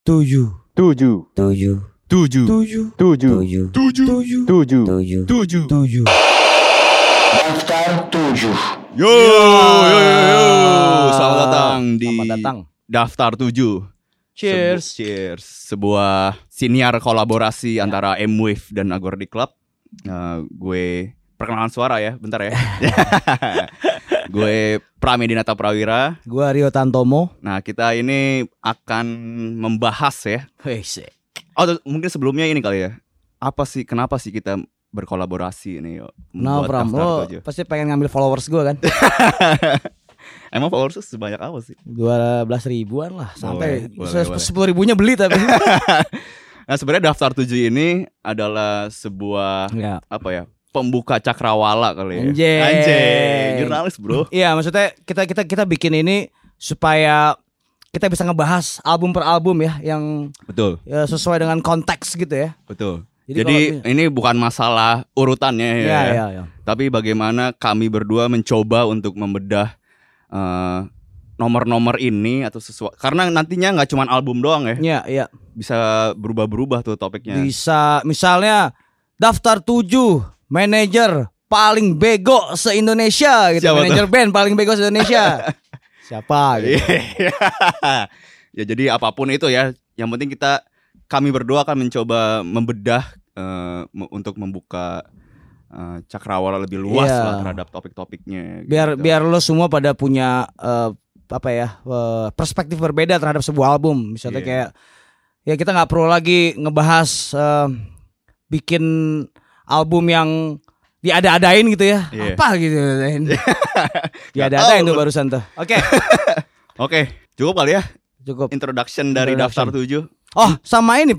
Tujuh. Tujuh. Tujuh. Tujuh. Tujuh. Tujuh. Tujuh. Tujuh. Tujuh. Tujuh. Tujuh. Daftar 7. Yo. Selamat datang di Selamat datang. Daftar 7. Cheers. Cheers. Sebuah siniar kolaborasi antara M-Wave dan Agordi Club. Gue perkenalan suara ya, bentar ya. Gue Pramedinata Prawira. Gua Rio Tantomo. Nah, kita ini akan membahas ya. Mungkin sebelumnya ini kali ya. Kenapa sih kita berkolaborasi ini? Nah, Pram, lo pasti pengen ngambil followers gua kan? Emang followers sebanyak apa sih? 12.000-an lah. Sampai boleh. 10.000-nya beli tapi. Nah, sebenarnya Daftar 7 ini adalah sebuah pembuka cakrawala kali ya. Anjay. Jurnalis, bro. Iya, maksudnya kita bikin ini supaya kita bisa ngebahas album per album ya yang Betul. Ya, sesuai dengan konteks gitu ya. Betul. Jadi ini bukan masalah urutannya ya. Tapi bagaimana kami berdua mencoba untuk membedah nomor-nomor ini atau sesuatu. Karena nantinya nggak cuma album doang ya. Iya. Bisa berubah-berubah tuh topiknya. Bisa misalnya Daftar 7 manajer paling bego se-Indonesia gitu. Siapa manajer tuh? band paling bego se-Indonesia. Siapa gitu. Ya jadi apapun itu ya. Yang penting kami berdua akan mencoba membedah untuk membuka cakrawala lebih luas lah terhadap topik-topiknya. Biar lo semua pada punya perspektif berbeda terhadap sebuah album. Misalnya kayak ya kita nggak perlu lagi ngebahas bikin album yang diada-adain gitu ya. Apa gitu. Diada-adain tuh barusan tuh. Oke, cukup kali ya. Cukup. Introduction dari Daftar 7. Oh, sama ini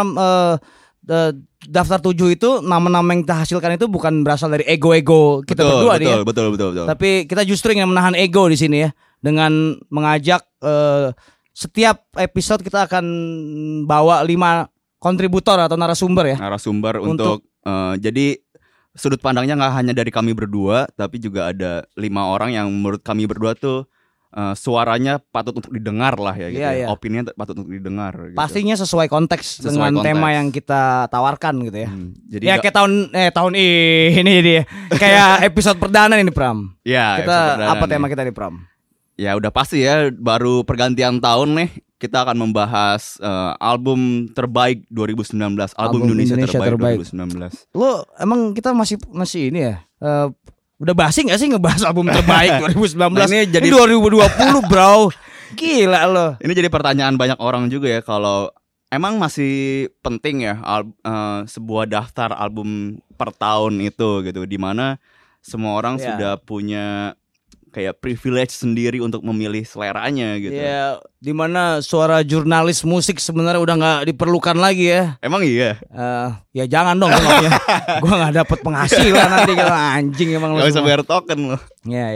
Daftar 7 itu nama-nama yang kita hasilkan itu bukan berasal dari ego-ego kita berdua nih ya. Betul. Tapi kita justru ingin menahan ego di sini ya dengan mengajak setiap episode kita akan bawa 5 kontributor atau narasumber ya. Narasumber untuk jadi sudut pandangnya nggak hanya dari kami berdua, tapi juga ada 5 orang yang menurut kami berdua tuh suaranya patut untuk didengar lah ya gitu. Iya. Opininya patut untuk didengar gitu. Pastinya sesuai konteks dengan tema yang kita tawarkan gitu ya. Jadi ya kayak tahun ini dia. Kayak episode perdana ini Pram. Ya, kita apa tema kita di Pram? Ya udah pasti ya, baru pergantian tahun nih. Kita akan membahas album terbaik 2019, album Indonesia terbaik 2019. Lo emang kita masih ini ya? Udah basi gak sih ngebahas album terbaik 2019? Ini jadi 2020 bro. Gila lo. Ini jadi pertanyaan banyak orang juga ya, kalau emang masih penting ya sebuah daftar album per tahun itu gitu, dimana semua orang sudah punya kayak privilege sendiri untuk memilih seleranya gitu. Ya, dimana suara jurnalis musik sebenarnya udah nggak diperlukan lagi ya. Emang iya? Ya jangan dong, gue nggak dapet penghasilan nanti kalau anjing emang. Gak bisa bayar token lo. Ya.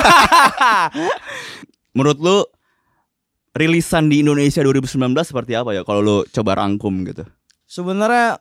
Menurut lu rilisan di Indonesia 2019 seperti apa ya? Kalau lu coba rangkum gitu. Sebenarnya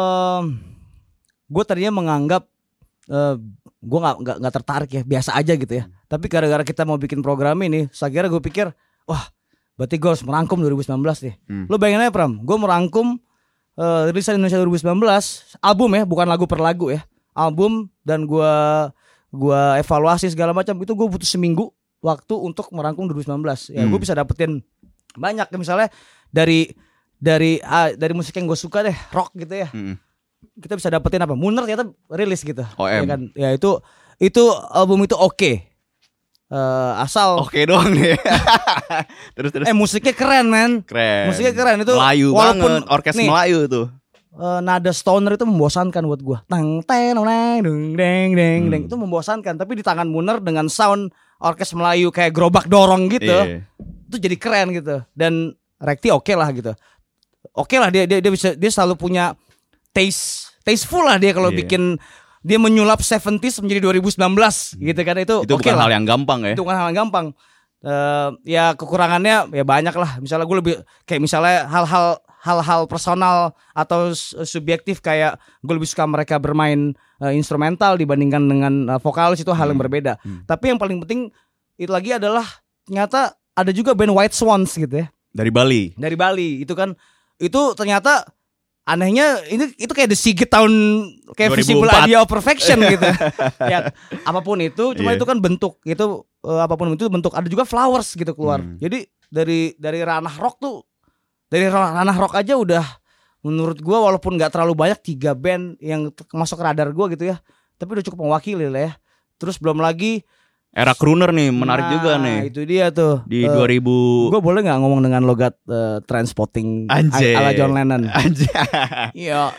gue tadinya menganggap gue nggak tertarik ya, biasa aja gitu ya. Tapi gara-gara kita mau bikin program ini, saya gue pikir, wah, berarti gue harus merangkum 2019 nih. Lo bayangin aja Pram, gue merangkum rilisan Indonesia 2019, album ya, bukan lagu per lagu ya, album, dan gue evaluasi segala macam. Itu gue butuh seminggu waktu untuk merangkum 2019. Ya gue bisa dapetin banyak, misalnya dari musik yang gue suka deh, rock gitu ya. Kita bisa dapetin apa? Munir ternyata rilis gitu. Ya kan? Ya itu album itu oke. Asal oke doang nih. terus musiknya keren men. Musiknya keren itu. Melayu walaupun banget, orkes Melayu tuh. Nada stoner itu membosankan buat gua. Tang teng deng deng itu membosankan, tapi di tangan Munir dengan sound orkes Melayu kayak gerobak dorong gitu. Itu jadi keren gitu. Dan Rekti oke lah gitu. Oke lah dia selalu punya tasteful lah dia kalau bikin. Dia menyulap 70s menjadi 2019 gitu kan, itu bukan hal yang gampang ya. Itu bukan hal yang gampang. Ya kekurangannya ya banyak lah. Misalnya gue lebih kayak misalnya hal-hal personal atau subjektif, kayak gue lebih suka mereka bermain instrumental dibandingkan dengan vokalis, itu hal yang berbeda. Tapi yang paling penting itu lagi adalah ternyata ada juga band White Swans gitu ya. Dari Bali. Dari Bali. Itu kan itu ternyata anehnya itu kayak The Sigit tahun kayak 2004. Visible Idea of Perfection gitu. Ya, apapun itu, cuma itu kan bentuk. Itu apapun itu bentuk. Ada juga Flowers gitu keluar. Jadi dari ranah rock tuh, dari ranah rock aja udah menurut gua walaupun enggak terlalu banyak 3 band yang masuk ke radar gua gitu ya. Tapi udah cukup mewakili lah ya. Terus belum lagi Era crooner nih, menarik juga nih. Itu dia tuh. Di 2000. Gue boleh nggak ngomong dengan logat Trainspotting ala John Lennon? Anjay. Iya.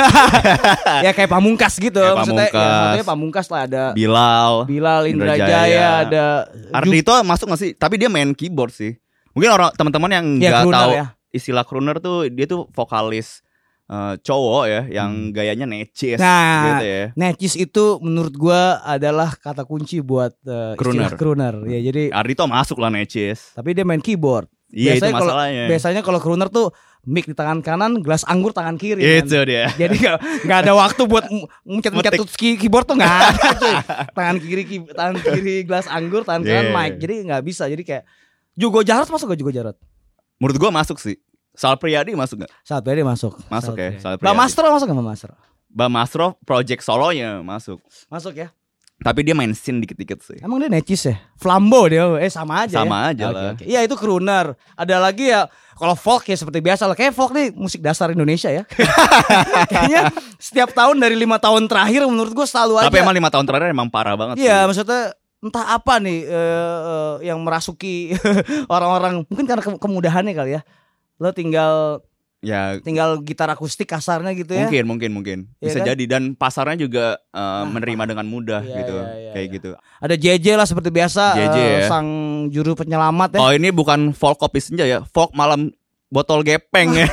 Ya kayak Pamungkas gitu. Kayak Maksudnya Pamungkas lah, ada Bilal, Indra Jaya, ada Ardhito masuk nggak sih? Tapi dia main keyboard sih. Mungkin orang teman-teman yang nggak tahu istilah crooner tuh, dia tuh vokalis cowok ya, yang gayanya necis gitu ya. Necis itu menurut gua adalah kata kunci buat istilah crooner. Ya, jadi Ardhito masuk lah necis. Tapi dia main keyboard. Iya, itu masalahnya. Biasanya kalau crooner tuh mic di tangan kanan, gelas anggur tangan kiri. Itu dia. Jadi nggak ada waktu buat mencet keyboard tuh nggak ada. Cuy. Tangan kiri gelas anggur, tangan kanan mic. Jadi nggak bisa. Jadi kayak Jugo Jarot masuk gak Jugo Jarot? Menurut gua masuk sih. Sal Priadi masuk gak? Sal Priadi masuk. Masuk ya. Bang Mastro masuk gak Bang Mastro? Bang Mastro project solonya masuk. Masuk ya. Tapi dia main scene dikit-dikit sih. Emang dia necis ya? Flambo dia. Sama aja. Sama aja lah. Okay. Iya itu crooner. Ada lagi ya. Kalau folk ya seperti biasa lah. Kayak folk nih musik dasar Indonesia ya. Kayaknya setiap tahun dari 5 tahun terakhir menurut gue selalu aja. Tapi emang 5 tahun terakhir emang parah banget. Iya maksudnya entah apa nih yang merasuki orang-orang. Mungkin karena kemudahannya kali ya. Lo tinggal gitar akustik kasarnya gitu ya. Mungkin bisa kan? Jadi dan pasarnya juga menerima dengan mudah gitu. Kayak gitu. Ada JJ lah seperti biasa, sang juru penyelamat ya. Oh, ini bukan folk kopi senja ya. Folk malam botol gepeng ya.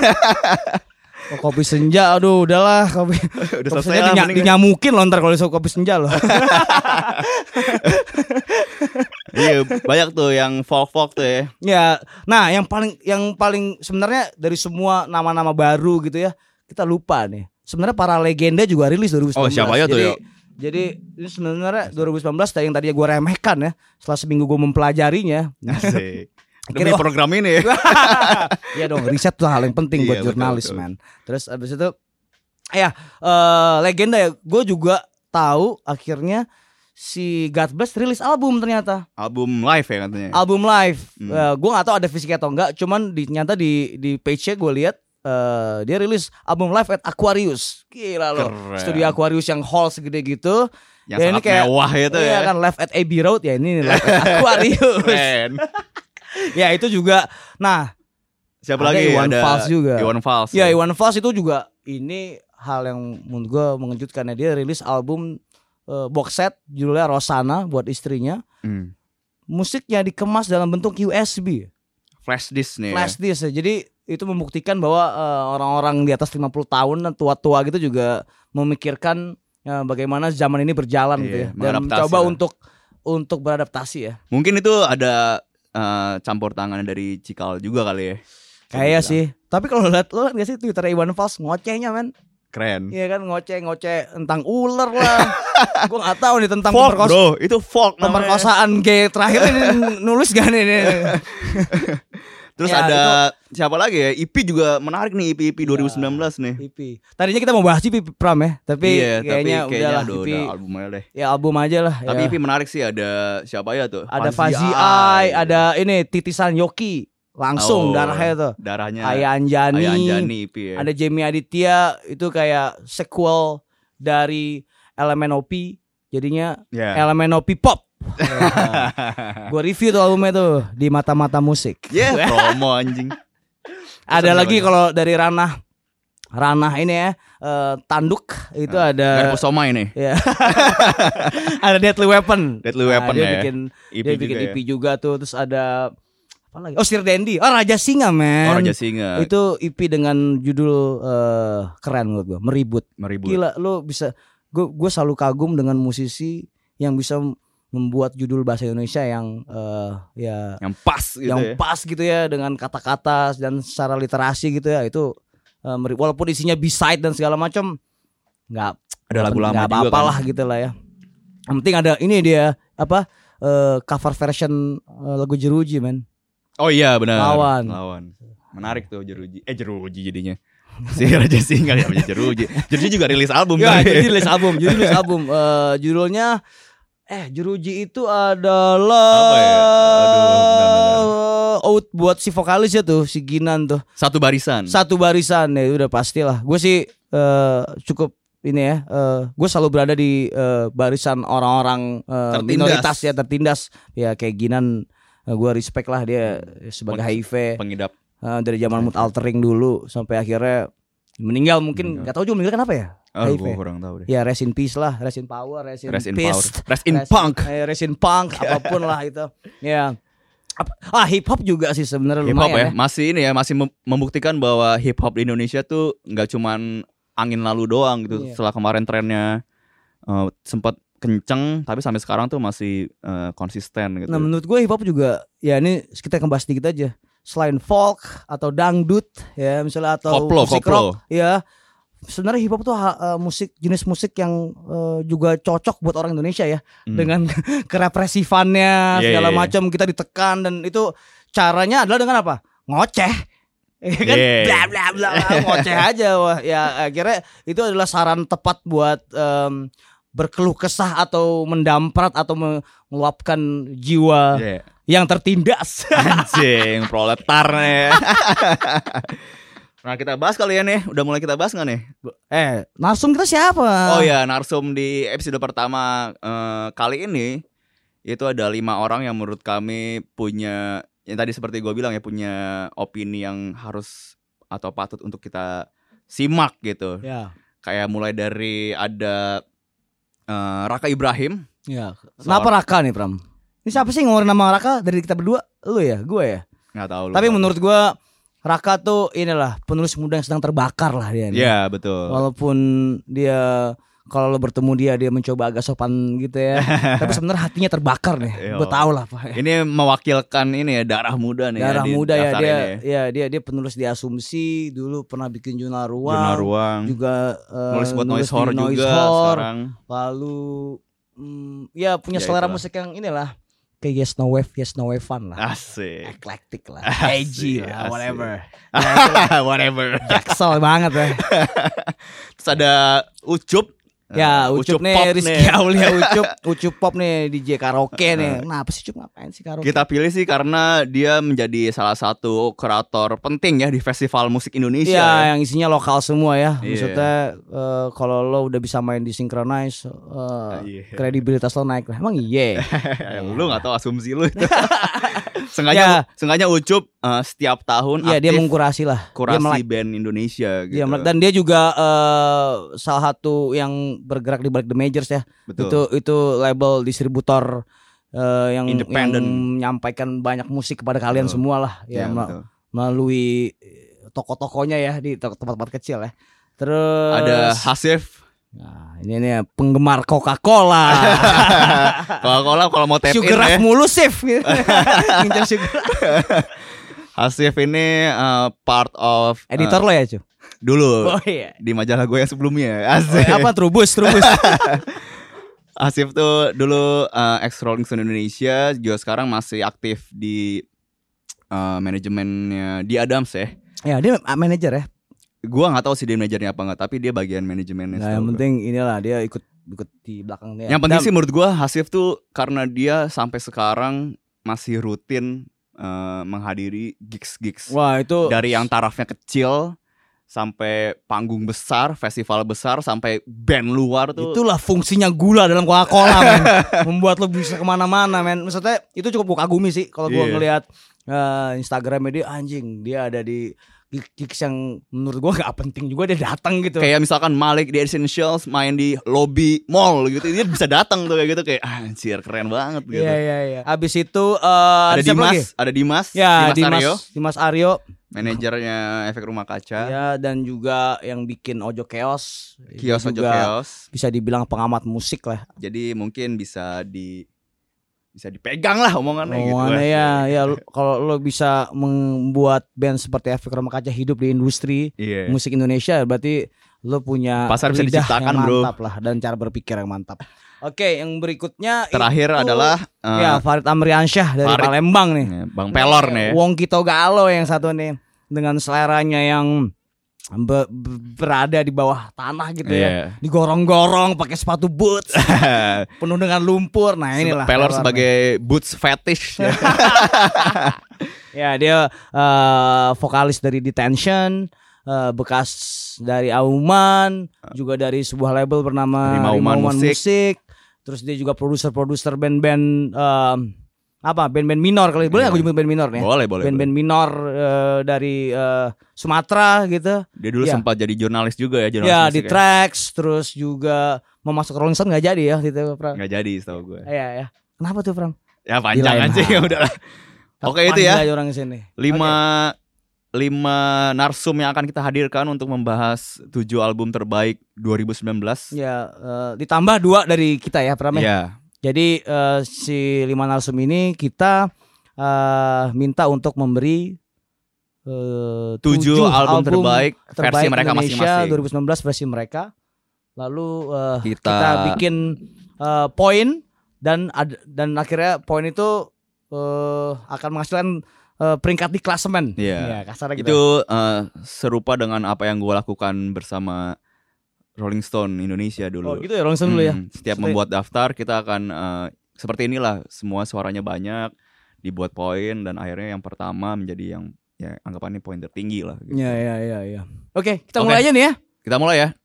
Kopi senja, aduh udahlah kopi senja dinyamukin loh ntar kalau kopi senja loh. Iya banyak tuh yang folk tuh ya. Ya, nah yang paling sebenarnya dari semua nama-nama baru gitu ya kita lupa nih. Sebenarnya para legenda juga rilis 2019. Oh siapa ya tuh ya? Jadi ini sebenarnya 2019 yang tadinya gue remehkan ya. Setelah seminggu gue mempelajarinya. Asik. Demi program ini. Iya dong, riset tuh hal yang penting buat jurnalis, man. Terus abis itu legenda ya. Gue juga tahu akhirnya si God Bless rilis album ternyata. Album live ya katanya. Album live. Gue gak tahu ada fisiknya atau enggak. Cuman ternyata di page-nya gue lihat dia rilis album live at Aquarius. Gila loh. Studio Aquarius yang hall segede gitu. Yang sangat kayak, mewah itu ya. Iya kan live at Abbey Road ya. Ini live at Aquarius. Ya itu juga. Nah siapa lagi? Iwan Fals juga. Iwan Fals. Ya Iwan Fals itu juga. Ini hal yang menurut gue mengejutkan ya. Dia rilis album box set judulnya Rosana buat istrinya. Musiknya dikemas dalam bentuk USB. Flash disk nih. Flash disk ya. Jadi itu membuktikan bahwa orang-orang di atas 50 tahun dan tua-tua gitu juga memikirkan bagaimana zaman ini berjalan gitu ya. Dan mencoba untuk beradaptasi ya. Mungkin itu ada campur tangan dari Cikal juga kali ya. Kayak sih. Tapi kalau lihat lo nggak sih Twitter Iwan Fals ngocehnya men. Keren. Iya kan ngoceh tentang ular lah. Gue nggak tahu nih tentang folk, bro. Itu folk namanya. Pemerkosaan gay terakhir ini nulis gak nih? Terus ya, ada siapa lagi ya? IP juga menarik nih, IP 2019 nih. IP. Tadinya kita mau bahas IP Pram ya, tapi kayaknya udahlah IP. Udah album aja deh. Ya album aja lah. Tapi ya. IP menarik sih, ada siapa ya tuh? Ada Fazi Ai, ada ini Titisan Yoki. Langsung darahnya tuh. Darahnya. Aya Anjani IP ya. Ada Jamie Aditya, itu kayak sequel dari Elemen OP. Jadinya Elemen OP Pop. Gue review tuh albumnya tuh di Mata-Mata Musik. Promo anjing. Ada lagi kalau dari ranah ini ya, Tanduk itu ada Garpu Soma ini. Ya. Ada Deadly Weapon. Dia bikin EP juga tuh. Terus ada apa lagi? Oh Sir Dandy. Oh Raja Singa men. Oh Raja Singa. Itu EP dengan judul keren menurut gue. Meribut. Gila lu bisa. Gue selalu kagum dengan musisi yang bisa membuat judul bahasa Indonesia yang yang pas gitu ya dengan kata-kata dan secara literasi gitu ya. Itu walaupun isinya B-side dan segala macam nggak ada lagu lama juga apa-apa lah gitu lah ya. Yang penting ada ini dia cover version lagu Jeruji men. Oh iya benar. Lawan. Menarik tuh Jeruji jadinya. Si Raja Singa ya Jeruji. Jeruji juga rilis album. Ya, jadi rilis album. Judulnya Jeruji itu adalah apa ya? out buat si vokalis ya tuh, si Ginan tuh. Satu barisan Ya udah pastilah. Gue sih cukup ini ya. Gue selalu berada di barisan orang-orang minoritas ya, tertindas. Ya kayak Ginan, gue respect lah dia sebagai HIV pengidap dari zaman mood altering dulu sampai akhirnya meninggal. Mungkin nggak tahu juga meninggal kenapa ya. Gue kurang tahu deh. Ya rest in peace lah, rest in power, rest in punk, apapun lah itu. Ya. Hip hop juga sih sebenarnya lumayan ya. Masih ini ya, masih membuktikan bahwa hip hop di Indonesia tuh nggak cuman angin lalu doang gitu. Setelah kemarin trennya sempat kenceng, tapi sampai sekarang tuh masih konsisten gitu. Nah menurut gue hip hop juga ya, ini kita akan bahas sedikit aja. Selain folk atau dangdut ya misalnya, atau musik rock ya, sebenarnya hip hop tuh jenis musik yang juga cocok buat orang Indonesia ya, dengan kerepresifannya segala macam. Kita ditekan, dan itu caranya adalah dengan apa? Ngoceh. Kan bla bla bla ngoceh aja. Wah, ya akhirnya itu adalah saran tepat buat berkeluh kesah atau mendamprat atau meluapkan jiwa yang tertindas. Anjing, proletar nih. Nah kita bahas kali ya nih. Udah mulai kita bahas gak nih? Narsum kita siapa? Oh ya, narsum di episode pertama kali ini itu ada 5 orang yang menurut kami punya, yang tadi seperti gue bilang ya, punya opini yang harus atau patut untuk kita simak gitu. Kayak mulai dari ada Raka Ibrahim. Kenapa Raka nih Pram? Ini siapa sih ngeluarin nama Raka dari kita berdua? Lu ya? Gue ya? Nggak tahu. Tapi menurut gue Raka tuh inilah penulis muda yang sedang terbakar lah dia. Iya betul. Walaupun dia, kalau lo bertemu dia mencoba agak sopan gitu ya. Tapi sebenarnya hatinya terbakar nih. Gue tau lah Pak. Ini mewakilkan ini ya, darah muda nih. Darah muda ya, dia penulis di Asumsi, dulu pernah bikin Jurnal Ruang. Juga nulis buat Noise Horror juga sekarang. Lalu ya punya selera musik yang inilah, kayak Yes No Wave Fun lah. Asik. Eclectic lah. Edgy lah, whatever. Whatever. Jaksel banget ya. Terus ada Ucup. Ya Ucup nih, Rizky Aulia Ucup Pop nih, DJ karaoke nih. Kenapa sih Ucup, ngapain sih karaoke? Kita pilih sih karena dia menjadi salah satu kurator penting ya di festival musik Indonesia. Ya, yang isinya lokal semua ya. Maksudnya kalau lo udah bisa main di Synchronize, kredibilitas lo naik lah. Emang iya. Lu nggak tahu asumsi lu itu. Sengaja Ucup setiap tahun aktif dia mengkurasi lah. Kurasi band Indonesia gitu. Dan dia juga salah satu yang bergerak di balik The Majors ya. Betul. Itu label distributor yang independen, menyampaikan banyak musik kepada kalian semua lah ya, melalui toko-tokonya ya, di tempat-tempat kecil ya. Terus ada Hasif. Nah, ini nih penggemar Coca-Cola. Coca-Cola kalau mau tap in Sugar Rush mulu Sif. Ngincer Sugar. Hasif ini part of editor lo ya, Cu? Dulu. Di majalah gue yang sebelumnya. Asik. Apa Trubus. Hasif tuh dulu ex Rolling Stone Indonesia, juga sekarang masih aktif di manajemennya di Adams ya. Ya, dia manajer ya. Gua nggak tahu sih dia manajernya apa nggak, tapi dia bagian manajemennya. Nah, yang penting inilah dia ikut di belakangnya. Yang penting sih menurut gua Hasif tuh karena dia sampai sekarang masih rutin menghadiri gigs. Wah, itu dari yang tarafnya kecil sampai panggung besar, festival besar, sampai band luar tuh. Itulah fungsinya gula dalam Coca-Cola, men. Membuat lo bisa kemana-mana, men. Maksudnya itu cukup gue kagumi sih kalau gue ngelihat Instagramnya dia, anjing, dia ada di gigs yang menurut gue gak penting juga dia datang gitu. Kayak misalkan Malik di Essentials main di lobby mall gitu, dia bisa datang tuh kayak gitu, kayak anjir keren banget gitu. Iya. Abis itu ada Dimas, ya, Dimas Aryo. Manajernya Efek Rumah Kaca. Ya, dan juga yang bikin Ojo Chaos. Ojo Chaos. Bisa dibilang pengamat musik lah. Jadi mungkin bisa bisa dipegang lah omongannya gitu. Ya kalau lo bisa membuat band seperti Efek Rumah Kaca hidup di industri musik Indonesia, berarti lo punya pasar bisa diciptakan, yang bro. mantap lah dan cara berpikir yang mantap. Oke, yang berikutnya terakhir adalah Farid Amriansyah dari Palembang nih. Bang Pelor nih. Wongki Togalo yang satu nih, dengan seleranya yang berada di bawah tanah gitu ya, digorong-gorong pakai sepatu boots penuh dengan lumpur. Nah inilah Pelor sebagai boots fetish. Ya dia vokalis dari Detention, bekas dari Auman, juga dari sebuah label bernama Rimauman Musik. Terus dia juga produser band-band band-band minor kali. Boleh aku nyebut band minor nih? Boleh. Band-band minor dari Sumatera gitu. Dia dulu sempat jadi jurnalis juga ya, di Trax, terus juga mau masuk Rolling Stone enggak jadi ya gitu, Pram. Enggak jadi setahu gue. Iya. Kenapa tuh, Pram? Ya panjang aja ya udahlah. Oke itu ya. Orang sini. 5 narsum yang akan kita hadirkan untuk membahas 7 album terbaik 2019. Ya, ditambah 2 dari kita ya, Pram. Iya. Jadi si 5 narsum ini kita minta untuk memberi 7 album terbaik versi mereka Indonesia masing-masing. 2019 versi mereka. Lalu kita bikin poin dan akhirnya poin itu akan menghasilkan peringkat di klasemen. Iya. Kasarnya gitu. Itu serupa dengan apa yang gue lakukan bersama Rolling Stone Indonesia dulu. Oh gitu ya, Rolling Stone dulu ya. Setiap membuat daftar kita akan seperti inilah, semua suaranya banyak, dibuat poin dan akhirnya yang pertama menjadi yang ya anggapannya poin tertinggi lah. Gitu. Iya. Oke, kita mulai aja nih ya. Kita mulai ya.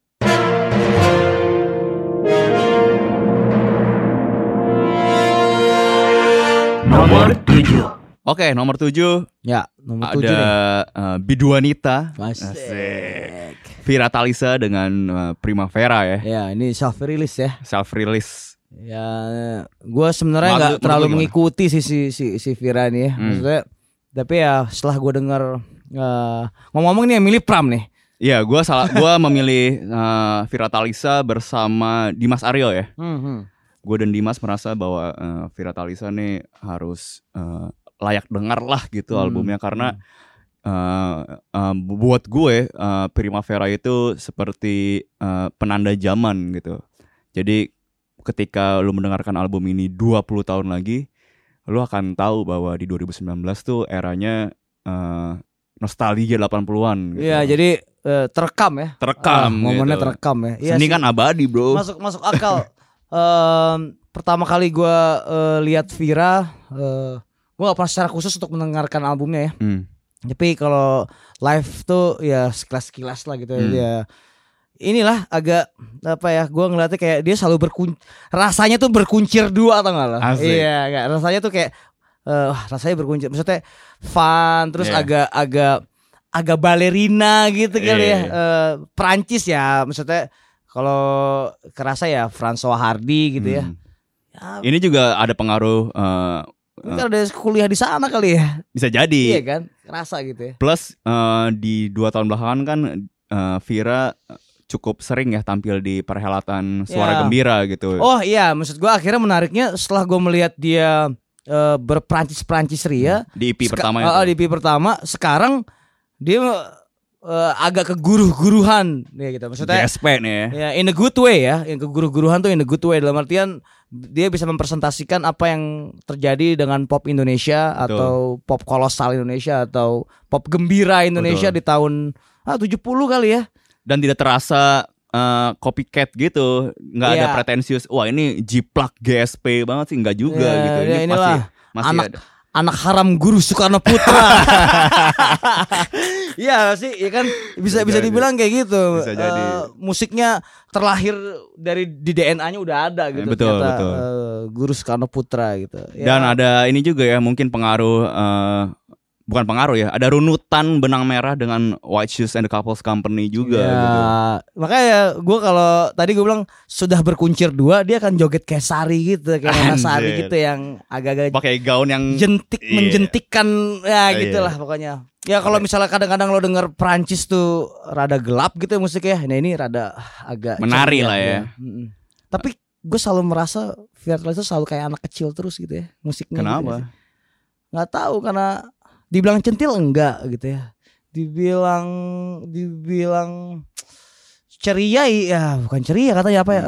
Nomor 7. Oke, nomor 7. Ya, nomor 7 ada Biduanita. Asik. Vira Talisa dengan Primavera ya. Ya, ini self release ya. Self release. Ya, gue sebenarnya nggak terlalu mengikuti si Vira ini ya. Maksudnya, tapi ya setelah gue dengar ngomong-ngomong nih yang milih Pram nih. Iya, gue memilih Vira Talisa bersama Dimas Aryo ya. Gue dan Dimas merasa bahwa Vira Talisa nih harus layak dengar lah gitu albumnya, karena buat gue Primavera itu seperti penanda zaman gitu. Jadi ketika lu mendengarkan album ini 20 tahun lagi, lu akan tahu bahwa di 2019 tuh eranya nostalgia 80-an gitu. Iya, jadi terekam ya. Momennya gitu. Terekam ya. Seni kan abadi, bro. Masuk akal. Pertama kali gue lihat Vira, gue gak pernah secara khusus untuk mendengarkan albumnya ya. Tapi kalau live tuh ya sekilas lah gitu ya. Inilah agak gue ngeliatnya kayak dia selalu rasanya tuh berkuncir dua atau enggak lah. Iya, enggak, rasanya tuh kayak rasanya berkuncir, maksudnya fun, terus agak balerina gitu kali ya. Perancis ya, maksudnya kalau kerasa ya François Hardy gitu ya. Ini juga ada pengaruh mungkin ada kuliah di sana kali ya. Bisa jadi. Iya kan, kerasa gitu ya. Plus di 2 tahun belakangan kan Vira cukup sering ya tampil di perhelatan Suara Gembira gitu. Oh iya, maksud gue akhirnya menariknya setelah gue melihat dia berperancis ria di EP pertama itu. Di EP pertama, sekarang dia agak keguruh-guruhan ya gitu. Maksudnya GSP nih ya. Ya in a good way ya. Yang keguruh-guruhan tuh in a good way, dalam artian dia bisa mempresentasikan apa yang terjadi dengan pop Indonesia. Betul. Atau pop kolosal Indonesia atau pop gembira Indonesia. Betul. Di tahun 70 kali ya. Dan tidak terasa copycat gitu, nggak ada pretensius. Wah ini jiplak GSP banget sih, nggak juga gitu. Ini masih anak haram Guru Soekarno Putra. Iya sih, ya kan bisa dibilang kayak gitu. Bisa jadi. Musiknya terlahir di DNA-nya udah ada gitu. Betul. Guru Soekarno Putra gitu. Dan ada ini juga ya, mungkin pengaruh. Bukan pengaruh ya, ada runutan benang merah dengan White Shoes and the Couples Company juga gitu. Makanya gue kalau tadi gue bilang sudah berkuncir dua, dia akan joget kayak Sari gitu, kayak Nona Sari gitu, yang agak-agak pakai gaun yang menjentikkan ya gitulah pokoknya. Ya kalau misalnya kadang-kadang lo denger Prancis tuh rada gelap gitu musiknya, nah ini rada agak menari lah ya. Tapi gue selalu merasa Viratalisa selalu kayak anak kecil terus gitu ya musiknya. Kenapa? Gitu, nggak tahu, karena dibilang centil enggak gitu ya. Dibilang ceria ya, bukan ceria katanya apa ya?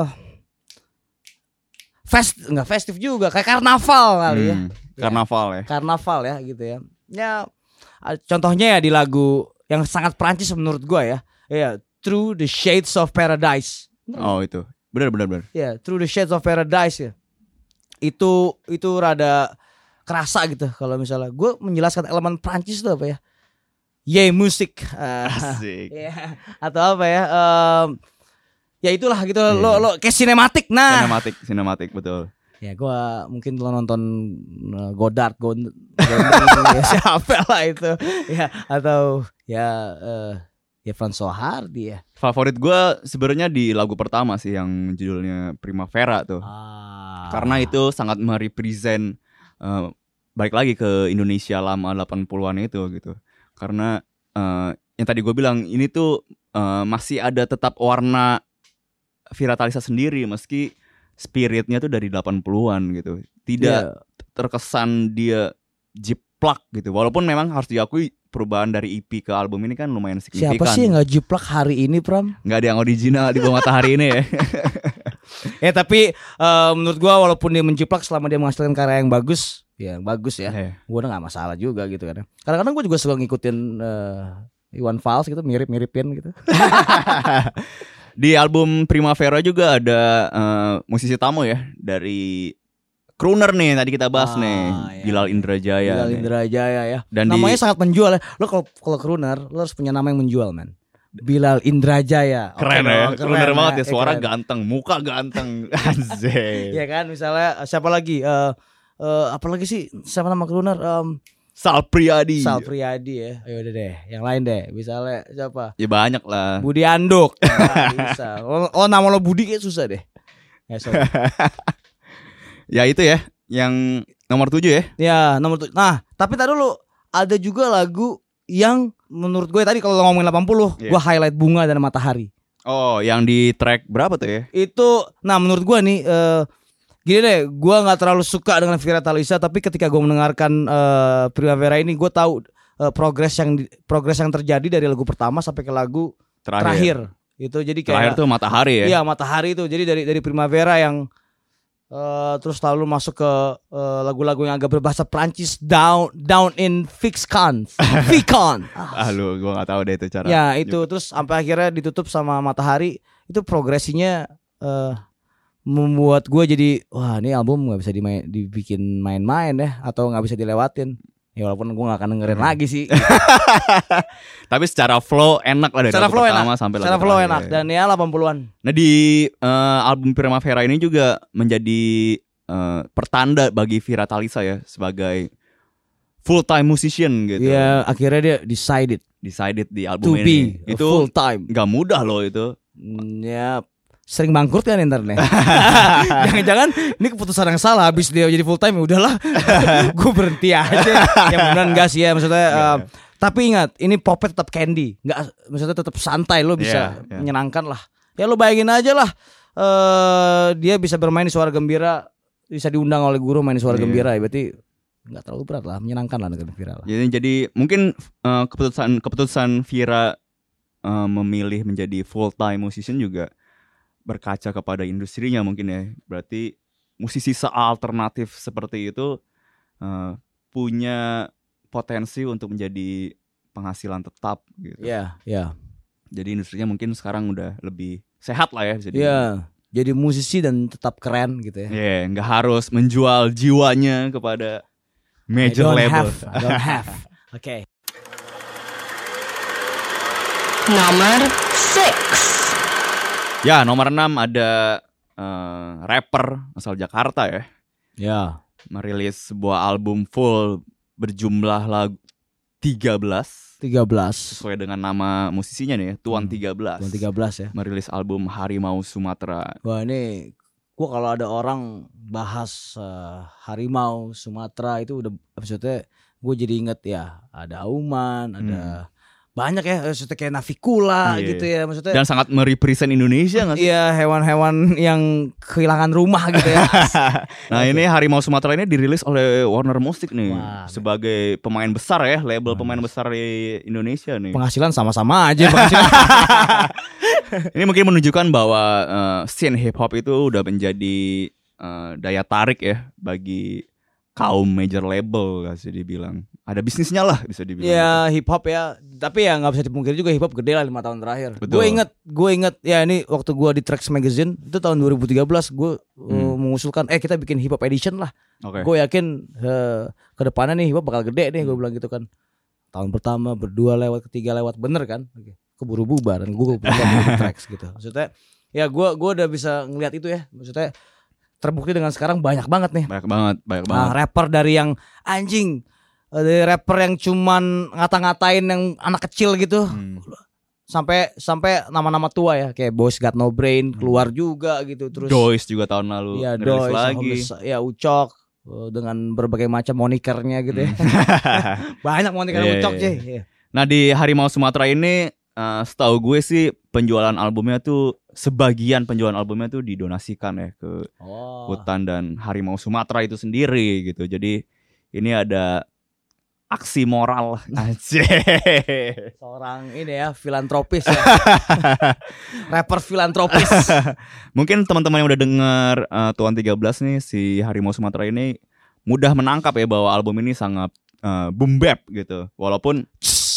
Enggak festif juga, kayak karnaval kali ya. Karnaval ya. Karnaval ya gitu ya. Ya contohnya ya di lagu yang sangat Prancis menurut gua ya. Ya, Through the Shades of Paradise. Oh itu. Benar. Ya, Through the Shades of Paradise ya. Itu rada kerasa gitu kalau misalnya gue menjelaskan elemen Prancis itu apa ya? Musik. Asik. Ya, atau apa ya? Ya itulah gitu. Lo kayak sinematik. Nah. Sinematik betul. Ya gue mungkin lo nonton Godard siapa lah itu ya, atau ya François Hardy ya. Favorit gue sebenarnya di lagu pertama sih yang judulnya Primavera tuh. Karena itu sangat merepresent balik lagi ke Indonesia lama 80-an itu gitu. Karena yang tadi gue bilang ini tuh masih ada tetap warna Viratalisa sendiri meski spiritnya tuh dari 80-an gitu. Tidak terkesan dia jiplak gitu. Walaupun memang harus diakui perubahan dari EP ke album ini kan lumayan signifikan. Siapa sih yang gak jiplak hari ini, Pram? Gak ada yang original di bawah matahari ini ya. Ya tapi menurut gua walaupun dia menjiplak selama dia menghasilkan karya yang bagus ya. Gua udah gak masalah juga gitu kan. Kadang-kadang gua juga suka ngikutin Iwan Fals gitu, mirip-miripin gitu. Di album Primavera juga ada musisi tamu ya dari crooner nih tadi kita bahas nih, Bilal Indrajaya. Bilal Indrajaya ya. Dan namanya sangat menjual ya. Lo kalau crooner lo harus punya nama yang menjual, man. Bilal Indrajaya. Keren ya. Crooner banget ya, suara keren. ganteng, muka ganteng. Anjay. Ya kan, misalnya siapa lagi? Apalagi sih siapa nama crooner? Sal Priadi ya. Ayo udah deh, yang lain deh. Misalnya siapa? Ya banyak lah. Budi Anduk. Bisa. Oh nama lo Budi kayak susah deh. Ya, ya itu ya, yang nomor 7 ya. Ya nomor 7. Nah tapi tadi dulu ada juga lagu yang menurut gue tadi kalau ngomongin 80 gue highlight Bunga dan Matahari. Oh yang di track berapa tuh ya? Itu nah menurut gue nih gini deh, gue gak terlalu suka dengan Viratalisa, tapi ketika gue mendengarkan Primavera ini gue tahu progres yang terjadi dari lagu pertama sampai ke lagu terakhir. Itu jadi kayak terakhir tuh Matahari ya. Iya Matahari itu. Jadi dari Primavera yang terus lalu masuk ke lagu-lagu yang agak berbahasa Prancis, down in Vicon. Lu gue nggak tahu deh itu cara. Ya itu terus sampai akhirnya ditutup sama Matahari. Itu progresinya membuat gue jadi wah ini album nggak bisa dibikin main-main ya, atau nggak bisa dilewatin. Ya walaupun gue nggak akan dengerin lagi sih. Tapi secara flow enak lah dari lagu pertama sampai lagu terakhir. Secara flow enak dan ya 80-an. Nah di album Primavera ini juga menjadi pertanda bagi Viratalisa ya sebagai full time musician gitu. Ya akhirnya dia decided di album ini. Itu full time. Gak mudah loh itu. Ya sering bangkrut kan internet. Jangan-jangan ini keputusan yang salah, habis dia jadi full time ya udahlah. Gue berhenti aja. Yang benar enggak sih ya maksudnya. Tapi ingat ini popnya tetap candy, enggak maksudnya tetap santai, lo bisa menyenangkan lah. Ya lo bayangin aja lah. Dia bisa bermain di Suara Gembira, bisa diundang oleh guru main di Suara Gembira ya, berarti enggak terlalu berat lah, menyenangkan lah dengan Vira lah. Jadi mungkin keputusan Vira memilih menjadi full time musician juga berkaca kepada industrinya mungkin ya. Berarti musisi alternatif seperti itu punya potensi untuk menjadi penghasilan tetap gitu. Iya. Jadi industrinya mungkin sekarang udah lebih sehat lah ya bisa dibilang. Iya. Jadi musisi dan tetap keren gitu ya. Iya, nggak harus menjual jiwanya kepada major label. I don't have. Oke. Nomor 6. Ya, nomor 6 ada rapper asal Jakarta ya. Ya. Merilis sebuah album full berjumlah lagu 13 sesuai dengan nama musisinya nih ya, Tuan 13. Tuan 13 ya. Merilis album Harimau Sumatera. Wah ini gua kalau ada orang bahas Harimau Sumatera itu udah maksudnya gue jadi inget ya, ada Auman, ada banyak ya, maksudnya kayak Navikula Iya. gitu ya, maksudnya. Dan sangat merepresent Indonesia nggak sih? Iya, hewan-hewan yang kehilangan rumah gitu ya. Nah ini Harimau Sumatera ini dirilis oleh Warner Music nih. Wah. Sebagai pemain besar ya, label pemain besar di Indonesia nih. Penghasilan sama-sama aja penghasilan. Ini mungkin menunjukkan bahwa scene hip hop itu udah menjadi daya tarik ya bagi kaum major label, kasih dibilang. Ada bisnisnya lah bisa dibilang. Ya hip hop ya, tapi ya nggak bisa dipungkiri juga hip hop gede lah 5 tahun terakhir. Betul. Gue inget ya ini waktu gue di Trax Magazine itu tahun 2013 gue mengusulkan kita bikin hip hop edition lah. Oke. Gue yakin ke depannya nih hip hop bakal gede nih, gue bilang gitu kan. Tahun pertama berdua lewat, ketiga lewat, bener kan? Keburu bubar dan gue bubar di Trax gitu. Maksudnya ya gue udah bisa ngelihat itu ya. Maksudnya terbukti dengan sekarang banyak banget nih. Banyak banget. Nah, rapper dari yang anjing, dari rapper yang cuman ngata-ngatain yang anak kecil gitu, sampai nama-nama tua ya, kayak Boys Got No Brain keluar juga gitu, terus Dois juga tahun lalu ya ngerilis Dois, lagi. Homeless, ya Ucok dengan berbagai macam monikernya gitu ya. Banyak moniker Iya, Ucok iya. sih. Iya. Nah di Harimau Sumatera ini setahu gue sih penjualan albumnya tuh sebagian penjualan albumnya tuh didonasikan ya ke hutan dan harimau Sumatera itu sendiri gitu. Jadi ini ada aksi moral aja. Seorang ini ya filantropis ya. Rapper filantropis. Mungkin teman-teman yang udah dengar Tuan 13 nih, si Harimau Sumatera ini mudah menangkap ya bahwa album ini sangat boom bap gitu. Walaupun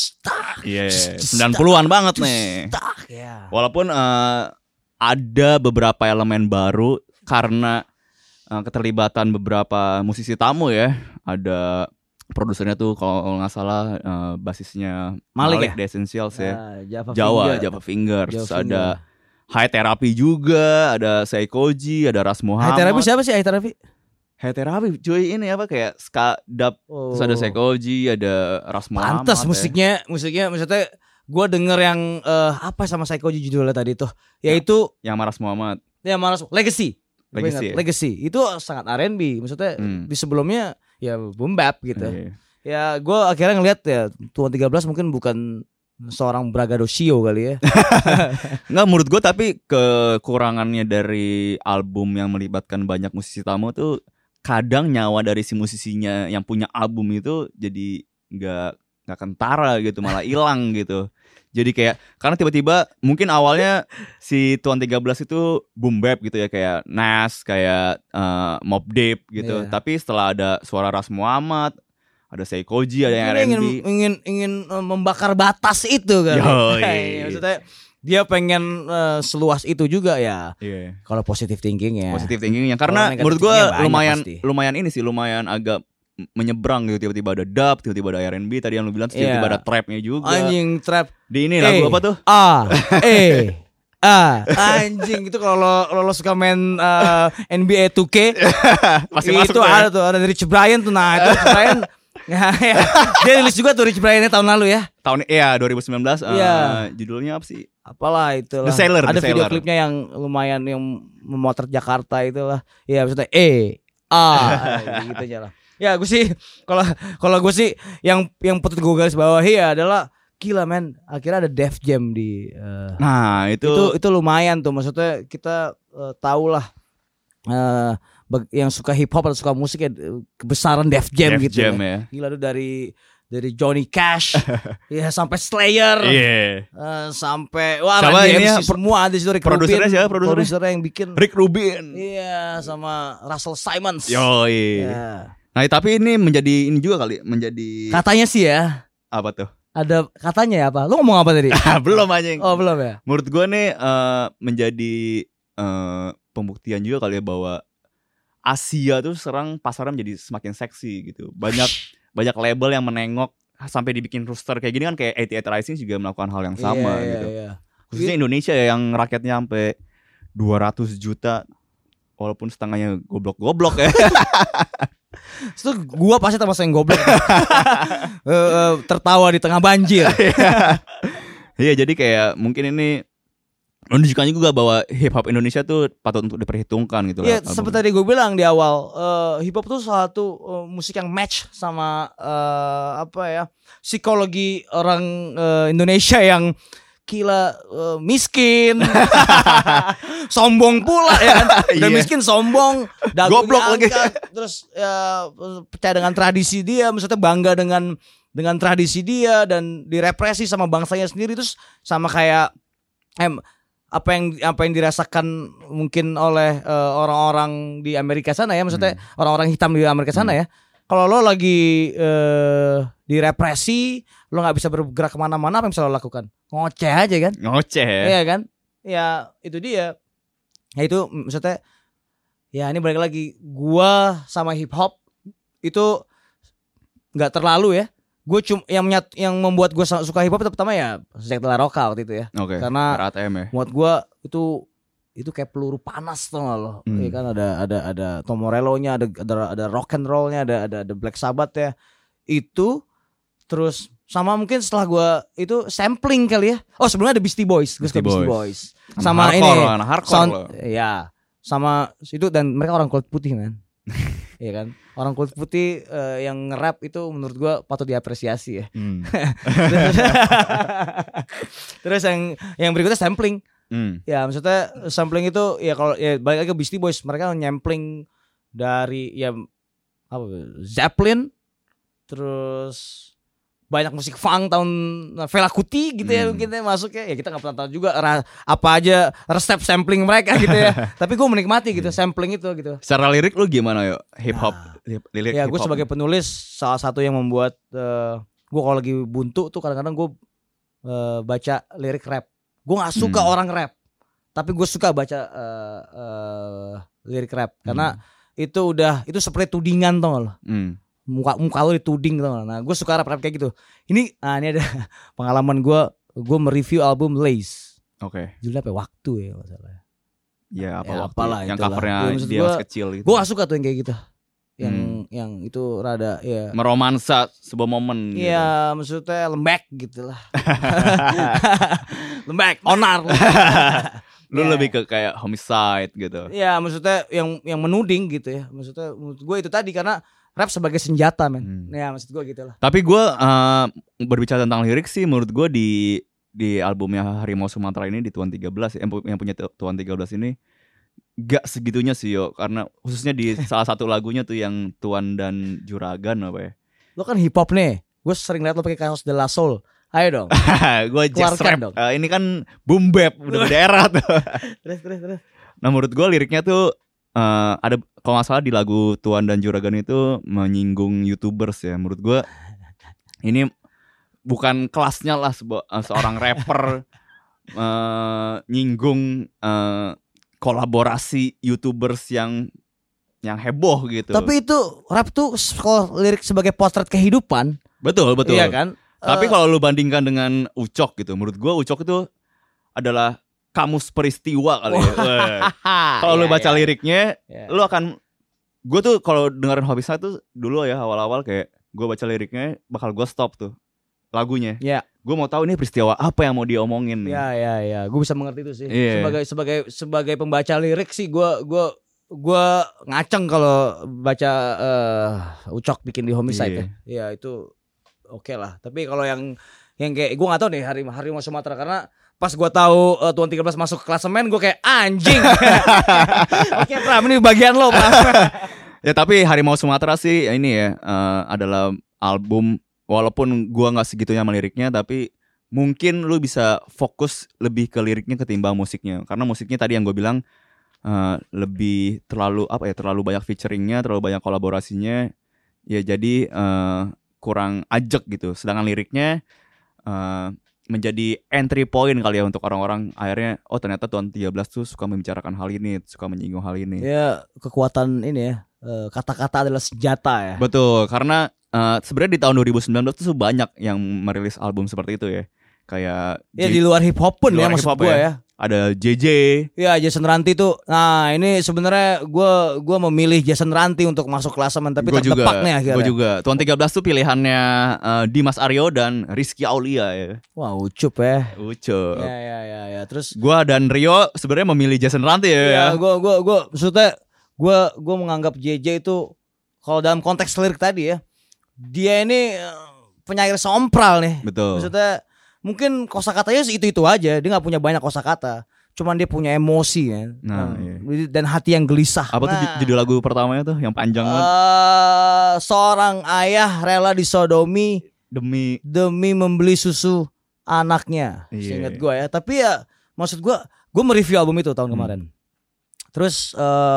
90-an banget nih. Ya. Walaupun ada beberapa elemen baru karena keterlibatan beberapa musisi tamu ya. Ada produsernya tuh kalau nggak salah basisnya Malik ya? The Essentials ya. Java Fingers. Java Ada High Therapy juga, ada Seikoji, ada Ras Muhammad. High Therapy siapa sih High Therapy? High Therapy cuy, ini apa kayak ska dub. Terus ada Seikoji, ada Ras Muhammad. Pantes musiknya maksudnya gue denger yang apa sama Seikoji judulnya tadi tuh, yaitu yang Ras Muhammad. ya Maras Legacy. Gua ingat, Legacy ya? Legacy itu sangat R&B, maksudnya di sebelumnya ya boom bap gitu. Iya. Ya gue akhirnya ngeliat ya Tuan 13 mungkin bukan seorang Bragado Shio kali ya. Nggak, menurut gue tapi kekurangannya dari album yang melibatkan banyak musisi tamu tuh kadang nyawa dari si musisinya yang punya album itu jadi nggak kentara gitu, malah hilang gitu. Jadi kayak karena tiba-tiba mungkin awalnya si Tuan 13 itu boom bap gitu ya, kayak Nas, kayak Mobb Deep gitu. Iya. Tapi setelah ada suara Ras Muhammad, ada Seikoji, ada yang Mungkin R&B. ingin membakar batas itu kan. Yoi. Maksudnya dia pengen seluas itu juga ya. Iya. Kalau positive thinking ya. Positive thinkingnya karena Kalau menurut negative gue thinkingnya banyak lumayan ini sih, lumayan agak menyeberang gitu. Tiba-tiba ada dub, tiba-tiba ada R&B tadi yang lu bilang, tiba-tiba Iya. ada trapnya juga. Anjing trap. Di ini lagu apa tuh? Anjing itu kalau lo suka main NBA 2K Pasti itu masuk tuh ada ya. tuh, ada Rich Brian tuh. Nah itu Rich Brian ya, dia rilis juga tuh Rich Brian tahun lalu ya. Tahun 2019 Iya. judulnya apa sih? Apalah itulah. The Sailor, Ada The video Sailor. klipnya yang lumayan yang memotret Jakarta itulah. Ya maksudnya gitu aja lah. Ya gue sih kalau gue sih yang patut gue garis bawahi ya adalah gila men, akhirnya ada Def Jam di Nah, itu lumayan tuh, maksudnya kita tahu lah yang suka hip hop atau suka musik ya kebesaran Def Jam Def gitu Jam ya. ya. Gila tuh dari Johnny Cash ya sampai Slayer. Iya. Sampai wah Siapa Randy ini ya, MC semua ada di situ. Rick produsernya Rubin, siapa produsernya? Produsernya yang bikin Rick Rubin. iya sama Russell Simons. Yoi. Ya. Nah, tapi ini menjadi ini juga kali, menjadi Katanya sih ya apa tuh? ada katanya ya apa? Lu ngomong apa tadi? Belum anjing. Oh belum ya. Menurut gue nih menjadi pembuktian juga kali ya bahwa Asia tuh sekarang pasarnya menjadi semakin seksi gitu. Banyak label yang menengok sampai dibikin roster kayak gini kan, kayak 88 Rising juga melakukan hal yang sama gitu. Iya. Khususnya Indonesia ya, yang rakyatnya sampai 200 juta walaupun setengahnya goblok-goblok ya. Itu gua pasti termasuk yang goblok. Tertawa di tengah banjir. Iya, jadi kayak mungkin ini menunjukkan juga bahwa hip hop Indonesia tuh patut untuk diperhitungkan gitu. Iya, seperti tadi gue bilang di awal, hip hop tuh salah satu musik yang match sama psikologi orang Indonesia yang gila, miskin, sombong pula ya kan. Udah miskin, sombong, dagu goblok lagi. Terus percaya dengan tradisi dia, maksudnya bangga dengan tradisi dia dan direpresi sama bangsanya sendiri. Terus sama kayak apa yang dirasakan mungkin oleh orang-orang di Amerika sana ya, maksudnya orang-orang hitam di Amerika sana ya. Kalau lo lagi direpresi, lo nggak bisa bergerak kemana-mana, apa yang bisa lo lakukan? Ngoceh aja kan? Ngoceh. Iya kan? Ya itu dia. Ya itu maksudnya. Ya ini balik lagi, gua sama hip hop itu nggak terlalu ya. Gue cuma yang membuat gue suka hip hop itu pertama ya Zack De La Rocca waktu itu ya. Karena RATM ya. buat gue itu kayak peluru panas tuh lo. Ya kan ada Tom Morello-nya, ada rock and roll-nya, ada Black Sabbath ya. Itu terus sama mungkin setelah gue itu sampling kali ya. Oh sebelumnya ada Beastie Boys. Gue suka Beastie Boys. Sama hardcore, sound loh. Ya. Sama itu dan mereka orang kulit putih man. Iya kan, orang kulit putih yang nge-rap itu menurut gue patut diapresiasi ya. Terus yang berikutnya sampling. Ya maksudnya sampling itu ya kalau ya balik lagi ke Beastie Boys, mereka nyampling dari ya apa Zeppelin, terus banyak musik funk tahun Fela Kuti gitu ya mungkin masuknya ya, kita nggak pernah tahu juga apa aja resep sampling mereka gitu ya. Tapi gue menikmati gitu sampling itu gitu. Secara lirik lu gimana yo hip hop? Lirik ya gue sebagai penulis salah satu yang membuat gue kalau lagi buntu tuh kadang-kadang gue baca lirik rap. Gue nggak suka orang rap, tapi gue suka baca lirik rap karena itu seperti tudingan tau gak lo. Muka lu dituding gitu. Nah gue suka rap kayak gitu. Ini ada pengalaman gue mereview album Lace. Oke. Judulnya apa? Waktu ya masalah. Ya apa ya, waktu apalah, yang itulah. covernya Ya, dia masih kecil gitu. Gue gak suka tuh yang kayak gitu. Yang itu rada ya meromansa sebuah momen. Iya gitu. Maksudnya lembek gitu lah. Lembek, onar. Lu lebih ke kayak homicide gitu. Iya maksudnya yang menuding gitu ya. Maksudnya menurut gue itu tadi karena rap sebagai senjata men. Ya maksud gue gitu lah. Tapi gue berbicara tentang lirik sih, menurut gue di albumnya Harimau Sumatera ini di Tuan 13 yang punya Tuan 13 ini gak segitunya sih yo, karena khususnya di salah satu lagunya tuh yang Tuan dan Juragan apa ya. Lo kan hip hop nih. Gue sering liat lo pakai kaos De La Soul. Ayo dong. Gue jazz rap. Ini kan boom bap udah beda era tuh. Terus. Nah menurut gue liriknya tuh ada kalau nggak salah di lagu Tuan dan Juragan itu menyinggung YouTubers ya. Menurut gue ini bukan kelasnya lah seorang rapper nyinggung kolaborasi YouTubers yang heboh gitu. Tapi itu rap tuh kalau lirik sebagai potret kehidupan. Betul. Iya kan? Tapi kalau lu bandingkan dengan Ucok gitu, menurut gue Ucok itu adalah kamus peristiwa kali ya. Kalau lu baca liriknya, lu akan, gue tuh kalau dengerin Hobisa tuh dulu ya awal-awal kayak gue baca liriknya bakal gue stop tuh lagunya. Gue mau tahu ini peristiwa apa yang mau diomongin nih. Ya, gue bisa mengerti itu sih. Sebagai pembaca lirik sih, gue ngaceng kalau baca Ucok bikin di Homicide ya itu oke lah. Tapi kalau yang kayak gue nggak tahu nih Harimau Sumatera, karena pas gue tahu Tuan 13 masuk klasemen gue kayak anjing. Oke Pram, ini bagian lo Pram. Ya tapi Harimau Sumatera sih ini ya adalah album, walaupun gue nggak segitunya sama liriknya, tapi mungkin lu bisa fokus lebih ke liriknya ketimbang musiknya, karena musiknya tadi yang gue bilang lebih terlalu banyak featuringnya, terlalu banyak kolaborasinya ya, jadi kurang ajak gitu. Sedangkan liriknya menjadi entry point kali ya untuk orang-orang, akhirnya oh ternyata Tuan 13 tuh suka membicarakan hal ini, suka menyinggung hal ini. Ya kekuatan ini ya, kata-kata adalah senjata ya. Betul, karena sebenarnya di tahun 2019 tuh banyak yang merilis album seperti itu ya. Kayak di luar hip hop pun ya maksud gue ya. ada JJ. Ya Jason Ranti tuh. Nah ini sebenarnya gue memilih Jason Ranti untuk masuk klasemen, tapi terdepak nih akhirnya. Gue juga. Tuan 13 tuh pilihannya Dimas Aryo dan Rizky Aulia ya. Wah Ucup ya. Ucup. Ya. Terus gue dan Rio sebenarnya memilih Jason Ranti ya. Gue maksudnya gue menganggap JJ itu kalau dalam konteks lirik tadi ya, dia ini penyair sompral nih. Betul. Maksudnya mungkin kosakatanya itu aja, dia nggak punya banyak kosakata, cuman dia punya emosi kan, iya. Dan hati yang gelisah. Apa tuh judul lagu pertamanya tuh yang panjang banget? Seorang ayah rela disodomi demi membeli susu anaknya. Seingat gue ya. Tapi ya maksud gue mereview album itu tahun kemarin. Terus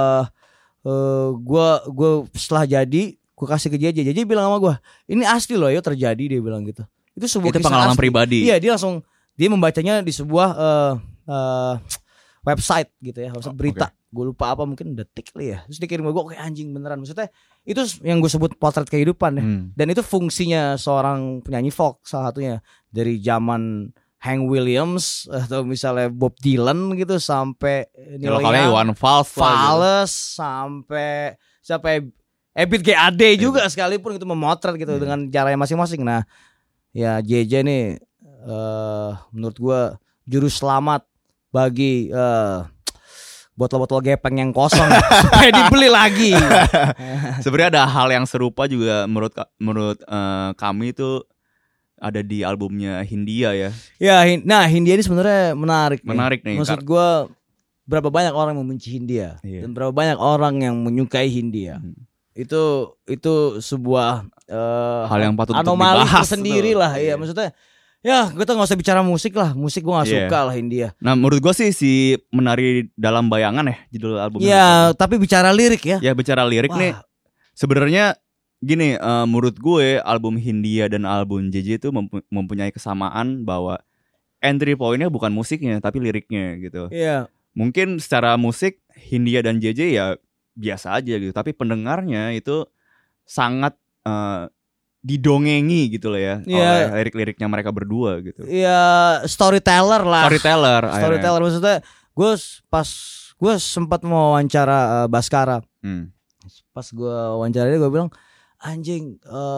gue setelah jadi gue kasih ke JJ bilang sama gue, ini asli loh ya terjadi, dia bilang gitu. Itu sebuah pengalaman pribadi. Iya, dia membacanya di sebuah website gitu ya, website berita. Gue lupa apa, mungkin Detik kali ya. Terus dia kirim gue kayak anjing beneran. Maksudnya itu yang gue sebut potret kehidupan ya. Dan itu fungsinya seorang penyanyi folk salah satunya, dari zaman Hank Williams atau misalnya Bob Dylan gitu sampai Neil Young, Iwan Fals sampai Ebit GAD juga sekalipun itu memotret gitu dengan caranya masing-masing. Nah, ya JJ nih menurut gua juru selamat bagi botol-botol gepeng yang kosong supaya dibeli lagi. Sebenarnya ada hal yang serupa juga menurut kami itu ada di albumnya Hindia ya. Ya, nah Hindia ini sebenarnya menarik nih. Maksud gua berapa banyak orang yang membenci Hindia dan berapa banyak orang yang menyukai Hindia. Itu sebuah hal yang patut anomali dibahas sendiri lah. Iya, maksudnya ya kita nggak usah bicara musik lah, musik gue nggak suka lah Hindia. Nah menurut gue sih si Menari Dalam Bayangan ya judul albumnya. Ya tapi bicara lirik ya. Ya bicara lirik nih sebenarnya gini, menurut gue album Hindia dan album JJ itu mempunyai kesamaan bahwa entry pointnya bukan musiknya tapi liriknya gitu. Iya. Mungkin secara musik Hindia dan JJ ya biasa aja gitu, tapi pendengarnya itu sangat didongengi gitu loh ya oleh lirik-liriknya mereka berdua gitu. Iya, storyteller lah. Storyteller maksudnya gue sempat mewawancara Baskara. Pas gue wawancara dia gue bilang anjing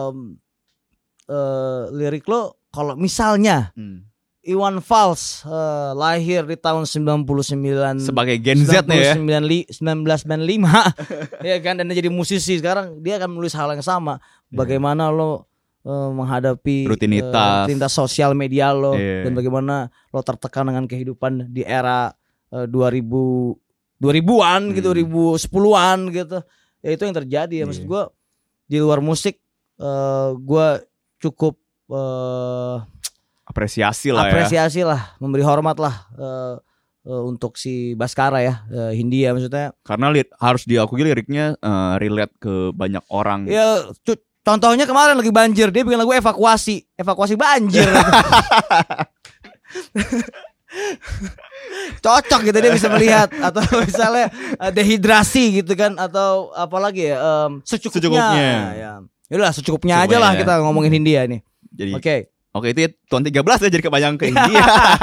lirik lo kalau misalnya Iwan Fals lahir di tahun 99 sebagai Gen Z nih ya 1995 ya kan, dan dia jadi musisi sekarang, dia akan menulis hal yang sama. Bagaimana lo menghadapi rutinitas sosial media lo dan bagaimana lo tertekan dengan kehidupan di era 2000-an gitu, 2010-an gitu. Ya itu yang terjadi ya. Maksud gue di luar musik gue cukup apresiasi lah, memberi hormat lah untuk si Baskara ya, Hindia maksudnya. Karena harus diakui liriknya relate ke banyak orang. Ya contohnya kemarin lagi banjir, dia bikin lagu evakuasi banjir. Cocok gitu, dia bisa melihat. Atau misalnya dehidrasi gitu kan, atau apalagi ya secukupnya. Ya. Yaudah secukupnya aja lah kita ngomongin Hindia nih. Jadi Oke itu ya, Tuan 13 ya jadi kebayang ke India.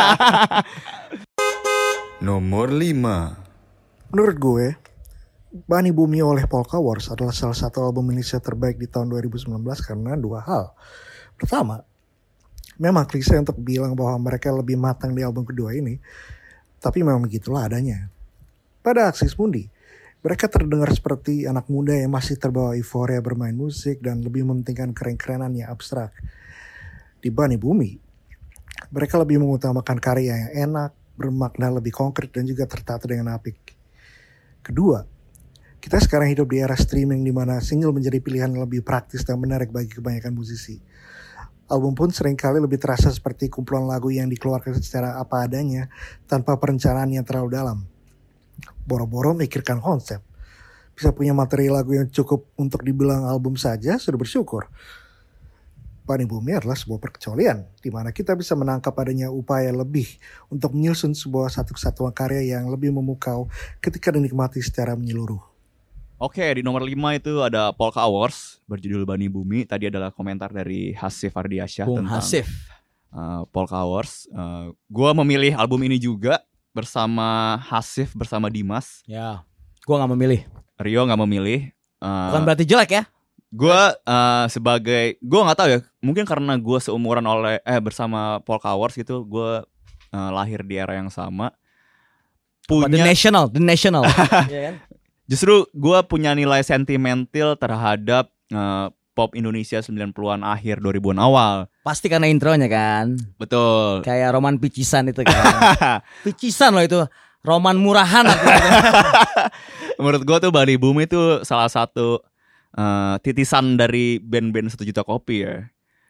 Nomor 5. Menurut gue, Bani Bumi oleh Polka Wars adalah salah satu album Indonesia terbaik di tahun 2019 karena dua hal. Pertama, memang klise untuk bilang bahwa mereka lebih matang di album kedua ini, tapi memang begitulah adanya. Pada Axis Mundi, mereka terdengar seperti anak muda yang masih terbawa euforia bermain musik dan lebih mementingkan keren-kerenan yang abstrak. Di Bani Bumi, mereka lebih mengutamakan karya yang enak, bermakna lebih konkret dan juga tertata dengan apik. Kedua, kita sekarang hidup di era streaming di mana single menjadi pilihan yang lebih praktis dan menarik bagi kebanyakan musisi. Album pun seringkali lebih terasa seperti kumpulan lagu yang dikeluarkan secara apa adanya tanpa perencanaan yang terlalu dalam. Boro-boro mikirkan konsep. Bisa punya materi lagu yang cukup untuk dibilang album saja sudah bersyukur. Bani Bumi adalah sebuah perkecualian di mana kita bisa menangkap adanya upaya lebih untuk menyusun sebuah satu kesatuan karya yang lebih memukau ketika dinikmati secara menyeluruh. Oke, di nomor 5 itu ada Polka Wars berjudul Bani Bumi. Tadi adalah komentar dari Hasif Ardiasyah tentang Polka Wars. Gue memilih album ini juga bersama Hasif bersama Dimas. Ya, gue nggak memilih. Rio nggak memilih. Bukan berarti jelek ya? Gue sebagai gue nggak tahu ya. Mungkin karena gue seumuran bersama Polka Wars gitu. Gue lahir di era yang sama. The National. Iya kan? Justru gue punya nilai sentimental terhadap pop Indonesia 90-an akhir 2000-an awal. Pasti karena intronya kan. Betul. Kayak Roman Picisan itu kan. Picisan loh itu. Roman murahan. Menurut gue tuh Bani Bumi itu salah satu titisan dari band-band 1 juta kopi ya.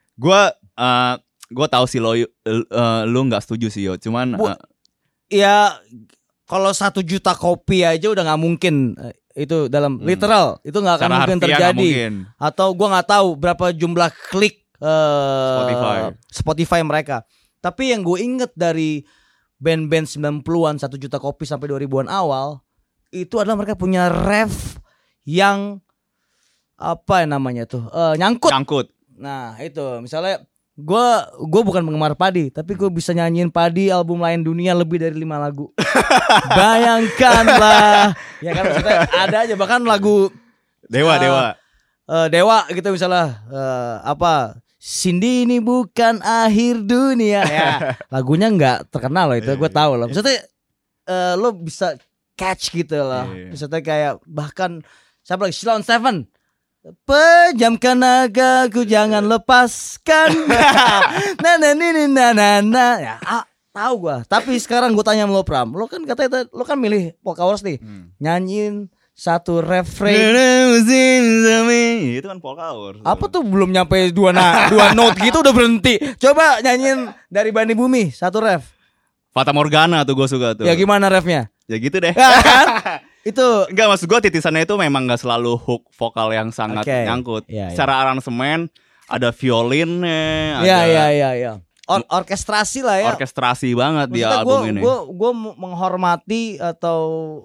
Gue tahu sih lu nggak setuju sih yo. Cuman ya kalau 1 juta kopi aja udah nggak mungkin. Itu dalam literal itu nggak akan mungkin terjadi. Atau gua nggak tahu berapa jumlah klik Spotify mereka. Tapi yang gue inget dari band-band 90-an 1 juta kopi sampai 2000-an awal itu adalah mereka punya ref yang apa namanya tuh nyangkut. Nah itu misalnya gue bukan penggemar Padi, tapi gue bisa nyanyiin Padi album Lain Dunia lebih dari 5 lagu. Bayangkanlah. Ya kan maksudnya ada aja bahkan lagu Dewa gitu misalnya Cindy ini bukan akhir dunia ya. Lagunya nggak terkenal loh itu, gue tahu loh. Maksudnya lo bisa catch gitu loh. Maksudnya kayak bahkan siapa lagi Silon Seven. Pejamkan nagaku jangan lepaskan. Ya, tahu gua. Tapi sekarang gua tanya sama lo Pram. Lo kan katanya lo kan milih Polka Wars nih. Nyanyiin satu refrain. Itu kan Polka Wars. Apa tuh belum nyampe dua note gitu udah berhenti. Coba nyanyiin dari Bani Bumi satu ref. Fata Morgana tuh gue suka tuh. Ya gimana refnya? Ya gitu deh. Ya, kan? Itu enggak, maksud gue titisannya itu memang gak selalu hook vokal yang sangat nyangkut. Secara aransemen ada violinnya, Iya. Orkestrasi lah ya. Orkestrasi banget. Maksudnya di album ini. Gue menghormati atau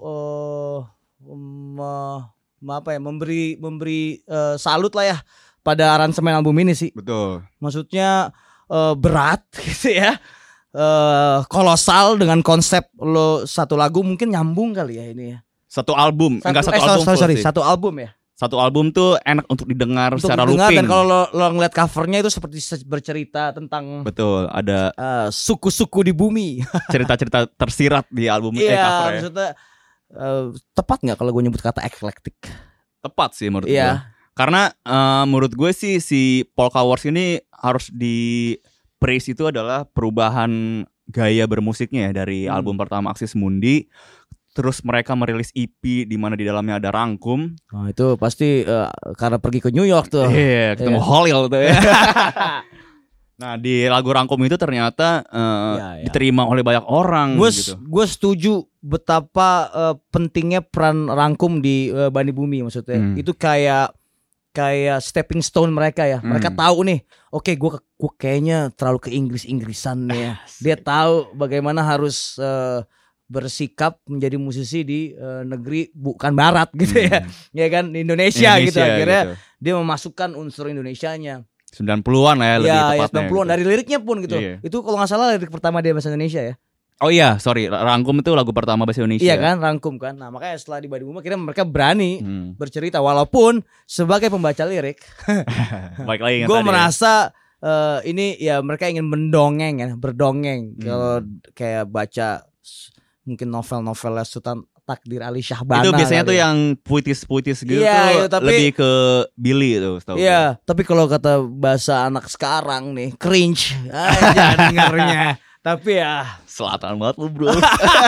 memberi salut lah ya pada aransemen album ini sih. Betul. Maksudnya berat gitu ya. Kolosal dengan konsep lo satu lagu mungkin nyambung kali ya ini ya. Satu album, satu album ya. Satu album tuh enak untuk didengar secara looping. Dan kalau lo ngeliat covernya itu seperti bercerita tentang betul, ada suku-suku di bumi. Cerita-cerita tersirat di album covernya. Iya, maksudnya tepat nggak kalau gue nyebut kata eklektik? Tepat sih menurut gue. Karena menurut gue sih si Polka Wars ini harus di praise itu adalah perubahan gaya bermusiknya ya dari album pertama Axis Mundi. Terus mereka merilis EP di mana di dalamnya ada Rangkum. Oh, itu pasti karena pergi ke New York tuh. Iya, ketemu Holil tuh ya. Nah, di lagu Rangkum itu ternyata diterima oleh banyak orang gitu. Gue setuju betapa pentingnya peran Rangkum di Bani Bumi maksudnya. Itu kayak stepping stone mereka ya. Mereka tahu nih, oke, gue kayaknya terlalu ke Inggrisan nih ya. Dia tahu bagaimana harus bersikap menjadi musisi di negeri bukan barat gitu ya. Ya kan Indonesia gitu akhirnya gitu. Dia memasukkan unsur Indonesianya. 90-an lah ya lebih tepatnya. 90-an gitu. Dari liriknya pun gitu. Itu kalau nggak salah lirik pertama dia bahasa Indonesia ya. Oh iya, sorry, Rangkum itu lagu pertama bahasa Indonesia. Iya kan, Rangkum kan. Nah, makanya setelah di Bani Bumi akhirnya mereka berani bercerita walaupun sebagai pembaca lirik. Baik lagi gue merasa ini ya mereka ingin mendongeng ya, berdongeng. Kalau kayak baca mungkin novel-novelnya Sultan Takdir Ali Syahbana. Itu biasanya tuh yang puitis-puitis gitu tuh lebih ke Billy itu. Iya, tapi kalau kata bahasa anak sekarang nih cringe aja dengarnya. Tapi ya selatan banget lu bro.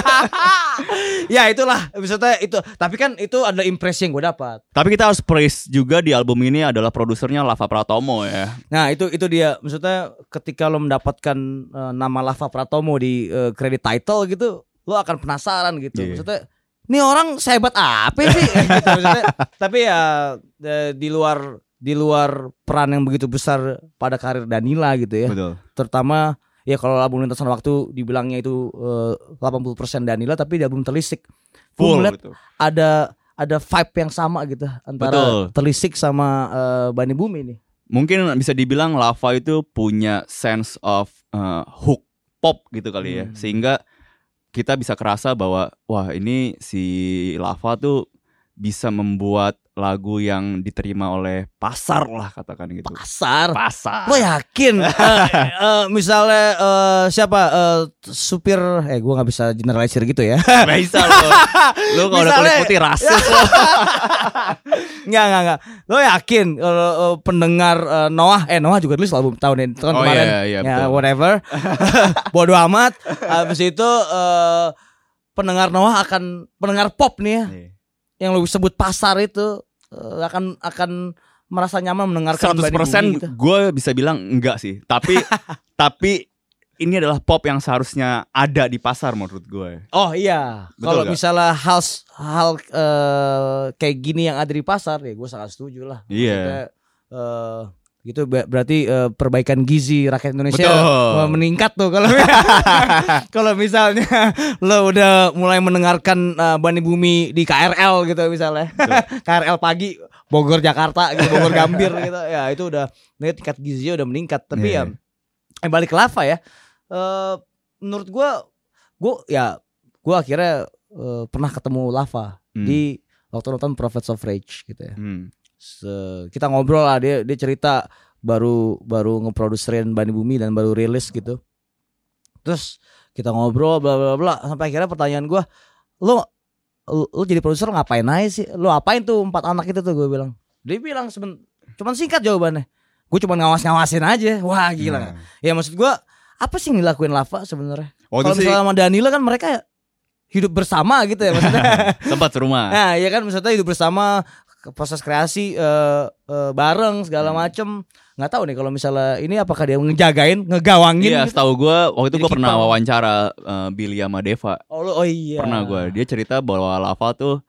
Ya itulah maksudnya itu. Tapi kan itu adalah impresi yang gue dapat. Tapi kita harus praise juga di album ini adalah produsernya Lava Pratomo ya. Nah itu dia. Maksudnya ketika lo mendapatkan nama Lava Pratomo di credit title gitu, lo akan penasaran gitu. Maksudnya ini orang sehebat apa sih? Gitu, maksudnya. Tapi ya di luar peran yang begitu besar pada karir Danila gitu ya. Betul. Terutama ya kalau album Lintasan Waktu dibilangnya itu 80% Danila, tapi di album Telisik full gitu. Ada vibe yang sama gitu antara Telisik sama Bani Bumi nih. Mungkin bisa dibilang Lava itu punya sense of hook pop gitu kali ya. Sehingga kita bisa kerasa bahwa wah ini si Lava tuh bisa membuat lagu yang diterima oleh pasar lah katakan gitu. Pasar. Lo Pasar. yakin? Misalnya siapa supir? Gue nggak bisa generalisir gitu ya. Bisa lo kalau udah kulit putih rasis lo. Nggak. Lo yakin kalau pendengar Noah juga tulis album tahun ini tahun kemarin. Iya, Ya betul. whatever. Bodoh amat. Habis itu pendengar Noah pendengar pop nih ya. Yang lo sebut pasar itu akan merasa nyaman mendengarkan 100% Bunny Boomy gitu. gue bisa bilang enggak sih. Tapi ini adalah pop yang seharusnya ada di pasar menurut gue. Oh iya, Betul kalau gak? misalnya hal kayak gini yang ada di pasar ya gue sangat setuju lah. Iya. Maksudnya, gitu berarti perbaikan gizi rakyat Indonesia Betul. meningkat tuh kalau kalau misalnya lo udah mulai mendengarkan Bunny Boomy di KRL gitu misalnya. KRL pagi Bogor Jakarta gitu, Bogor Gambir gitu. Ya itu udah tingkat gizinya udah meningkat. Tapi Iya. balik ke Lava ya. Menurut gue akhirnya pernah ketemu Lava di waktu nonton Prophets of Rage gitu ya. Kita ngobrol lah, dia cerita baru ngeproduserin Bunny Boomy dan baru rilis gitu. Terus kita ngobrol bla bla bla sampai akhirnya pertanyaan gue, lo jadi produser ngapain aja sih? Lo apain tuh 4 anak itu tuh, gue bilang. Dia bilang cuman singkat jawabannya. Gue cuma ngawasin aja. Wah gila. Ya maksud gue apa sih yang dilakuin Lava sebenarnya? Kalau misalnya sama Danila kan mereka hidup bersama gitu ya maksudnya. Tempat serumah. Nah ya kan maksudnya hidup bersama, proses kreasi bareng segala macem. Nggak tahu nih kalau misalnya ini apakah dia ngegawangin Iya, gitu? setahu gue waktu itu Jadi gue pernah kiper. wawancara Billy sama Deva. Oh iya. Pernah gue. Dia cerita bahwa Lava tuh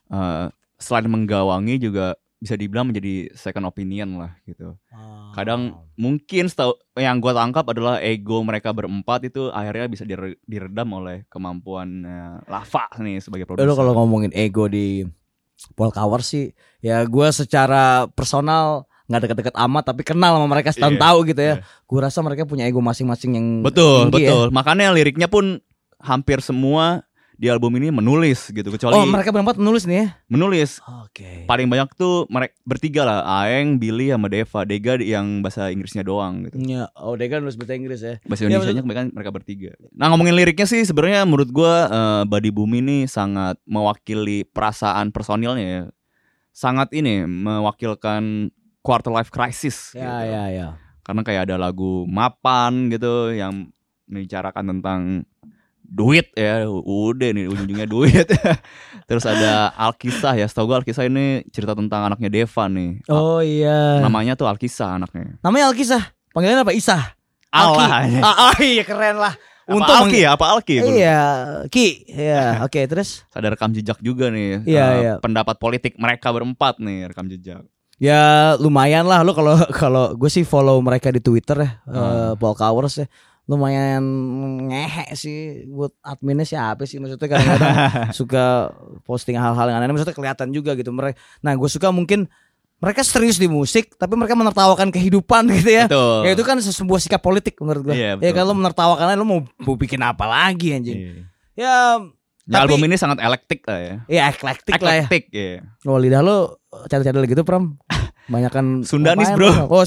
selain menggawangi juga bisa dibilang menjadi second opinion lah gitu. Kadang mungkin yang gue tangkap adalah ego mereka berempat itu akhirnya bisa diredam oleh kemampuan Lava nih sebagai produser. Lo kalau ngomongin ego di Polka Wars sih, ya gue secara personal nggak deket-deket amat, tapi kenal sama mereka setahun Iya, tahu gitu ya. iya. Gue rasa mereka punya ego masing-masing yang Betul. tinggi ya. Makanya liriknya pun hampir semua di album ini menulis gitu, kecuali Oh mereka berempat menulis nih ya. menulis. Oke. Paling banyak tuh mereka bertiga lah, Aeng, Billy sama Deva. Dega yang bahasa Inggrisnya doang gitu. Ya, oh Dega nulis bahasa Inggris ya. Bahasa Indonesianya kebanyakan mereka bertiga. Nah ngomongin liriknya sih sebenarnya menurut gue Bunny Boomy ini sangat mewakili perasaan personilnya ya. Sangat ini mewakilkan quarter life crisis gitu. Ya. Karena kayak ada lagu Mapan gitu yang membicarakan tentang duit ya, udah nih ujung-ujungnya duit. Terus ada Alkisah ya, setahu gue Alkisah ini cerita tentang anaknya Deva nih. Oh iya. Namanya tuh Alkisah anaknya. Namanya Alkisah. Panggilannya apa? Isah. Allah. Iya keren lah. Apa Alki ya? Apa Alki? Iya, Ki. Iya, oke terus. Ada rekam jejak juga nih. Iya. Pendapat politik mereka berempat nih rekam jejak. Ya lumayan lah lo kalau gue sih follow mereka di Twitter ya, Polka Wars ya. Lumayan ngehe sih buat adminnya siapa sih, maksudnya kadang-kadang suka posting hal-hal yang aneh, maksudnya kelihatan juga gitu mereka. Nah gue suka mungkin mereka serius di musik tapi mereka menertawakan kehidupan gitu ya. Betul. Ya itu kan sebuah sikap politik menurut gue. Iya, Ya betul. kalau menertawakan lo mau bikin apa lagi anjing. Iya. Ya Ya, album ini sangat eklektik lah ya. ya eklektik lah ya. Eklektik ya. Oh lidah lo cadel-cadel gitu Pram. Banyakan Sundanis, apaan bro. lo? Oh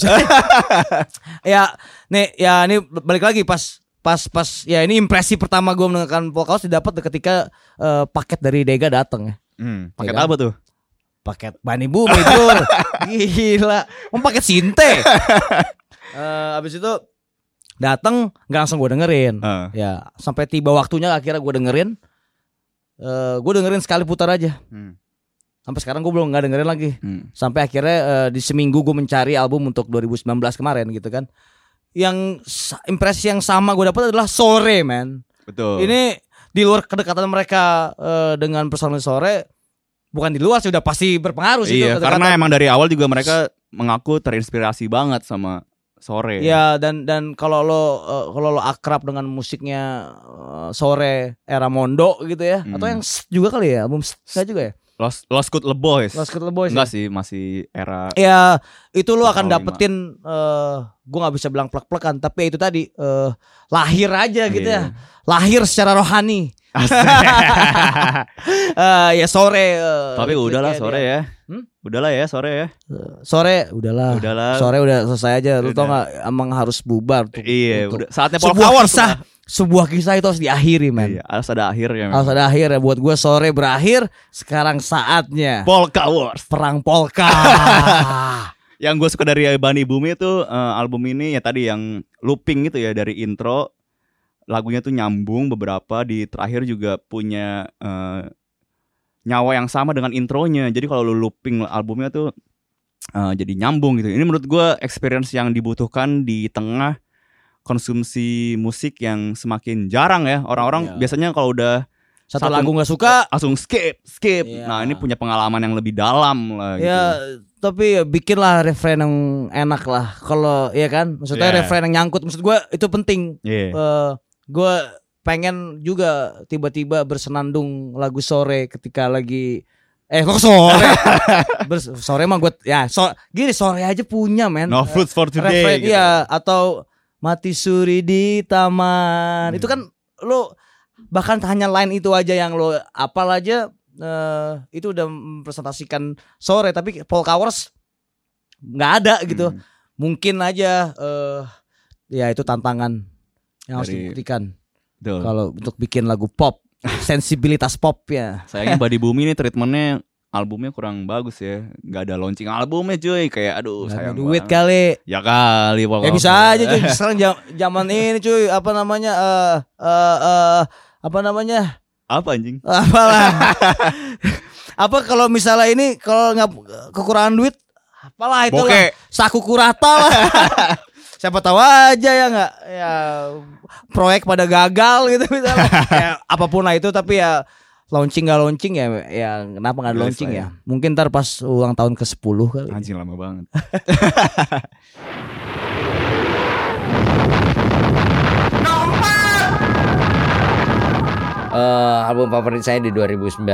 ya ini balik lagi pas ya ini impresi pertama gue mendengarkan Polka Wars didapat ketika paket dari Dega datang ya. Paket Ya kan? apa tuh? Paket Bunny Boomy itu. Gila. Paket Sinte. Abis itu datang nggak langsung gue dengerin. Ya sampai tiba waktunya akhirnya gue dengerin. Gue dengerin sekali putar aja. Sampai sekarang gue belum nggak dengerin lagi. Sampai akhirnya di seminggu gue mencari album untuk 2019 kemarin gitu kan. Yang impresi yang sama gue dapat adalah Sore, man. Betul. Ini di luar kedekatan mereka dengan personil Sore, bukan di luar sih udah pasti berpengaruh sih. Iya, itu karena emang dari awal juga mereka mengaku terinspirasi banget sama Sore. ya dan kalau lo akrab dengan musiknya Sore era Mondo gitu ya, atau yang juga kali ya album enggak juga ya? Lost Good Le Boys. Lost Good Le Boys. Enggak sih, masih era. Ya itu lo akan 45. dapetin gue nggak bisa bilang plek-plekan, tapi itu tadi lahir aja gitu ya, lahir secara rohani Ya sore. Tapi udahlah sore ya. Udahlah ya sore ya. Sore udahlah. Sore udah selesai aja. Lu tau gak emang harus bubar tuh. Iya, udah saatnya sebuah kisah itu harus diakhiri, men. Iya, harus ada akhirnya. Harus ada akhir ya. Buat gue sore berakhir. Sekarang saatnya Polka Wars. Perang polka. Yang gue suka dari Bani Bumi itu album ini ya tadi yang looping gitu ya, dari intro lagunya tuh nyambung, beberapa di terakhir juga punya nyawa yang sama dengan intronya. Jadi kalau lu looping albumnya tuh jadi nyambung gitu. Ini menurut gue experience yang dibutuhkan di tengah konsumsi musik yang semakin jarang ya. Orang-orang biasanya kalau udah satu lagu nggak suka langsung skip. Nah ini punya pengalaman yang lebih dalam lah gitu. Ya tapi ya bikinlah refrain yang enak lah. Kalau ya kan, maksudnya refrain yang nyangkut. Maksud gue itu penting. Gue pengen juga tiba-tiba bersenandung lagu sore ketika lagi kok sore? Sore mah gue gini, sore aja punya, men. No Fruits for Today refrain, gitu. Iya, atau mati suri di taman. Itu kan lo bahkan hanya line itu aja yang lo apal aja, itu udah mempresentasikan sore. Tapi Polka Wars nggak ada gitu. Mungkin aja ya itu tantangan yang harus dibuktikan. Kalau untuk bikin lagu pop, sensibilitas pop ya. Sayangnya Bani Bumi ini treatmentnya albumnya kurang bagus ya. Nggak ada launching albumnya cuy. Kayak aduh Gak sayang duit banget. kali. Ya kali Ya bisa aja cuy. Sekarang zaman ini cuy, apa namanya apa anjing? Apalah. Apa kalau misalnya ini kalau nggak kekurangan duit, apalah itu lah. Saku kurata lah. Siapa tahu aja ya nggak, ya proyek pada gagal gitu misalnya. Ya, apapun lah itu, tapi ya launching nggak launching ya kenapa nggak launching ya? Mungkin ntar pas ulang tahun ke-10 kali. Anjing lama banget. Album favorit saya di 2019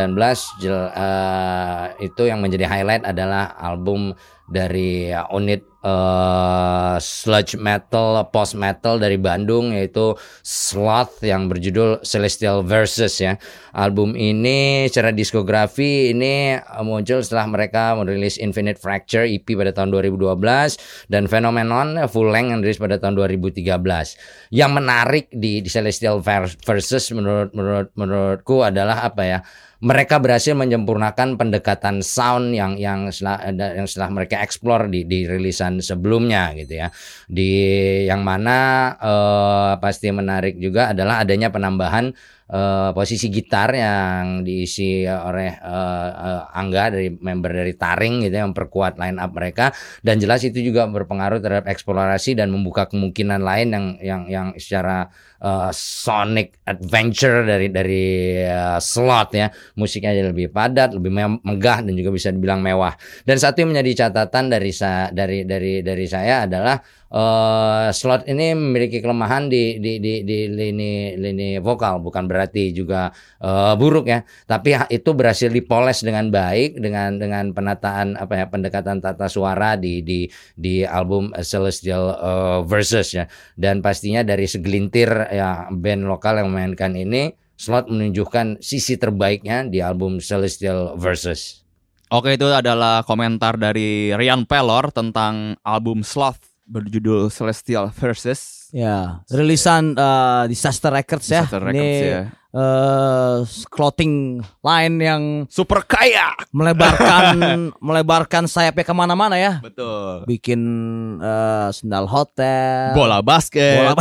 itu yang menjadi highlight adalah album dari unit sludge metal, post metal dari Bandung, yaitu Sloth, yang berjudul Celestial Versus ya. Album ini secara diskografi ini muncul setelah mereka merilis Infinite Fracture EP pada tahun 2012 dan Phenomenon full length yang dirilis pada tahun 2013. Yang menarik di Celestial Versus menurutku adalah apa ya? Mereka berhasil menyempurnakan pendekatan sound yang setelah mereka explore di rilisan sebelumnya gitu ya. Di yang mana pasti menarik juga adalah adanya penambahan posisi gitar yang diisi oleh Angga, dari member dari Taring gitu, yang memperkuat line up mereka, dan jelas itu juga berpengaruh terhadap eksplorasi dan membuka kemungkinan lain yang secara sonic adventure dari Slot ya. Musiknya lebih padat, lebih megah, dan juga bisa dibilang mewah. Dan satu yang menjadi catatan dari saya adalah Slot ini memiliki kelemahan di lini vokal. Bukan berarti juga buruk ya, tapi itu berhasil dipoles dengan baik dengan penataan pendekatan tata suara di album Celestial Versus ya. Dan pastinya dari segelintir ya band lokal yang memainkan ini, Slot menunjukkan sisi terbaiknya di album Celestial Versus. Oke, itu adalah komentar dari Rian Pelor tentang album Sloth berjudul Celestial Versus. Ya, rilisan Disaster Records ya. Disaster Records, ini ya. Clothing line yang super kaya, melebarkan sayapnya kemana-mana ya. Betul. Bikin sendal hotel, bola basket,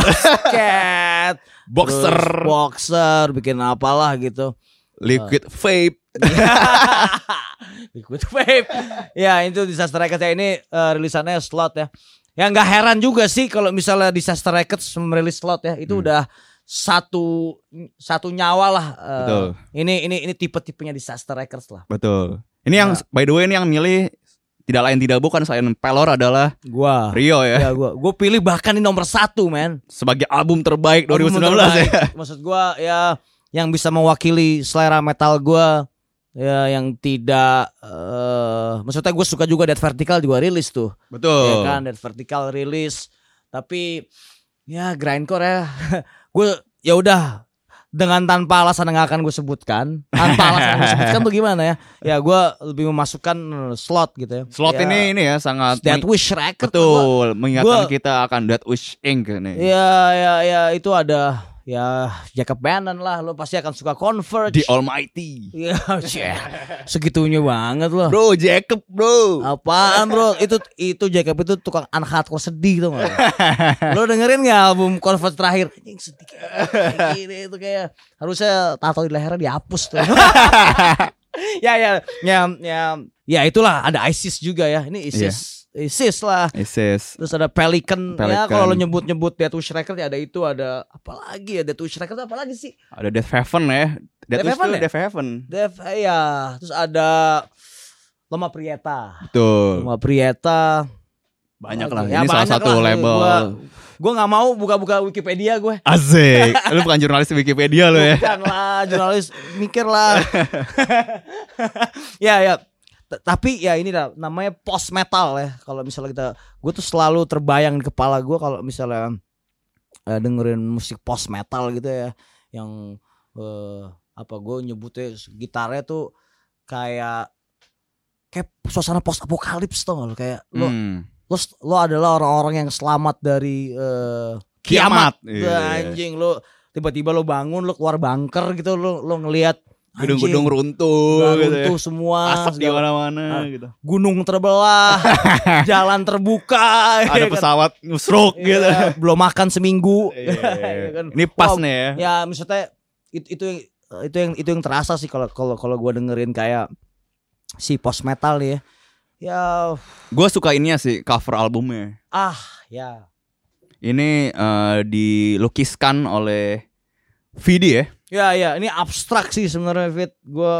boxer, bikin apalah gitu. Liquid vape. Liquid vape. Ya, itu Disaster Records ya. Ini rilisannya Slot ya. Ya nggak heran juga sih kalau misalnya Disaster Records merilis Slot ya. Itu udah satu nyawa lah. Betul. Ini tipe-tipenya Disaster Records lah. Betul. Ini yang by the way ini yang milih tidak lain tidak bukan selain Pelor adalah gua. Rio ya. Ya gua pilih bahkan di nomor 1, men. Sebagai album terbaik 2019 ya. Maksud gua ya yang bisa mewakili selera metal gua. Ya yang tidak maksudnya gue suka juga Dead Vertical juga rilis tuh. Betul. Ya kan, Dead Vertical rilis. Tapi ya grindcore ya. Gue ya udah dengan tanpa alasan yang akan gue sebutkan. Tanpa alasan yang gue sebutkan tuh gimana ya? Ya gue lebih memasukkan slot gitu ya. Slot ya, ini ya sangat Death Wish Record. betul, mengingatkan kita akan Death Wish Inc. nih. Ya itu ada ya Jacob Bannon lah, lo pasti akan suka Converge. The Almighty. Ya, segitunya banget lo. Bro, Jacob, bro. Apaan bro? Itu Jacob itu tukang hardcore sedih tuh nggak? Lo dengerin nggak album Converge terakhir? Anjing sedih kayak gini itu kayak harusnya tato di lehernya dihapus tuh. Ya itulah ada ISIS juga ya. Ini ISIS lah. ISIS. Terus ada Pelican. Ya Pelican. kalau lo nyebut Death Wish Record ya ada itu, ada apa lagi ya Death Wish Record apa lagi sih? Ada Death Heaven ya. Death Wish Heaven tuh ya? Death Heaven. Ya. Terus ada Loma Prieta. Betul. Loma Prieta. Banyak lah. Ya, Ini salah banyak satu lah. label. Gue nggak mau buka-buka Wikipedia gue. Asik. Lu bukan jurnalis Wikipedia lo ya. Bukan lah, jurnalis mikir lah. Ya. Tapi ya ini lah namanya post metal ya. Kalau misalnya gue tuh selalu terbayang di kepala gue kalau misalnya dengerin musik post metal gitu ya, yang gue nyebutnya gitarnya tuh kayak suasana post apokalips tuh lo, kayak lo adalah orang-orang yang selamat dari kiamat. Iya. Anjing, lo tiba-tiba lo bangun, lo keluar bunker gitu, lo ngelihat Gedung-gedung runtuh gitu ya. semua, Asap di mana-mana gitu. gunung terbelah, jalan terbuka, Ada pesawat nusruk gitu. belum makan seminggu. Iya. Kan. Ini pas nih ya. Ya maksudnya itu yang terasa sih kalau gue dengerin kayak si post metal nih ya. Ya, gue suka ininya sih, cover albumnya. Ya. Ini dilukiskan oleh Vidi ya. Ya, ini abstrak sih sebenarnya, Fit.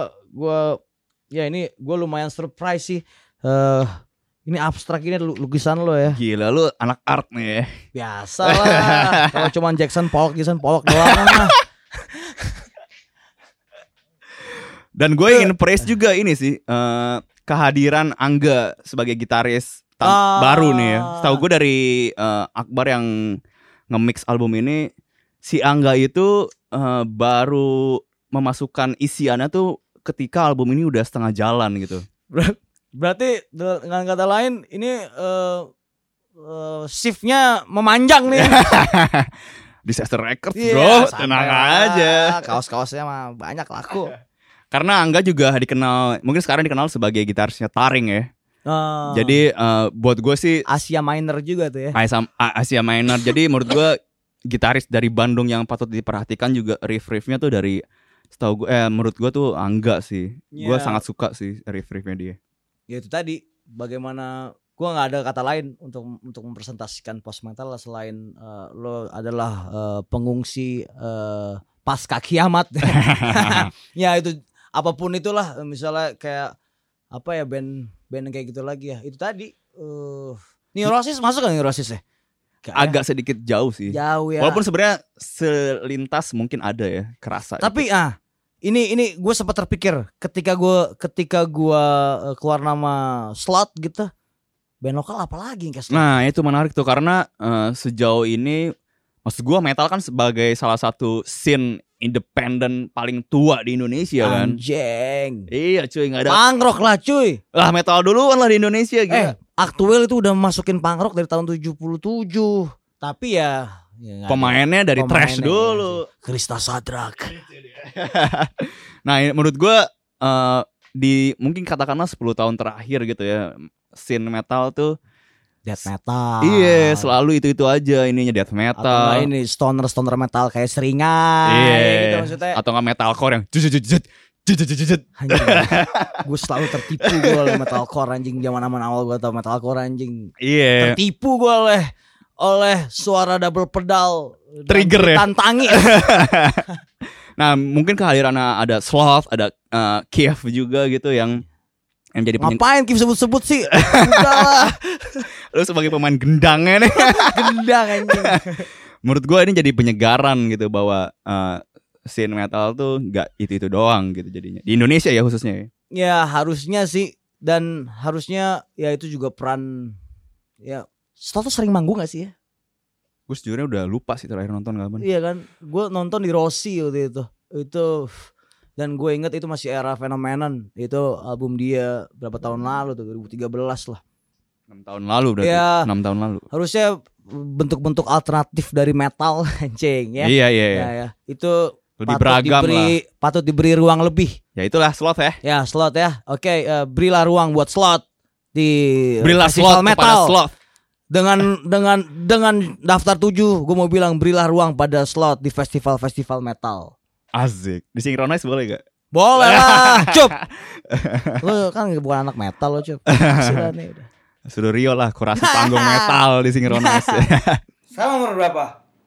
Ini gue lumayan surprise sih. Ini abstrak, ini lukisan lo ya. Gila, lu anak art nih ya. Biasa lah. Kalau cuma Jackson Pollock doang mah. Dan gue ingin praise juga ini sih, kehadiran Angga sebagai gitaris baru nih ya. Setahu gue dari Akbar yang nge-mix album ini, si Angga itu baru memasukkan isiannya tuh ketika album ini udah setengah jalan gitu. Berarti dengan kata lain ini shiftnya memanjang nih. Disaster Records bro, tenang aja. Kaos-kaosnya mah banyak laku. Karena Angga juga mungkin sekarang dikenal sebagai gitarisnya Taring ya. Jadi buat gue sih Asia Minor juga tuh ya. Asia Minor. Jadi menurut gue gitaris dari Bandung yang patut diperhatikan juga riff-riffnya tuh dari setahu gue menurut gue tuh Angga sih. Gue sangat suka sih riff-riffnya dia. Ya itu tadi, bagaimana gue nggak ada kata lain untuk mempresentasikan post metal selain lo adalah pengungsi pasca kiamat. Ya itu apapun itulah, misalnya kayak apa ya, band kayak gitu lagi ya. Itu tadi Neurosis masuk kan Neurosis ya? Agak sedikit jauh sih. Jauh ya. Walaupun sebenarnya selintas mungkin ada ya, kerasa. Tapi ini gue sempat terpikir ketika gue keluar nama Slot gitu, band lokal apa lagi yang kayak Slot? Nah itu menarik tuh karena sejauh ini maksud gue metal kan sebagai salah satu scene independen paling tua di Indonesia kan. Anjing. Iya cuy, nggak ada. Punk rock lah cuy. Lah metal duluan lah di Indonesia gitu. Aktuel itu udah masukin punk rock dari tahun 77. Tapi ya pemainnya dari thrash dulu. Krista Sadrak. Nah menurut gue mungkin katakanlah 10 tahun terakhir gitu ya, scene metal tuh death metal. Iya, selalu itu aja ininya, death metal. Atau ini stoner metal kayak Seringai. Iya. Gitu maksudnya. Atau nggak metalcore yang Gue selalu tertipu gue oleh metalcore anjing. Zaman awal gue tau metalcore anjing. Iya. Tertipu gue oleh suara double pedal. Trigger ya. Tantangi. Nah mungkin kehadiran ada Sloth, ada Kiev juga gitu yang jadi ngapain Kiev sebut-sebut sih? Udah lah. Lu sebagai pemain gendangnya nih. Gendang anjing. Menurut gue ini jadi penyegaran gitu bahwa scene metal tuh nggak itu doang gitu jadinya di Indonesia ya khususnya. Ya harusnya sih, dan harusnya ya itu juga peran ya. Sloth tuh sering manggung gak sih ya? Gue sejujurnya udah lupa sih terakhir nonton kapan. Iya kan, gue nonton di Rossi waktu itu, dan gue inget itu masih era Phenomenon. Itu album dia berapa tahun lalu tuh, 2013 lah. 6 tahun lalu berarti. Ya, 6 tahun lalu. Harusnya bentuk-bentuk alternatif dari metal anjing ya. Iya. Ya. Itu lebih beragam lah. Patut diberi ruang lebih. Ya itulah slot ya. Ya slot ya. Oke, berilah ruang buat slot di Berilah festival slot metal. kepada slot. Dengan daftar 7, gue mau bilang berilah ruang pada slot di festival-festival metal. Asik. Disinkronize boleh gak? Boleh lah, Cup. Lo kan bukan anak metal lo, Cup. Sudah nih udah. Sudah Rio lah, kurasi panggung metal disinkronize. Sama nomor berapa?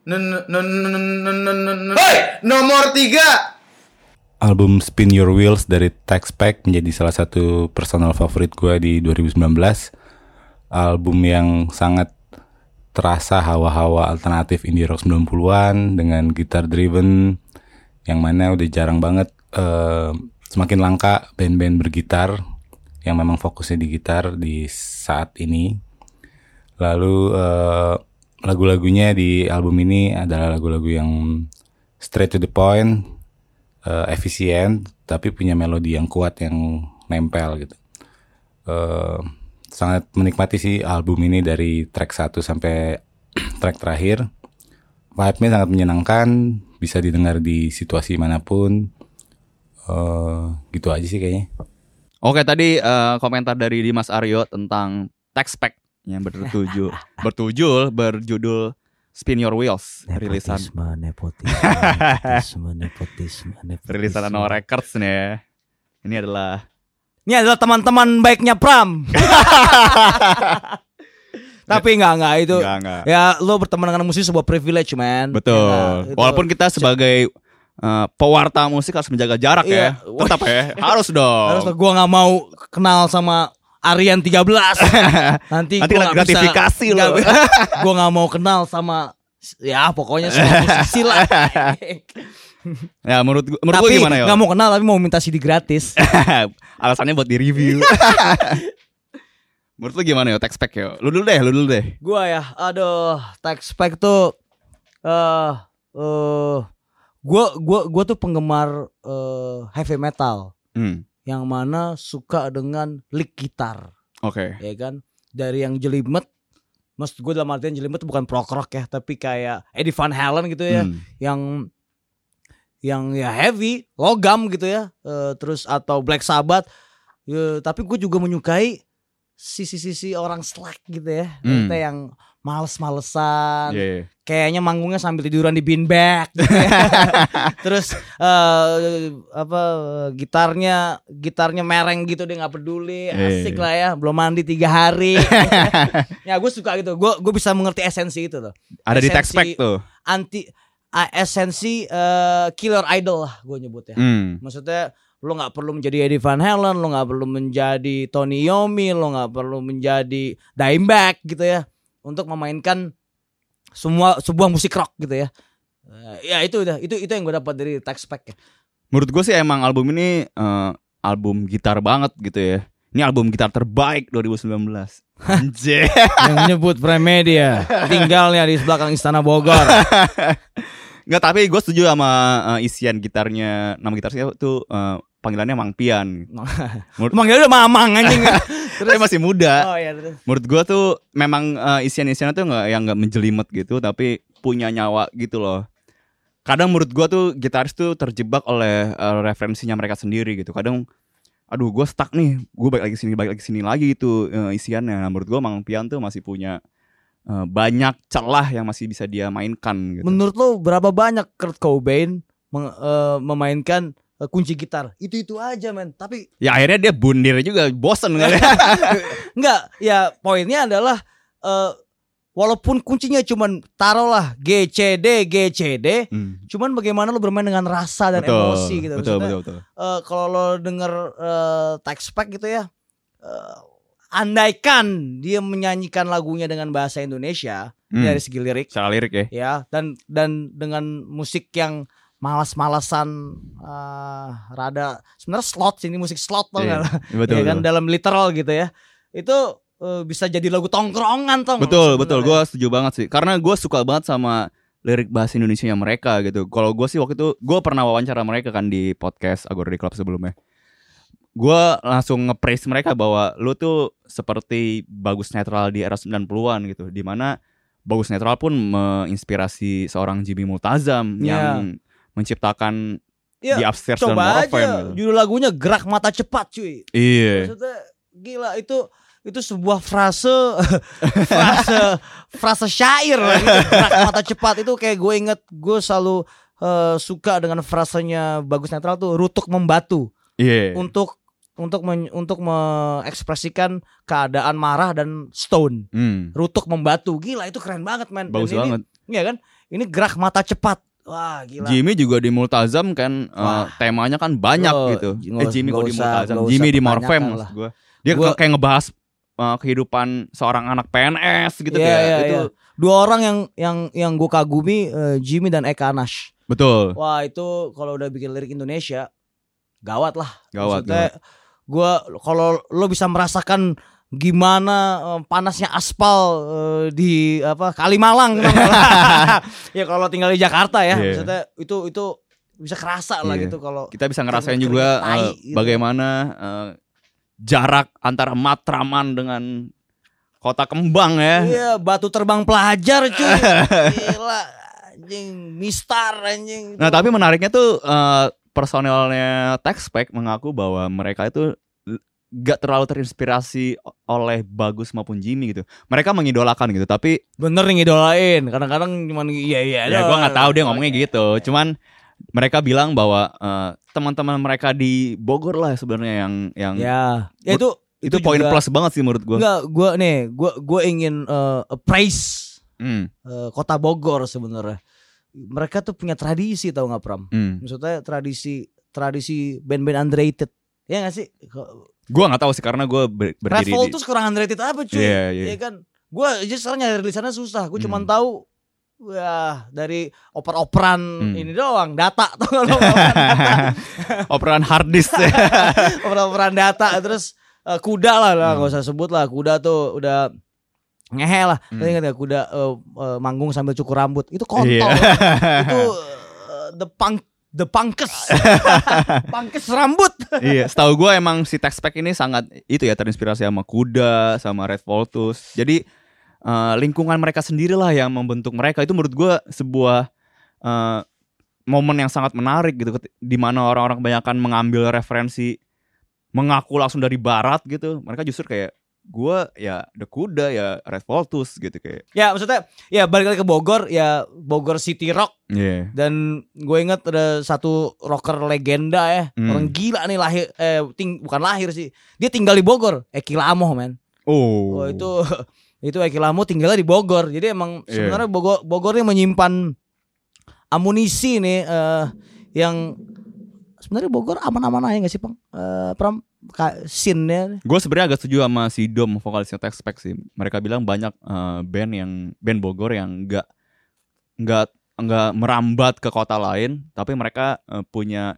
Nomor 3. Album Spin Your Wheels dari Tex Pack menjadi salah satu personal favorit gue di 2019. Album yang sangat terasa hawa-hawa alternatif indie rock 90-an dengan gitar driven, yang mana udah jarang banget, semakin langka band-band bergitar yang memang fokusnya di gitar di saat ini. Lalu lagu-lagunya di album ini adalah lagu-lagu yang straight to the point, efisien, tapi punya melodi yang kuat yang nempel gitu. Sangat menikmati sih album ini dari track 1 sampai track terakhir. Vibe-nya sangat menyenangkan, bisa didengar di situasi manapun. Gitu aja sih kayaknya. Oke, tadi komentar dari Dimas Aryo tentang Tex Pack yang berjudul Spin Your Wheels, Nepotisme. rilisan No Records nih ya. Ini adalah teman-teman baiknya Pram. Tapi enggak itu. Enggak. Ya lo berteman dengan musik sebuah privilege, man. Betul. Ya, walaupun kita sebagai pewarta musik harus menjaga jarak ya. Tetap ya, harus dong. Harus gue nggak mau kenal sama Aryan 13. Nanti kena gratifikasi lo. Gue nggak mau kenal sama, ya pokoknya semua musisi lah. Ya menurut gue gimana ya? Nggak mau kenal tapi mau minta CD gratis. Alasannya buat di review. Menurut lu gimana ya Tex Pack ya? Lu dulu deh. Gua ya, aduh, Tex Pack tuh gua tuh penggemar heavy metal. Yang mana suka dengan lick gitar. Oke. Ya kan? Dari yang jelimet, maksud gue dalam artian jelimet tuh bukan prog rock ya, tapi kayak Eddie Van Halen gitu ya, yang ya heavy, logam gitu ya, terus atau Black Sabbath. Tapi gue juga menyukai sisi-sisi orang slack gitu ya, kita yang males-malesan, kayaknya manggungnya sambil tiduran di beanbag gitu ya. Terus gitarnya mereng gitu, dia nggak peduli, asik lah ya, belum mandi 3 hari. Ya gue suka gitu, gue bisa mengerti esensi itu tuh. Ada di Tex Pack tuh. Esensi killer idol lah gue nyebutnya. Maksudnya lo gak perlu menjadi Eddie Van Halen, lo gak perlu menjadi Tony Iommi, lo gak perlu menjadi Dimebag gitu ya, untuk memainkan sebuah musik rock gitu ya. Ya itu yang gue dapat dari Tex Pack ya. Menurut gue sih emang album ini album gitar banget gitu ya. Ini album gitar terbaik 2019. Anjir. Yang menyebut Premedia tinggalnya di belakang Istana Bogor. Enggak, tapi gue setuju sama isian gitarnya. Nama gitarnya tuh panggilannya Mang Pian. Manggilnya udah Mamang anjing. Terus masih muda. Oh iya terus. Menurut gue tuh memang isian-isiannya tuh nggak menjelimet gitu, tapi punya nyawa gitu loh. Kadang menurut gue tuh gitaris tuh terjebak oleh referensinya mereka sendiri gitu. Kadang aduh gue stuck nih, gue balik lagi sini lagi itu isiannya. Nah, menurut gue Mang Pian tuh masih punya banyak celah yang masih bisa dia mainkan gitu. Menurut lo berapa banyak Kurt Cobain memainkan kunci gitar? Itu aja men. Tapi ya akhirnya dia bundir juga, bosen kali. Enggak, ya poinnya adalah walaupun kuncinya cuman taruhlah G C D, cuman bagaimana lo bermain dengan rasa dan emosi gitu. Betul. Kalau lo denger Tex Pack gitu ya, andaikan dia menyanyikan lagunya dengan bahasa Indonesia dari segi lirik, secara lirik ya, dan dengan musik yang malas-malasan, rada sebenarnya slot sini, musik slot tuh kan, betul. dalam literal gitu ya, itu bisa jadi lagu tongkrongan tau. Betul, gue setuju banget sih. Karena gue suka banget sama lirik bahasa Indonesianya mereka gitu. Kalau gue sih waktu itu gue pernah wawancara mereka kan di podcast Agora di Club sebelumnya. Gue langsung nge-praise mereka bahwa lu tuh seperti Bagus Netral di era 90-an gitu. Dimana Bagus Netral pun menginspirasi seorang Jimmy Multazam yang menciptakan The Upstairs dan Coba More aja gitu. judul lagunya Gerak Mata Cepat cuy. Iya. Maksudnya gila itu sebuah frase syair lah gitu. Gerak Mata Cepat itu kayak gue inget, gue selalu suka dengan frasenya Bagus Netral tuh rutuk membatu. Iya. Untuk mengekspresikan keadaan marah dan stone. Rutuk membatu. Gila itu keren banget men. Bagus banget. Iya kan? Ini Gerak Mata Cepat. Wah gila. Jimmy juga di Multazam kan temanya kan banyak gitu. Jimmy kok di Multazam, Jimmy di More Fame maksud gue. Dia kayak ngebahas kehidupan seorang anak PNS gitu itu. Dua orang yang gue kagumi, Jimmy dan Eka Nash. Betul. Wah itu kalau udah bikin lirik Indonesia gawat lah. Gawat. Gue kalau lo bisa merasakan gimana panasnya aspal di Kalimalang ya kalau tinggal di Jakarta ya, maksudnya itu bisa kerasa lah gitu. Kalau kita bisa ngerasain juga gitu. Bagaimana jarak antara Matraman dengan Kota Kembang ya. Iya, batu terbang pelajar cuy. Gila anjing, mistar anjing. Nah tapi menariknya tuh personelnya Textpack mengaku bahwa mereka itu gak terlalu terinspirasi oleh Bagus maupun Jimmy gitu. Mereka mengidolakan gitu, tapi bener nih ngidolain. Kadang-kadang cuman iya. Ya gue nggak tahu dia ngomongnya gitu. Cuman mereka bilang bahwa teman-teman mereka di Bogor lah sebenarnya yang itu poin plus banget sih menurut gue. Enggak, gue ingin praise kota Bogor sebenarnya. Mereka tuh punya tradisi tau nggak Pram? Maksudnya tradisi band-band underrated. Ya nggak sih? Gue nggak tahu sih karena gue berdiri Red Voltus kurang underrated apa cuy? Iya kan? Gue aja sekarang nyari rilisannya susah. Gue cuma tahu dari oper-operan ini doang, data tau gak lo? Operan hard disk. Operan data terus kuda lah nggak usah sebut lah. Kuda tuh udah ngehe lah. Tapi ingat ya kuda manggung sambil cukur rambut itu kontol. Itu the punkes rambut. Iya, setahu gue emang si Textpack ini sangat itu ya terinspirasi sama kuda, sama Red Voltus. Jadi lingkungan mereka sendirilah yang membentuk mereka. Itu menurut gue sebuah momen yang sangat menarik gitu, di mana orang-orang kebanyakan mengambil referensi, mengaku langsung dari barat gitu. Mereka justru kayak gue ya The Kuda ya Red Voltus gitu kayak. Ya maksudnya ya balik lagi ke Bogor, ya Bogor City Rock. Dan gue inget ada satu rocker legenda ya, orang gila nih bukan lahir sih, dia tinggal di Bogor, Eki Lamoh men. Oh itu Eki Lamoh tinggalnya di Bogor. Jadi emang sebenarnya Bogor ini menyimpan amunisi nih yang sebenarnya Bogor aman-aman aja nggak sih Pram? Scene-nya. Gue sebenarnya agak setuju sama si Dom vokalisnya Textpack sih. Mereka bilang banyak band Bogor yang nggak merambat ke kota lain, tapi mereka punya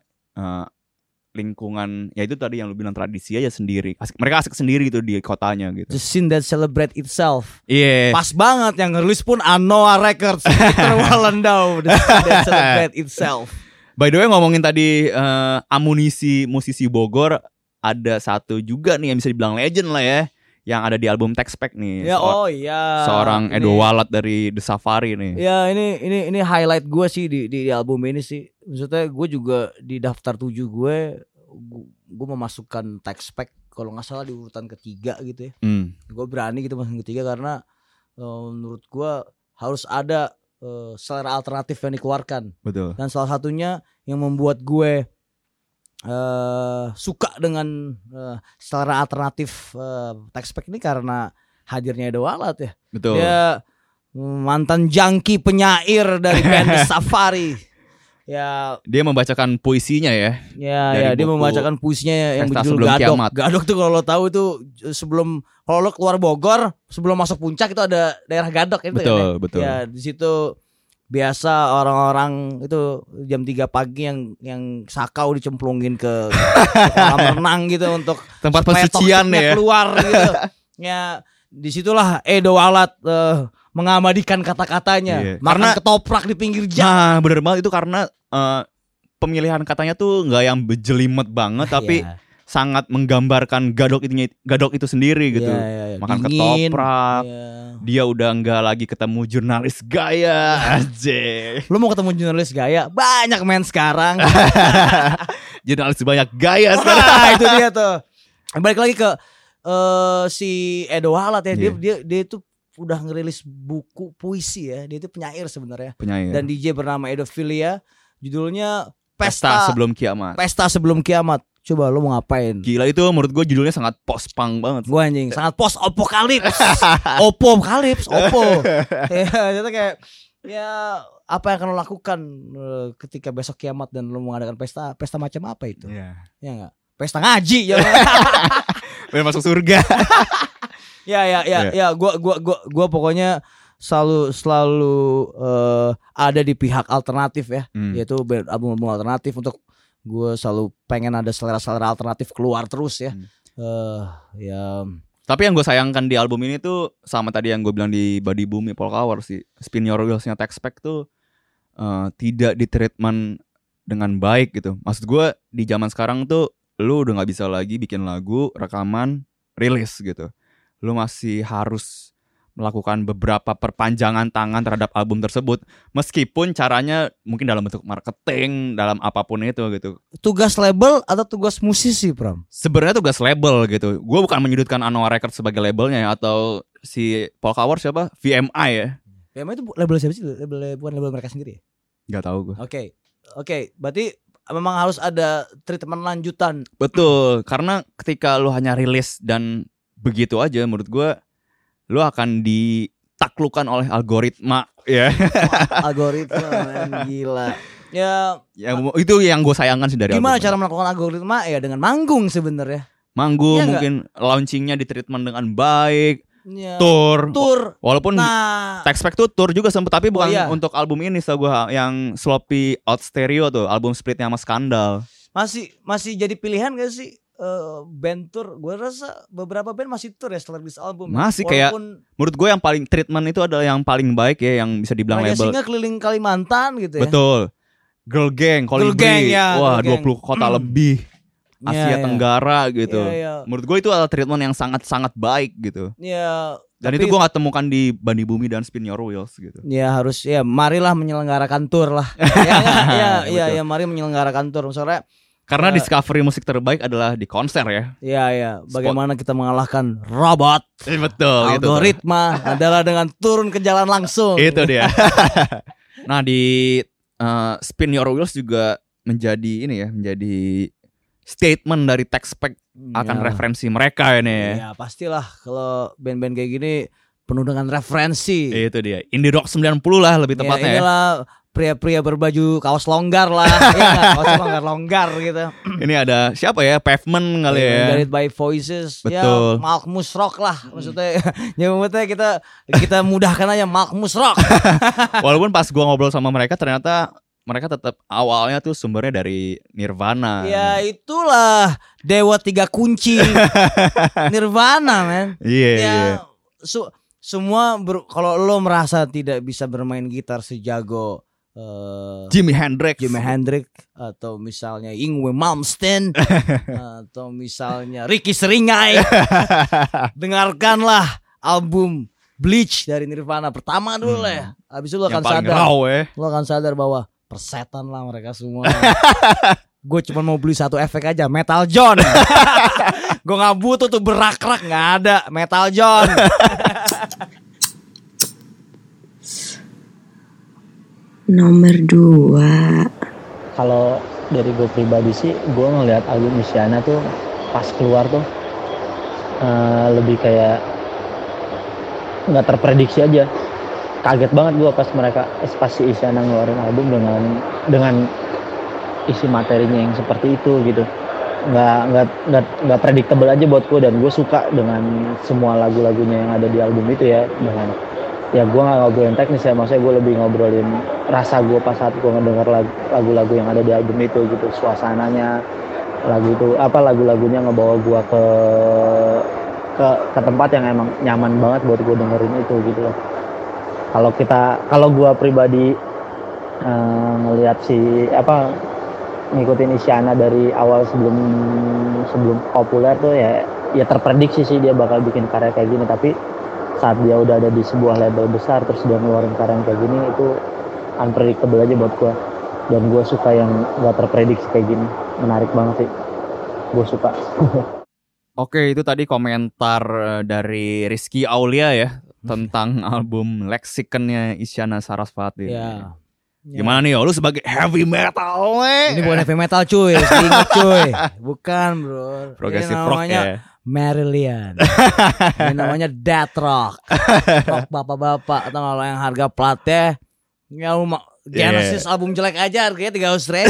lingkungan, ya itu tadi yang lu bilang tradisi aja sendiri. Mereka asik sendiri gitu di kotanya gitu. The scene that celebrate itself. Iya. Pas banget yang rilis pun Anoa Records, Peter Walendau. The scene that celebrate itself. By the way ngomongin tadi amunisi musisi Bogor, ada satu juga nih yang bisa dibilang legend lah ya, yang ada di album Textpack nih. Ya, seorang Edo Walat dari The Safari nih. Ya ini highlight gue sih di album ini sih. Maksudnya gue juga di daftar 7 gue memasukkan Textpack kalau nggak salah di urutan ketiga gitu ya. Gue berani gitu masuk ketiga karena menurut gue harus ada selera alternatif yang dikeluarkan. Betul. Dan salah satunya yang membuat gue suka dengan selera alternatif Textpack ini karena hadirnya Edo Walat ya. Betul. Dia mantan junkie penyair dari band The Safari. Ya, dia membacakan puisinya ya. Ya dia membacakan puisinya yang berjudul Gadok. Gadok tuh kalau lo tahu itu sebelum kalau lo keluar Bogor, sebelum masuk puncak itu ada daerah Gadok itu. Betul, kan, ya? Betul. Ya, di situ biasa orang-orang itu jam 3 pagi yang sakau dicemplungin ke kolam renang gitu untuk tempat pensucian ya keluar gitu. Ya disitulah Edo Alat mengabadikan kata-katanya. Makan ketoprak di pinggir jalan. Nah, bener banget itu karena pemilihan katanya tuh nggak yang bejelimet banget, tapi sangat menggambarkan gadok itu sendiri gitu. Makan Dingin, ketoprak. Dia udah nggak lagi ketemu jurnalis gaya aja. Lu mau ketemu jurnalis gaya? Banyak men sekarang. Jurnalis banyak gaya sekarang. Itu dia tuh. Balik lagi ke si Edo Alat ya. Dia itu udah ngerilis buku puisi ya. Dia itu penyair sebenarnya. Dan DJ bernama Edophilia. Judulnya Pesta Sebelum Kiamat. Pesta Sebelum Kiamat. Coba lo mau ngapain? Gila itu menurut gue judulnya sangat post-punk banget. Gue anjing, sangat post-apokalips. Oppo. Ya, itu kayak ya apa yang akan lo lakukan ketika besok kiamat dan lo mengadakan pesta macam apa itu? Ya enggak? Pesta ngaji ya. Masuk surga. Ya, gua pokoknya selalu ada di pihak alternatif ya, yaitu album-album alternatif. Untuk gue selalu pengen ada selera-selera alternatif keluar terus ya. Tapi yang gue sayangkan di album ini tuh sama tadi yang gue bilang di Body Bumi Polka Wars sih, Spin Your Wheels-nya Textpack tuh tidak di treatment dengan baik gitu. Maksud gue di zaman sekarang tuh lu udah nggak bisa lagi bikin lagu, rekaman, rilis gitu. Lu masih harus melakukan beberapa perpanjangan tangan terhadap album tersebut, meskipun caranya mungkin dalam bentuk marketing, dalam apapun itu gitu. Tugas label atau tugas musisi, Pram? Sebenarnya tugas label gitu. Gue bukan menyudutkan Anoa Records sebagai labelnya ya, atau si Polka Wars siapa? VMI ya. VMI itu label siapa sih? Bukan label mereka sendiri ya? Gak tahu gue. Oke. Berarti memang harus ada treatment lanjutan. Betul, karena ketika lu hanya rilis dan begitu aja, menurut gue lu akan ditaklukkan oleh algoritma ya. Algoritma gila. Ya itu yang gue sayangkan sih dari gimana album. Cara melakukan algoritma ya dengan manggung sebenarnya. Manggung ya, mungkin launchingnya di treatment dengan baik. Ya. Tour. Walaupun Textpack tuh tour juga sempet, tapi bukan untuk album ini. So gue yang Sloppy Out Stereo tuh, album splitnya sama Skandal. Masih jadi pilihan gak sih? Band tour, gue rasa beberapa band masih tour ya setelah rilis album. Masih kayak menurut gue yang paling treatment itu adalah yang paling baik ya, yang bisa dibilang label. Singa keliling Kalimantan gitu ya. Betul. Girl Gang, Kolibri. Wah, 20 kota lebih. Asia Tenggara gitu. Menurut gue itu adalah treatment yang sangat-sangat baik gitu. Dan itu gue gak temukan di Bandi Bumi dan Spin Your Wheels gitu. Ya harus marilah menyelenggarakan tour lah. Mari menyelenggarakan tour. Soalnya karena discovery musik terbaik adalah di konser ya. Iya. Bagaimana kita mengalahkan robot. Betul. Algoritma adalah dengan turun ke jalan langsung. Itu dia. Nah di Spin Your Wheels juga menjadi statement dari Textpack akan referensi mereka ini. Ya pastilah kalau band-band kayak gini penuh dengan referensi. Itu dia. Indie rock 90 lah lebih tepatnya ya. Inilah pria-pria berbaju kaos longgar lah. Kaos longgar gitu. Ini ada siapa ya? Pavement kali ya. Guided by Voices. Betul. Ya, Malkmus Rock lah maksudnya. Nyebutnya kita mudahkan aja Malkmus Rock. Walaupun pas gua ngobrol sama mereka ternyata mereka tetap awalnya tuh sumbernya dari Nirvana. Ya itulah Dewa 3 kunci. Nirvana men. Iya. Semua kalau lo merasa tidak bisa bermain gitar sejago Jimi Hendrix atau misalnya Yngwie Malmsteen atau misalnya Ricky Seringai, dengarkanlah album Bleach dari Nirvana pertama dulu lah ya. Habis itu lo akan sadar. Lo akan sadar bahwa persetan lah mereka semua. Gue cuma mau beli satu efek aja, Metal John. Gue gak butuh tuh berak-rak, gak ada Metal John. Nomor 2. Kalau dari gue pribadi sih, gue ngeliat album Isyana tuh pas keluar tuh lebih kayak nggak terprediksi aja. Kaget banget gue pas si Isyana ngeluarin album dengan isi materinya yang seperti itu gitu. Nggak predictable aja buat gue, dan gue suka dengan semua lagu-lagunya yang ada di album itu ya. Dengan ya gue nggak ngobrolin teknis ya, maksudnya gue lebih ngobrolin rasa gue pas saat gue ngedenger lagu-lagu yang ada di album itu gitu, suasananya, lagu-lagunya ngebawa gue ke ke tempat yang emang nyaman banget buat gue dengerin itu gitu loh. Kalau gue pribadi ngelihat ngikutin Isyana dari awal sebelum populer tuh ya terprediksi sih dia bakal bikin karya kayak gini, tapi saat dia udah ada di sebuah label besar terus dia ngeluarin karya kayak gini, itu unpredictable aja buat gue. Dan gue suka yang gak terprediksi kayak gini, menarik banget sih, gue suka. Oke, itu tadi komentar dari Rizky Aulia ya tentang album Lexiconnya Isyana Sarasvati. Ya. Gimana nih, lu sebagai heavy metal? Ini bukan heavy metal cuy, ingat cuy. Bukan bro. Progressive ini rock namanya ya. Marillion. Ini namanya death rock. Rock bapak-bapak. Atau kalau yang harga platnya Genesis album jelek aja harganya 300.000.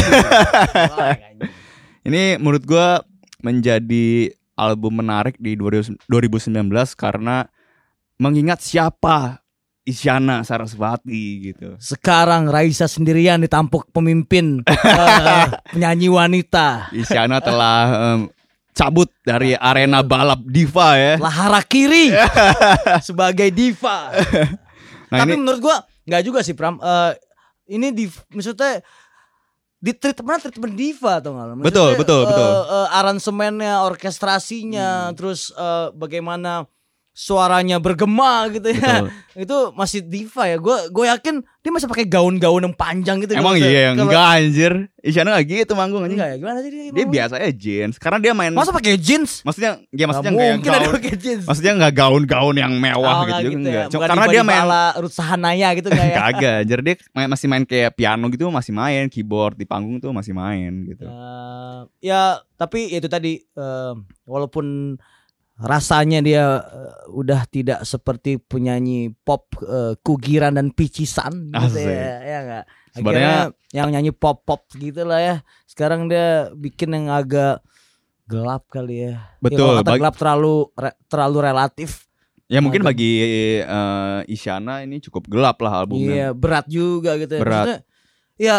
Ini menurut gue menjadi album menarik di 2019 karena mengingat siapa Isyana Sarasvati gitu. Sekarang Raisa sendirian ditampuk pemimpin penyanyi wanita. Isyana telah cabut dari arena balap diva ya. Lahara kiri sebagai diva. Nah, tapi ini, menurut gua nggak juga sih Pram. Ini maksudnya di treatment diva atau nggak? Betul. Aransemennya, orkestrasinya, terus bagaimana suaranya bergema gitu ya. Itu masih diva ya. Gue yakin dia masih pakai gaun-gaun yang panjang gitu. Emang iya enggak anjir. Isyana enggak gitu manggung anjing. Enggak ya, gimana sih dia biasa aja jeans. Karena dia main. Masa pakai jeans? Maksudnya enggak mungkin ada pakai jeans. Maksudnya enggak gaun-gaun yang mewah gitu ya. Karena dia main Ruth Sahanaya gitu enggak ya? Kagak. Jadi dia masih main kayak piano gitu, masih main keyboard di panggung tuh masih main gitu. Ya, tapi itu tadi walaupun rasanya dia udah tidak seperti penyanyi pop kugiran dan picisan gitu ya enggak. Akhirnya yang nyanyi pop gitu lah ya. Sekarang dia bikin yang agak gelap kali ya. Betul. Ya, gelap terlalu relatif. Ya mungkin bagi Isyana ini cukup gelap lah albumnya. Iya, berat juga gitu ya. Berat. Maksudnya, ya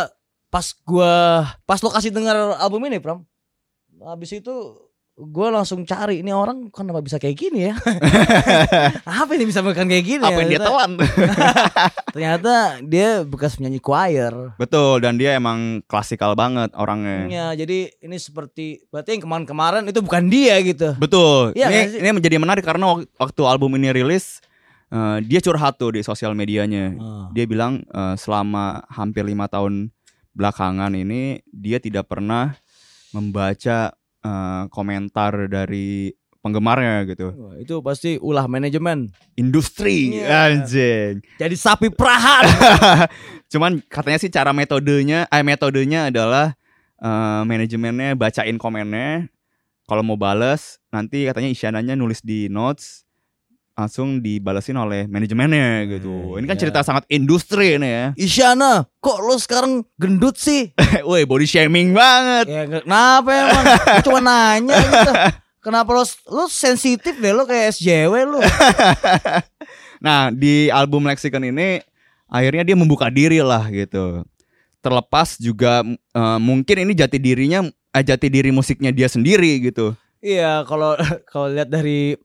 pas lo kasih dengar album ini Pram, habis itu gue langsung cari ini orang kenapa bisa kayak gini ya. Apa ini bisa makan kayak gini? Apa yang dia telan? Ternyata dia bekas penyanyi choir. Betul, dan dia emang klasikal banget orangnya. Ya, jadi ini berarti yang kemarin itu bukan dia gitu. Betul. Ya, ini menjadi menarik karena waktu album ini rilis dia curhat tuh di sosial medianya. Dia bilang selama hampir 5 tahun belakangan ini dia tidak pernah membaca komentar dari penggemarnya gitu. Wah, itu pasti ulah manajemen industri anjing. Jadi sapi perahan. Cuman katanya sih cara metodenya adalah manajemennya bacain komennya. Kalau mau bales nanti katanya Isyananya nulis di notes langsung dibalesin oleh manajemennya gitu. Ini kan cerita sangat industri nih ya. Isyana, kok lo sekarang gendut sih? Woi, body shaming banget. Ya kenapa emang? Gue cuma nanya gitu. Kenapa lo sensitif deh, lo kayak SJW lo. Nah, di album Lexicon ini akhirnya dia membuka diri lah gitu. Terlepas juga mungkin ini jati diri musiknya dia sendiri gitu. Iya, kalau lihat dari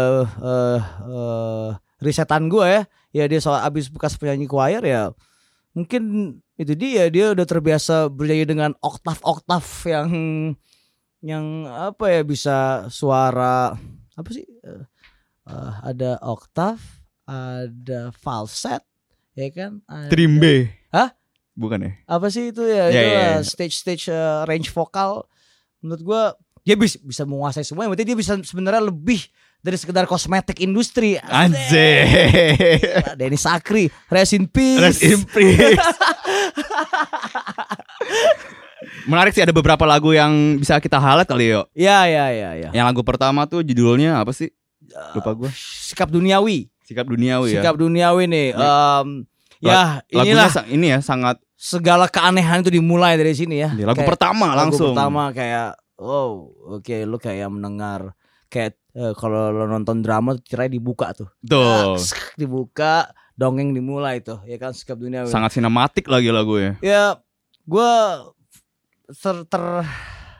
risetan gue ya dia soal abis bekas penyanyi choir ya mungkin itu dia udah terbiasa bernyanyi dengan oktav yang apa ya, bisa suara apa sih, ada oktav, ada falset, ya kan? Trimbe. Hah? Bukan ya? Apa sih itu ya? Yeah. Stage range vokal. Menurut gue dia bisa menguasai semuanya. Berarti dia bisa sebenarnya lebih dari sekedar kosmetik industri. Anjay. Denny Sakri, rest in peace. Rest in peace. Menarik sih, ada beberapa lagu yang bisa kita highlight kali yo. Ya. Yang lagu pertama tuh judulnya apa sih? Lupa gue. Sikap Duniawi. Sikap Duniawi ya. Sikap Duniawi nih. Ya inilah inilah ini ya sangat segala keanehan itu dimulai dari sini ya. Lagu pertama langsung. Lagu pertama kayak lu kayak mendengar kayak kalau lo nonton drama cerai dibuka tuh. Tuh. Dibuka, dongeng dimulai tuh, ya kan, Sikap Duniawi. Sangat sinematik lagi lagunya. Ya, gue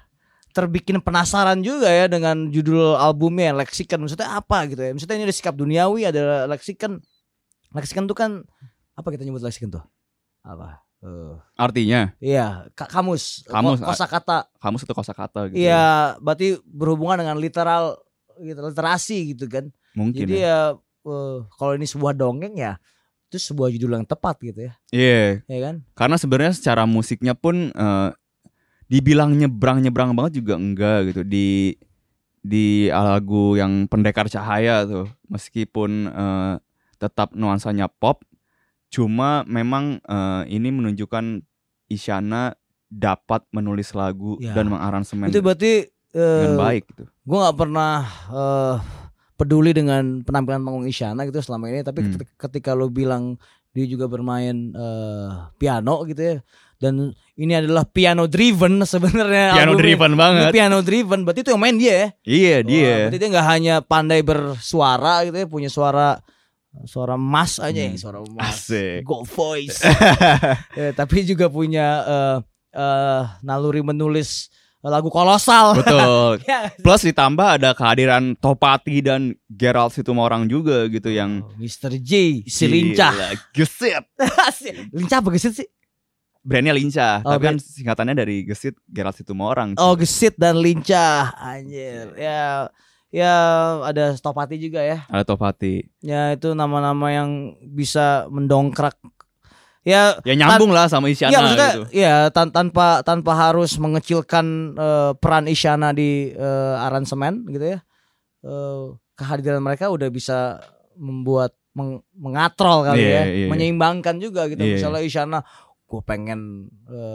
terbikin penasaran juga ya dengan judul albumnya Lexicon. Maksudnya apa gitu ya? Maksudnya ini ada sikap duniawi, ada Lexicon. Lexicon tuh kan apa kita nyebut Lexicon tuh? Apa? Artinya? Iya, kamus, kosakata. Kamus atau kosakata gitu. Iya, berarti berhubungan dengan literal gitu, literasi gitu kan. Mungkin. Jadi ya kalau ini sebuah dongeng ya itu sebuah judul yang tepat gitu ya. Iya. Iya kan? Karena sebenarnya secara musiknya pun dibilang nyebrang banget juga enggak gitu di lagu yang Pendekar Cahaya tuh, meskipun tetap nuansanya pop, cuma memang ini menunjukkan Isyana dapat menulis lagu dan mengaransemen itu berarti dengan baik gitu. Gue nggak pernah peduli dengan penampilan panggung Isyana gitu selama ini, tapi ketika lo bilang dia juga bermain piano gitu ya, dan ini adalah piano driven sebenarnya. Piano driven banget. Piano driven, berarti itu yang main dia ya. Iya dia. Berarti dia nggak hanya pandai bersuara gitu ya, punya suara emas aja ya, suara emas, gold voice. Ya, tapi juga punya naluri menulis lagu kolosal. Betul. Plus ditambah ada kehadiran Topati dan Gerald Situmorang juga gitu yang Mr. J, si Lincah. Gesit. Lincah apa Gesit sih? Brandnya Lincah, tapi kan singkatannya dari Gesit Gerald Situmorang. Oh, Gesit dan Lincah, anjir. Ya ada Topati juga ya. Ada Topati. Ya itu nama-nama yang bisa mendongkrak. Ya nyambung lah sama Isyana ya, maksudnya, gitu. Ya tanpa harus mengecilkan peran Isyana di aransemen gitu ya. Kehadiran mereka udah bisa membuat mengatrol kali menyeimbangkan juga gitu. Misalnya Isyana, gue pengen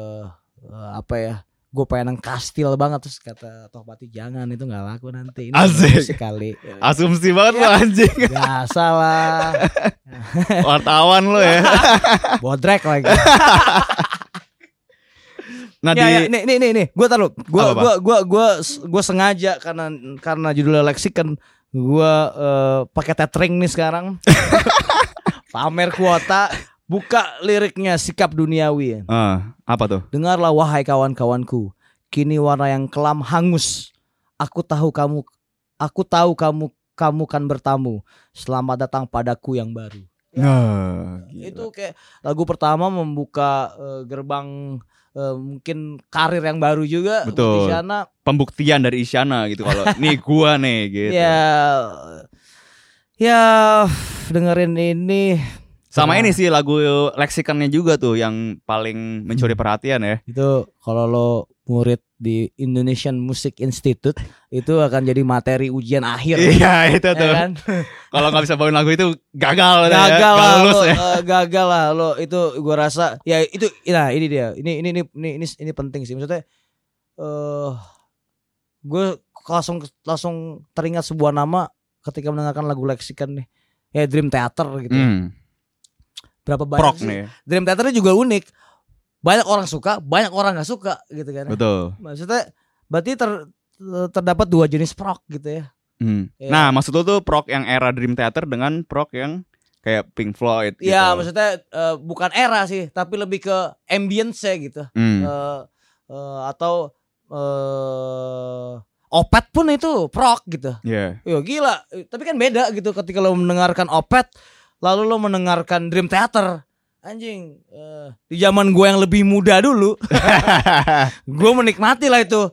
gue pengen kastil banget, terus kata Tohpati jangan, itu nggak laku nanti. Ini asik sekali. Asumsi banget lo anjing. Biasa lah. Wartawan lo ya. Bodrek lagi. Nah nih, gue taruh, gue sengaja karena judulnya Lexicon, gue pakai tethering nih sekarang. Pamer kuota. Buka liriknya Sikap Duniawi. Apa tuh? Dengarlah wahai kawan-kawanku, kini warna yang kelam hangus. Aku tahu kamu kan bertamu. Selamat datang padaku yang baru. Itu kayak lagu pertama membuka gerbang mungkin karir yang baru juga. Betul. Isyana. Pembuktian dari Isyana gitu kalau nih gua nih gitu. Ya dengerin ini. Sama ini sih lagu Lexiconnya juga tuh yang paling mencuri perhatian ya. Itu kalau lo murid di Indonesian Music Institute itu akan jadi materi ujian akhir. Iya itu tuh. Kan? Kalau nggak bisa bawain lagu itu gagal lah lo itu gue rasa ya itu. Nah ini dia. Ini penting sih, maksudnya. Gue langsung teringat sebuah nama ketika mendengarkan lagu Lexicon nih. Ya Dream Theater gitu. Berapa banyak prok sih nih. Dream Theater juga unik. Banyak orang suka, banyak orang gak suka gitu kan. Betul. Maksudnya berarti terdapat dua jenis prok gitu ya. Ya. Nah maksud lu tuh prok yang era Dream Theater dengan prok yang kayak Pink Floyd gitu. Ya maksudnya bukan era sih, tapi lebih ke ambience gitu. Atau Opeth pun itu prok gitu. Yo gila, tapi kan beda gitu ketika lo mendengarkan Opeth lalu lo mendengarkan Dream Theater. Anjing, di zaman gue yang lebih muda dulu, gue menikmati lah itu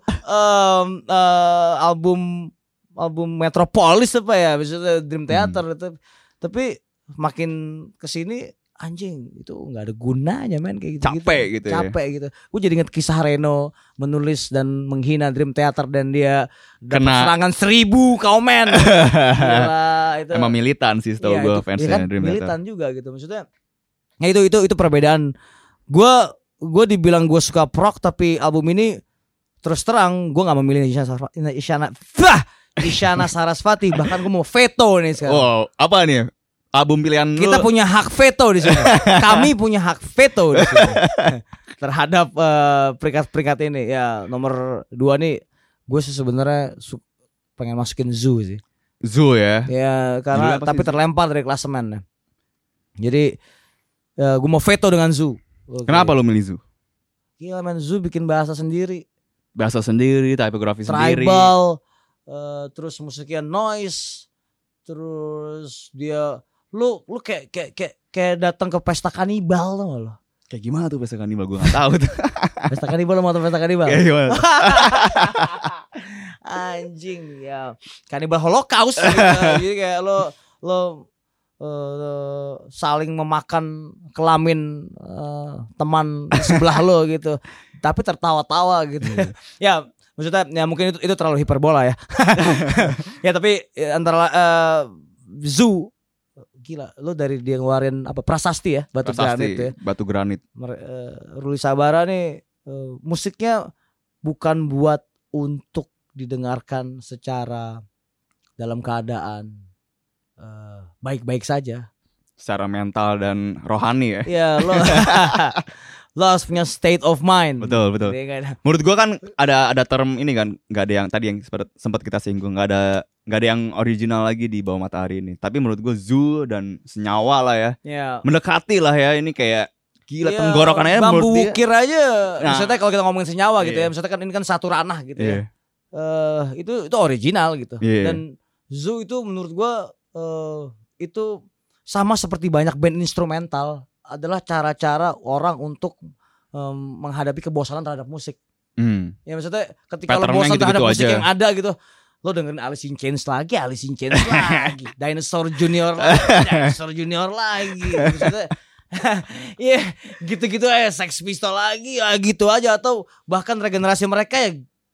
album Metropolis apa ya, maksudnya Dream Theater itu. Tapi makin kesini anjing itu nggak ada gunanya men kayak gitu. Capek gitu. Gue jadi inget kisah Reno menulis dan menghina Dream Theater dan dia dapat serangan 1000 komen. Gila, itu. Emang militan sih setahu gue fansnya kan, Dream Theater. Militan juga gitu maksudnya. Ya itu perbedaan. Gue dibilang gue suka prog, tapi album ini terus terang gue nggak memilih Isyana Sarasvati. Bahkan gue mau veto nih sekarang. Wow, apa nih? Album pilihan kita lu. Punya hak veto di sini. Kami punya hak veto di sini terhadap peringkat-peringkat ini. Ya nomor 2 nih, gue sih sebenarnya pengen masukin Zoo sih. Zoo ya? Ya karena tapi terlempar dari klasemen. Jadi gue mau veto dengan Zoo. Kenapa lo milih Zoo? Gila men, Zoo bikin bahasa sendiri. bahasa sendiri, tipografi sendiri. Tribal, terus musiknya noise, terus dia lu kayak datang ke pesta kanibal tuh lo. Kayak gimana tuh pesta kanibal, gue nggak tahu tuh. Pesta kanibal, lo mau tahu pesta kanibal? Kayak gimana? Anjing ya, kanibal holocaust gitu. Jadi kayak lo saling memakan kelamin teman sebelah lo gitu, tapi tertawa-tawa gitu. Ya maksudnya ya mungkin itu terlalu hiperbola ya. Ya tapi antara Zoo gila, lo dari dia ngeluarin apa prasasti ya, batu granit ya. Batu granit. Ruli Sabara nih musiknya bukan buat untuk didengarkan secara dalam keadaan baik-baik saja, secara mental dan rohani ya. Iya, lo harus punya state of mind. Betul. Menurut gua kan ada term ini kan, nggak ada yang tadi yang sempat kita singgung, nggak ada yang original lagi di Bawah Matahari ini. Tapi menurut gua Zoo dan Senyawa lah ya. Mendekati lah ya, ini kayak gila tenggorokannya bambu wukir aja. Misalnya kalau kita ngomongin Senyawa gitu ya, misalnya kan ini kan satu ranah gitu ya. Itu original gitu. Dan Zoo itu menurut gua itu sama seperti banyak band instrumental, adalah cara-cara orang untuk menghadapi kebosanan terhadap musik. Ya maksudnya ketika lo bosan gitu terhadap musik aja yang ada gitu, lo dengerin Alice in Chains lagi, Dinosaur Junior lagi, Maksudnya gitu-gitu aja, Sex Pistol lagi ya gitu aja, atau bahkan regenerasi mereka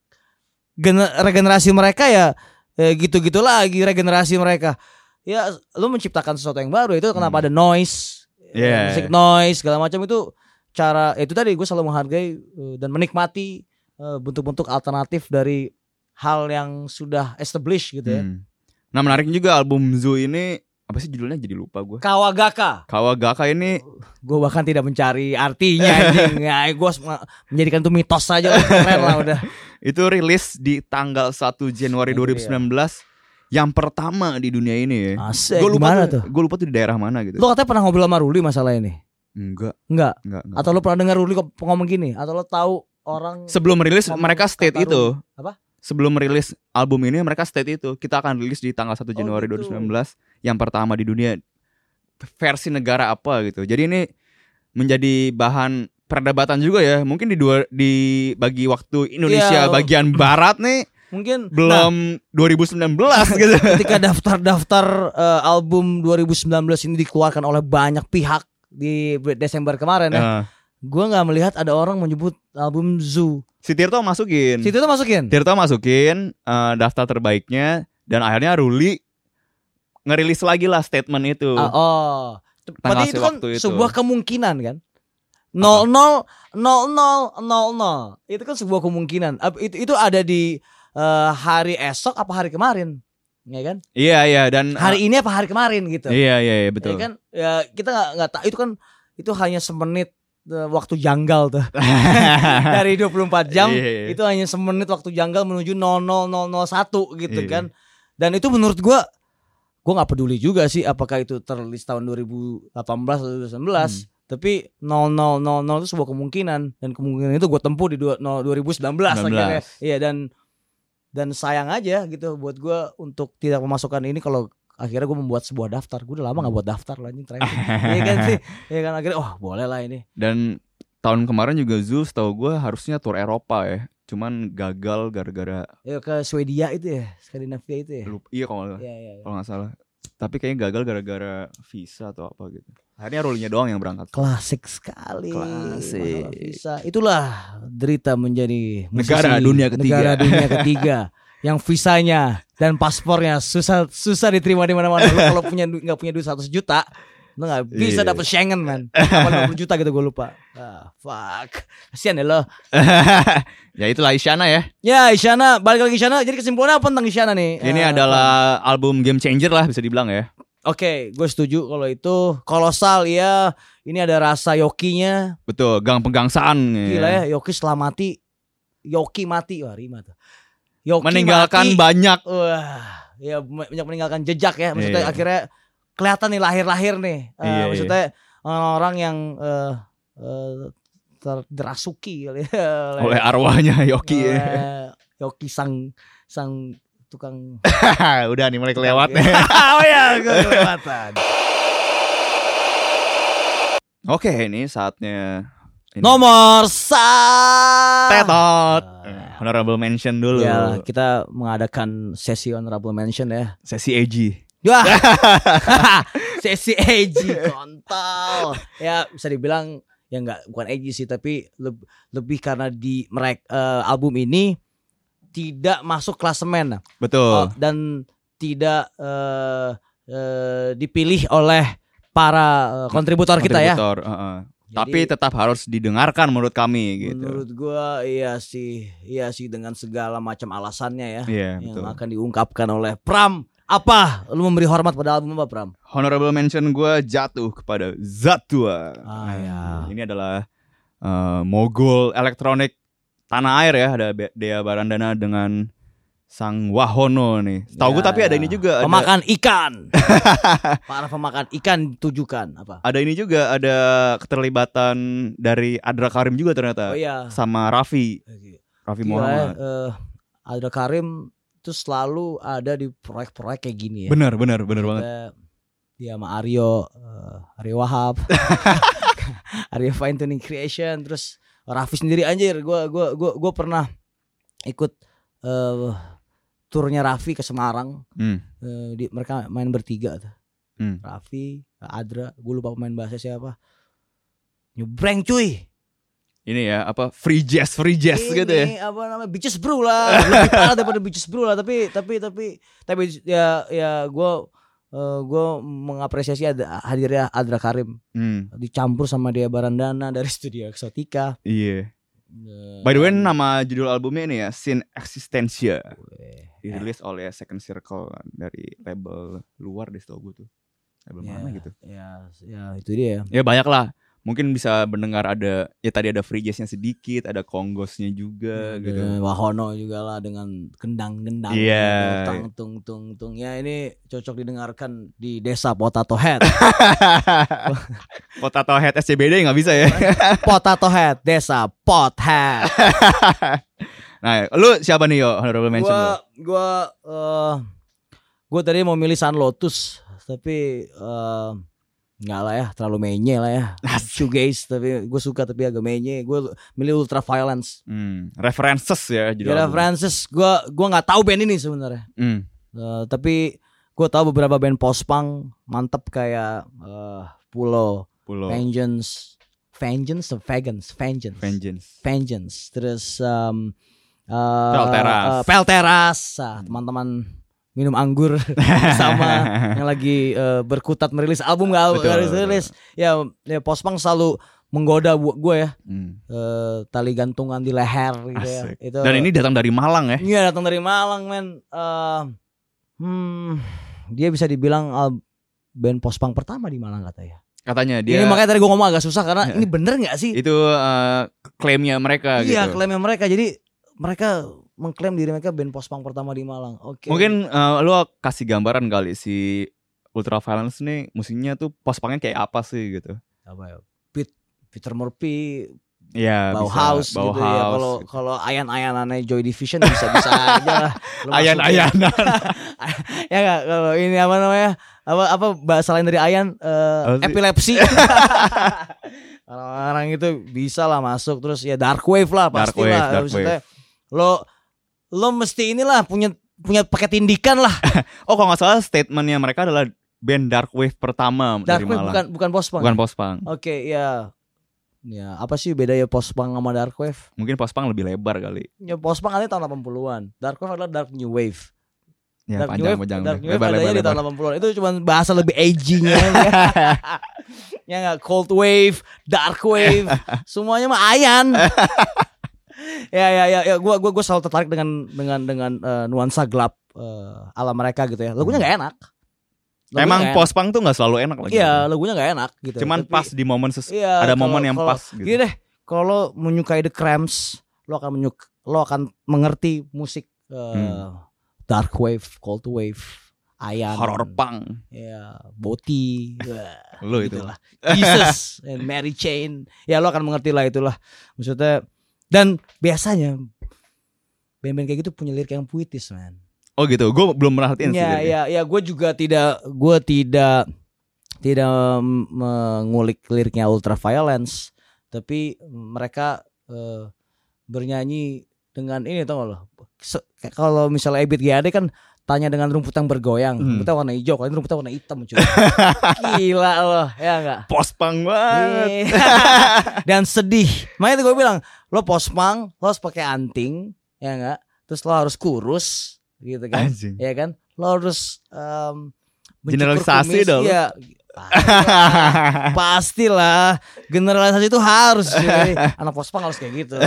ya gitu-gitu lagi regenerasi mereka. Ya lu menciptakan sesuatu yang baru, itu kenapa ada noise, musik noise segala macam, itu cara itu tadi gue selalu menghargai dan menikmati bentuk-bentuk alternatif dari hal yang sudah established gitu ya. Nah menarik juga album Zoo ini, apa sih judulnya, jadi lupa gue. Kawagaka ini gue bahkan tidak mencari artinya anjing. Ya, gue menjadikan itu mitos saja, keren lah udah. Itu rilis di tanggal 1 Januari 2019. Yang pertama di dunia ini ya. Gue lupa tuh di daerah mana gitu. Lo katanya pernah ngobrol sama Ruli masalah ini? Enggak. Atau lo pernah dengar Ruli ngomong gini? Atau lo tahu orang sebelum rilis mereka state itu? Apa? Sebelum rilis album ini mereka state itu, kita akan rilis di tanggal 1 Januari 2019, yang pertama di dunia, versi negara apa gitu. Jadi ini menjadi bahan perdebatan juga ya. Mungkin di bagi waktu Indonesia bagian barat nih mungkin belum 2019 gitu. Ketika daftar album 2019 ini dikeluarkan oleh banyak pihak di Desember kemarin ya, gue nggak melihat ada orang menyebut album Zoo. Tirto masukin daftar terbaiknya, dan akhirnya Ruli ngerilis lagi lah statement itu. Berarti itu kan sebuah kemungkinan kan. 000000 itu kan sebuah kemungkinan. Itu ada di hari esok apa hari kemarin, ya kan? Iya dan hari ini apa hari kemarin gitu. Iya betul. Ya kan? Ya kita nggak tahu, itu hanya semenit waktu janggal tuh. Dari 24 jam itu hanya semenit waktu janggal menuju 00001 gitu kan. Dan itu menurut gue nggak peduli juga sih apakah itu tertulis tahun 2018 atau 2019. Tapi 0000 itu sebuah kemungkinan, dan kemungkinan itu gue tempuh di 2019 akhirnya. Iya, dan sayang aja gitu buat gue untuk tidak memasukkan ini. Kalau akhirnya gue membuat sebuah daftar, gue udah lama nggak buat daftar lah ini terakhir. Iya kan sih, ya kan, akhirnya boleh lah ini. Dan tahun kemarin juga Zoo setahu gue harusnya tour Eropa ya, cuman gagal gara-gara ke Swedia itu ya, Skandinavia itu ya. Iya kalau nggak salah. Tapi kayaknya gagal gara-gara visa atau apa gitu. Akhirnya Rulinya doang yang berangkat. Klasik sekali. Klasik. Visa. Itulah derita menjadi musisi negara dunia ketiga yang visanya dan paspornya susah diterima di mana-mana. Lo kalau nggak punya duit 100 juta, lo nggak bisa dapet Schengen man. 50 juta gitu gue lupa. Fuck. Kasian ya lo. Ya itulah Isyana ya. Ya Isyana, balik lagi Isyana. Jadi kesimpulannya apa tentang Isyana nih? Ini adalah album game changer lah bisa dibilang ya. Oke, gue setuju kalau itu kolosal ya. Ini ada rasa Yokinya. Betul, gang pegangsaan. Gila ya, Yoki setelah mati, Yoki mati, wah rima tuh. Yoki meninggalkan mati, banyak. Wah, ya banyak meninggalkan jejak ya. Maksudnya akhirnya kelihatan nih lahir-lahir nih. Maksudnya orang yang terdirasuki oleh arwahnya Yoki. Yoki sang tukang. Udah nih mulai kelewat nih. Oh ya, gue kelewatan. Oke, ini saatnya nomor 1. Tetot. Honorable mention dulu. Ya, kita mengadakan sesi honorable mention ya. Sesi AG. Wah. Sesi AG kontol. Ya, bisa dibilang ya bukan AG sih, tapi lebih karena di album ini tidak masuk klasemen. Betul. Dan tidak dipilih oleh para kontributor kita ya. Tapi tetap harus didengarkan menurut kami gitu. Menurut gua iya sih dengan segala macam alasannya ya yang betul. akan diungkapkan oleh Pram. Apa lu memberi hormat pada album apa, Pram? Honorable mention gua jatuh kepada Zatua. Ya. Ini adalah mogul elektronik tanah air ya, ada Dea Barandana dengan Sang Wahono nih. Tahu gue tapi ada ini juga. Pemakan ikan. Para pemakan ikan ditujukan apa? Ada ini juga, ada keterlibatan dari Adra Karim juga ternyata. Oh, iya. Sama Raffi. Raffi Muhammad. Adra Karim itu selalu ada di proyek-proyek kayak gini ya. Bener banget. Dia sama Aryo Wahab. Aryo Fine Tuning Creation, terus Raffi sendiri anjir. Gue pernah ikut turnya Raffi ke Semarang. Mereka main bertiga tuh. Raffi, Adra, gue lupa pemain bahasa siapa. Nyebreng cuy. Ini ya apa free jazz gitu ya. Ini apa namanya Beaches Brew lah. Lebih parah daripada Beaches Brew lah. Tapi ya gue mengapresiasi hadirnya Adra Karim. Dicampur sama Dea Barandana dari Studio Exotica. Iya. By the way, nama judul albumnya ini ya, Sin Existencia. Dirilis oleh Second Circle dari label luar deh setahu gue tuh. Label mana gitu. Ya itu dia. Ya banyak lah. Mungkin bisa mendengar ada, ya tadi ada free jazznya sedikit, ada kongosnya juga gitu. Wahono juga lah dengan kendang-kendang. Iya. Tung. Ya ini cocok didengarkan di desa Potato Head. Potato Head SCBD nggak bisa ya. Potato Head, desa Pothead. Nah, lu siapa nih yo honorable mention? Gue tadi mau milih Sun Lotus, tapi nggak lah ya, terlalu menye lah ya. Shoegaze, tapi gue suka tapi agak menye. Gue milih Ultraviolence. References ya judul. References. Gue nggak tahu band ini sebenarnya. Tapi gue tahu beberapa band post-punk mantep kayak Pulo. Vengeance. Terus Pelteras. Teman-teman minum anggur sama yang lagi berkutat merilis album rilis. Ya post-punk selalu menggoda gue ya. Tali gantungan di leher gitu ya. Itu. Dan ini datang dari Malang ya? Iya, datang dari Malang, men. Dia bisa dibilang band post-punk pertama di Malang katanya dia. Ini makanya tadi gue ngomong agak susah karena ini bener nggak sih? Itu klaimnya mereka gitu. Iya, klaimnya mereka. Jadi mereka mengklaim diri mereka band post-punk pertama di Malang. Oke. Mungkin lu kasih gambaran kali si Ultraviolence nih musiknya tuh post-punknya kayak apa sih gitu? Apa ya? Peter Murphy, ya, Bauhaus gitu ya. Kalau ayan-ayanannya Joy Division bisa aja lah. Ayan-ayanan. Ya nggak, kalau ini apa namanya? Apa bahasa lain dari ayan? Epilepsi. Orang-orang itu bisa lah masuk. Terus ya dark wave lah pasti lah. Lo mesti inilah punya pakai tindikan lah. Oh, kalau nggak salah statementnya mereka adalah band dark wave pertama dark dari Malang. Dark wave bukan post-punk. Bukan post-punk. Oke, ya. Ya, apa sih bedanya post-punk sama dark wave? Mungkin post-punk lebih lebar kali. Ya, post-punk ada tahun 80-an. Dark wave adalah dark new wave. Ya, dark panjang. Dark new wave adanya di tahun 80-an. Itu cuma bahasa lebih edgy-nya. Ya enggak, cold wave, dark wave, semuanya mah ayan. Ya, gue selalu tertarik dengan nuansa gelap ala mereka gitu ya. Lagunya nggak enak. Emang post-punk tuh nggak selalu enak lagi. Iya, lagunya nggak enak gitu. Cuman pas di momen ada momen yang pas gitu. Gini deh, kalau lo menyukai The Cramps, lo akan mengerti musik dark wave, cold wave, Ayan, horror punk. ya, Boti, Lo itu lah. Jesus and Mary Chain. Ya lo akan mengerti lah itulah. Maksudnya, dan biasanya band-band kayak gitu punya lirik yang puitis, man. Oh gitu, gue belum merhatiin sih. Ya, gue juga tidak mengulik liriknya Ultraviolence, tapi mereka bernyanyi dengan ini, tau gak lo? Kalau misalnya Ebit GAD kan tanya dengan rumput yang bergoyang, rumputnya warna hijau, kalau ini rumputnya warna hitam cuy. Gila loh, ya enggak? Post-punk banget. Dan sedih. Makanya gue bilang, lo post-punk, lo harus pakai anting, ya enggak? Terus lo harus kurus, gitu kan? Anjing. Ya kan? Lo harus generalisasi dong. Ya, pastilah. Generalisasi itu harus. Anak post-punk harus kayak gitu.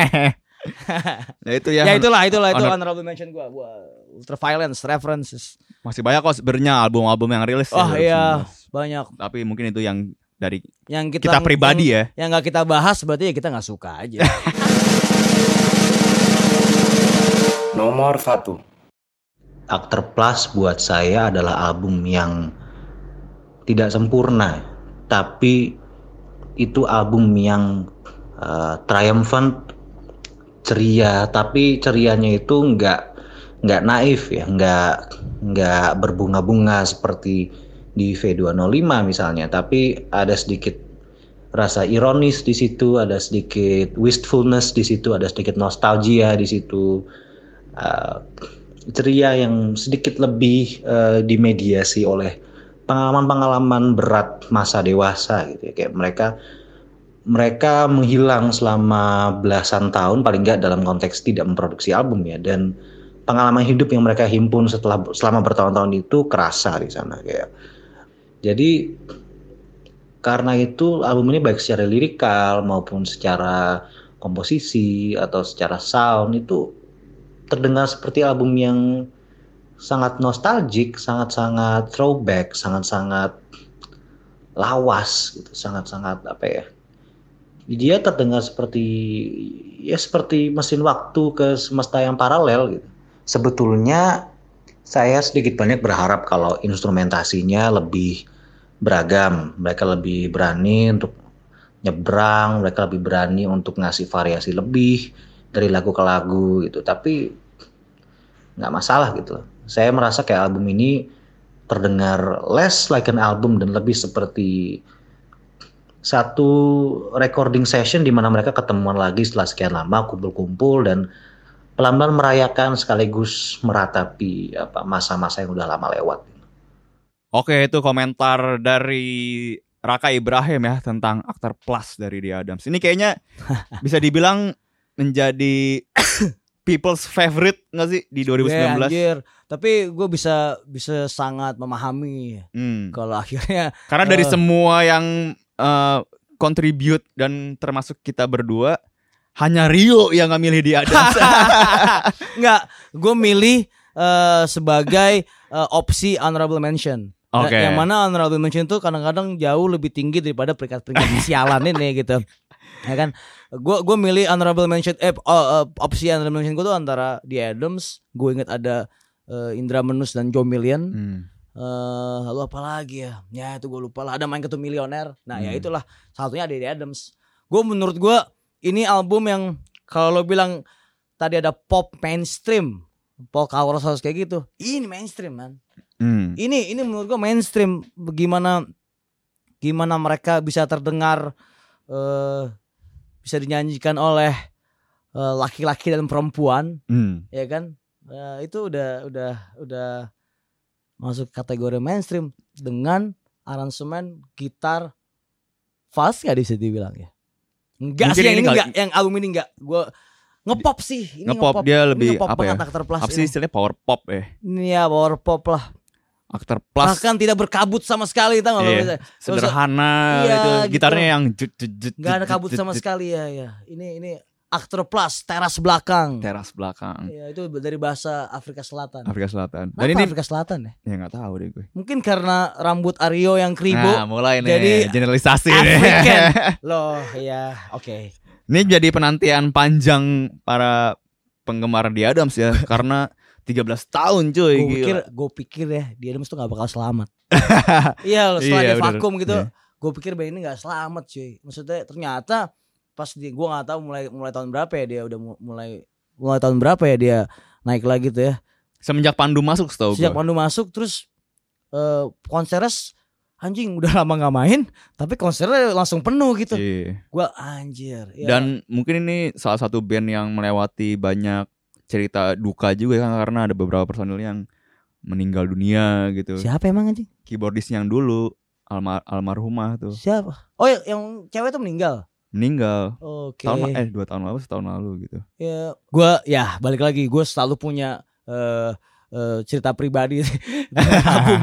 Ya itu ya. Ya itulah itu honorable mention gue. Ultraviolence references. Masih banyak kok sebenarnya album-album yang rilis. Oh iya, banyak. Tapi mungkin itu yang dari yang kita pribadi ya. Yang nggak kita bahas berarti ya kita nggak suka aja. Nomor 1. Actor Plus buat saya adalah album yang tidak sempurna, tapi itu album yang triumphant, ceria, tapi cerianya itu nggak naif ya, nggak berbunga-bunga seperti di V205 misalnya, tapi ada sedikit rasa ironis di situ, ada sedikit wistfulness di situ, ada sedikit nostalgia di situ, ceria yang sedikit lebih dimediasi oleh pengalaman-pengalaman berat masa dewasa gitu ya. Kayak mereka menghilang selama belasan tahun paling nggak dalam konteks tidak memproduksi album ya, dan pengalaman hidup yang mereka himpun selama bertahun-tahun itu kerasa di sana kayak. Jadi karena itu album ini baik secara lirikal maupun secara komposisi atau secara sound itu terdengar seperti album yang sangat nostalgic, sangat-sangat throwback, sangat-sangat lawas gitu, sangat-sangat apa ya? Dia terdengar seperti mesin waktu ke semesta yang paralel gitu. Sebetulnya saya sedikit banyak berharap kalau instrumentasinya lebih beragam, mereka lebih berani untuk nyebrang, mereka lebih berani untuk ngasih variasi lebih dari lagu ke lagu gitu. Tapi nggak masalah gitu. Saya merasa kayak album ini terdengar less like an album dan lebih seperti satu recording session di mana mereka ketemuan lagi setelah sekian lama, kumpul-kumpul dan pelan-pelan merayakan sekaligus meratapi masa-masa yang udah lama lewat. Oke, itu komentar dari Raka Ibrahim ya tentang Actor Plus dari The Adams. Ini kayaknya bisa dibilang menjadi people's favorite nggak sih di 2019? Anjir. Tapi gue bisa sangat memahami kalau akhirnya karena dari semua yang contribute dan termasuk kita berdua hanya Rio yang nggak milih The Adams. Nggak, gue milih sebagai opsi honorable mention. Okay. Yang mana honorable mention itu kadang-kadang jauh lebih tinggi daripada peringkat-peringkat sialan ini gitu. Ya kan, gue milih honorable mention opsi honorable mention gue tuh antara The Adams, gue inget ada Indra Menus dan Joe Million. Lalu apa lagi ya? Ya itu gue lupa lah. Ada Main Ketua Milioner. Nah ya itulah satunya ada The Adams. Menurut gue ini album yang kalau lo bilang tadi ada pop mainstream, pop cover harus kayak gitu. Ini mainstream man. Ini menurut gue mainstream. Gimana mereka bisa terdengar, bisa dinyanyikan oleh laki-laki dan perempuan, ya kan? Itu udah masuk kategori mainstream dengan aransemen gitar fast nggak bisa dibilang ya? Enggak sih yang ini enggak, yang album ini enggak. Gue ngepop sih, ini ngepop dia lebih ngepop apa ya? Apa sih istilahnya power pop ya? Ini ya power pop lah. Actor Plus bahkan tidak berkabut sama sekali, tahu nggak? Sederhana gitu. Gitarnya yang nggak ada kabut sama sekali ya. Ini Actor Plus teras belakang. Ya itu dari bahasa Afrika Selatan. Dan ini Afrika Selatan ya? Ya nggak tahu deh gue. Mungkin karena rambut Aryo yang kribo. Nah mulai nih jadi generalisasi African. Loh ya oke. Ini jadi penantian panjang para penggemar The Adams ya karena 13 tahun cuy. Gue pikir ya The Adams tuh gak bakal selamat. Iya setelah dia vakum gitu, gue pikir band ini gak selamat cuy. Maksudnya ternyata pas gue gak tahu mulai tahun berapa ya dia udah mulai tahun berapa ya dia naik lagi tuh ya. Semenjak Pandu masuk setahu gue. Sejak Pandu masuk terus konsernya anjing udah lama gak main, tapi konsernya langsung penuh gitu. Gue anjir. Ya. Dan mungkin ini salah satu band yang melewati banyak cerita duka juga kan, karena ada beberapa personil yang meninggal dunia gitu. Siapa emang anjing? Keyboardis yang dulu almarhumah tuh. Siapa? Oh yang cewek tuh meninggal. Oke. 2 tahun lalu, setahun lalu gitu. Ya, gue balik lagi, gue selalu punya cerita pribadi dengan album.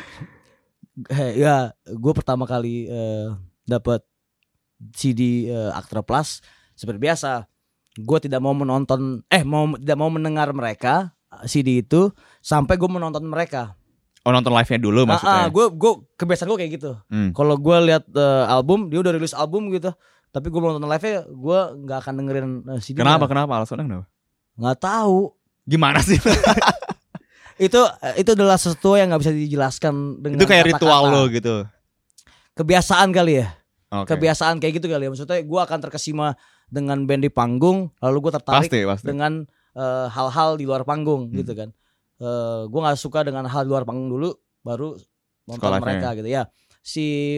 Ya, gue pertama kali dapat CD Aktra Plus seperti biasa. Gue tidak mau tidak mau mendengar mereka CD itu sampai gue menonton mereka. Oh, nonton live-nya dulu maksudnya? Gue kebiasaan gue kayak gitu. Kalau gue lihat album, dia udah rilis album gitu, tapi gue belum nonton live-nya, gue nggak akan dengerin CD. Kenapa? Alasannya kenapa? Nggak tahu. Gimana sih? itu adalah sesuatu yang nggak bisa dijelaskan dengan itu kayak kata-kata. Ritual lo gitu. Kebiasaan kali ya. Okay. Kebiasaan kayak gitu kali ya. Maksudnya gue akan terkesima dengan band di panggung, lalu gue tertarik pasti. dengan hal-hal di luar panggung gitu kan. Gue nggak suka dengan hal di luar panggung dulu, baru nonton mereka gitu ya. Si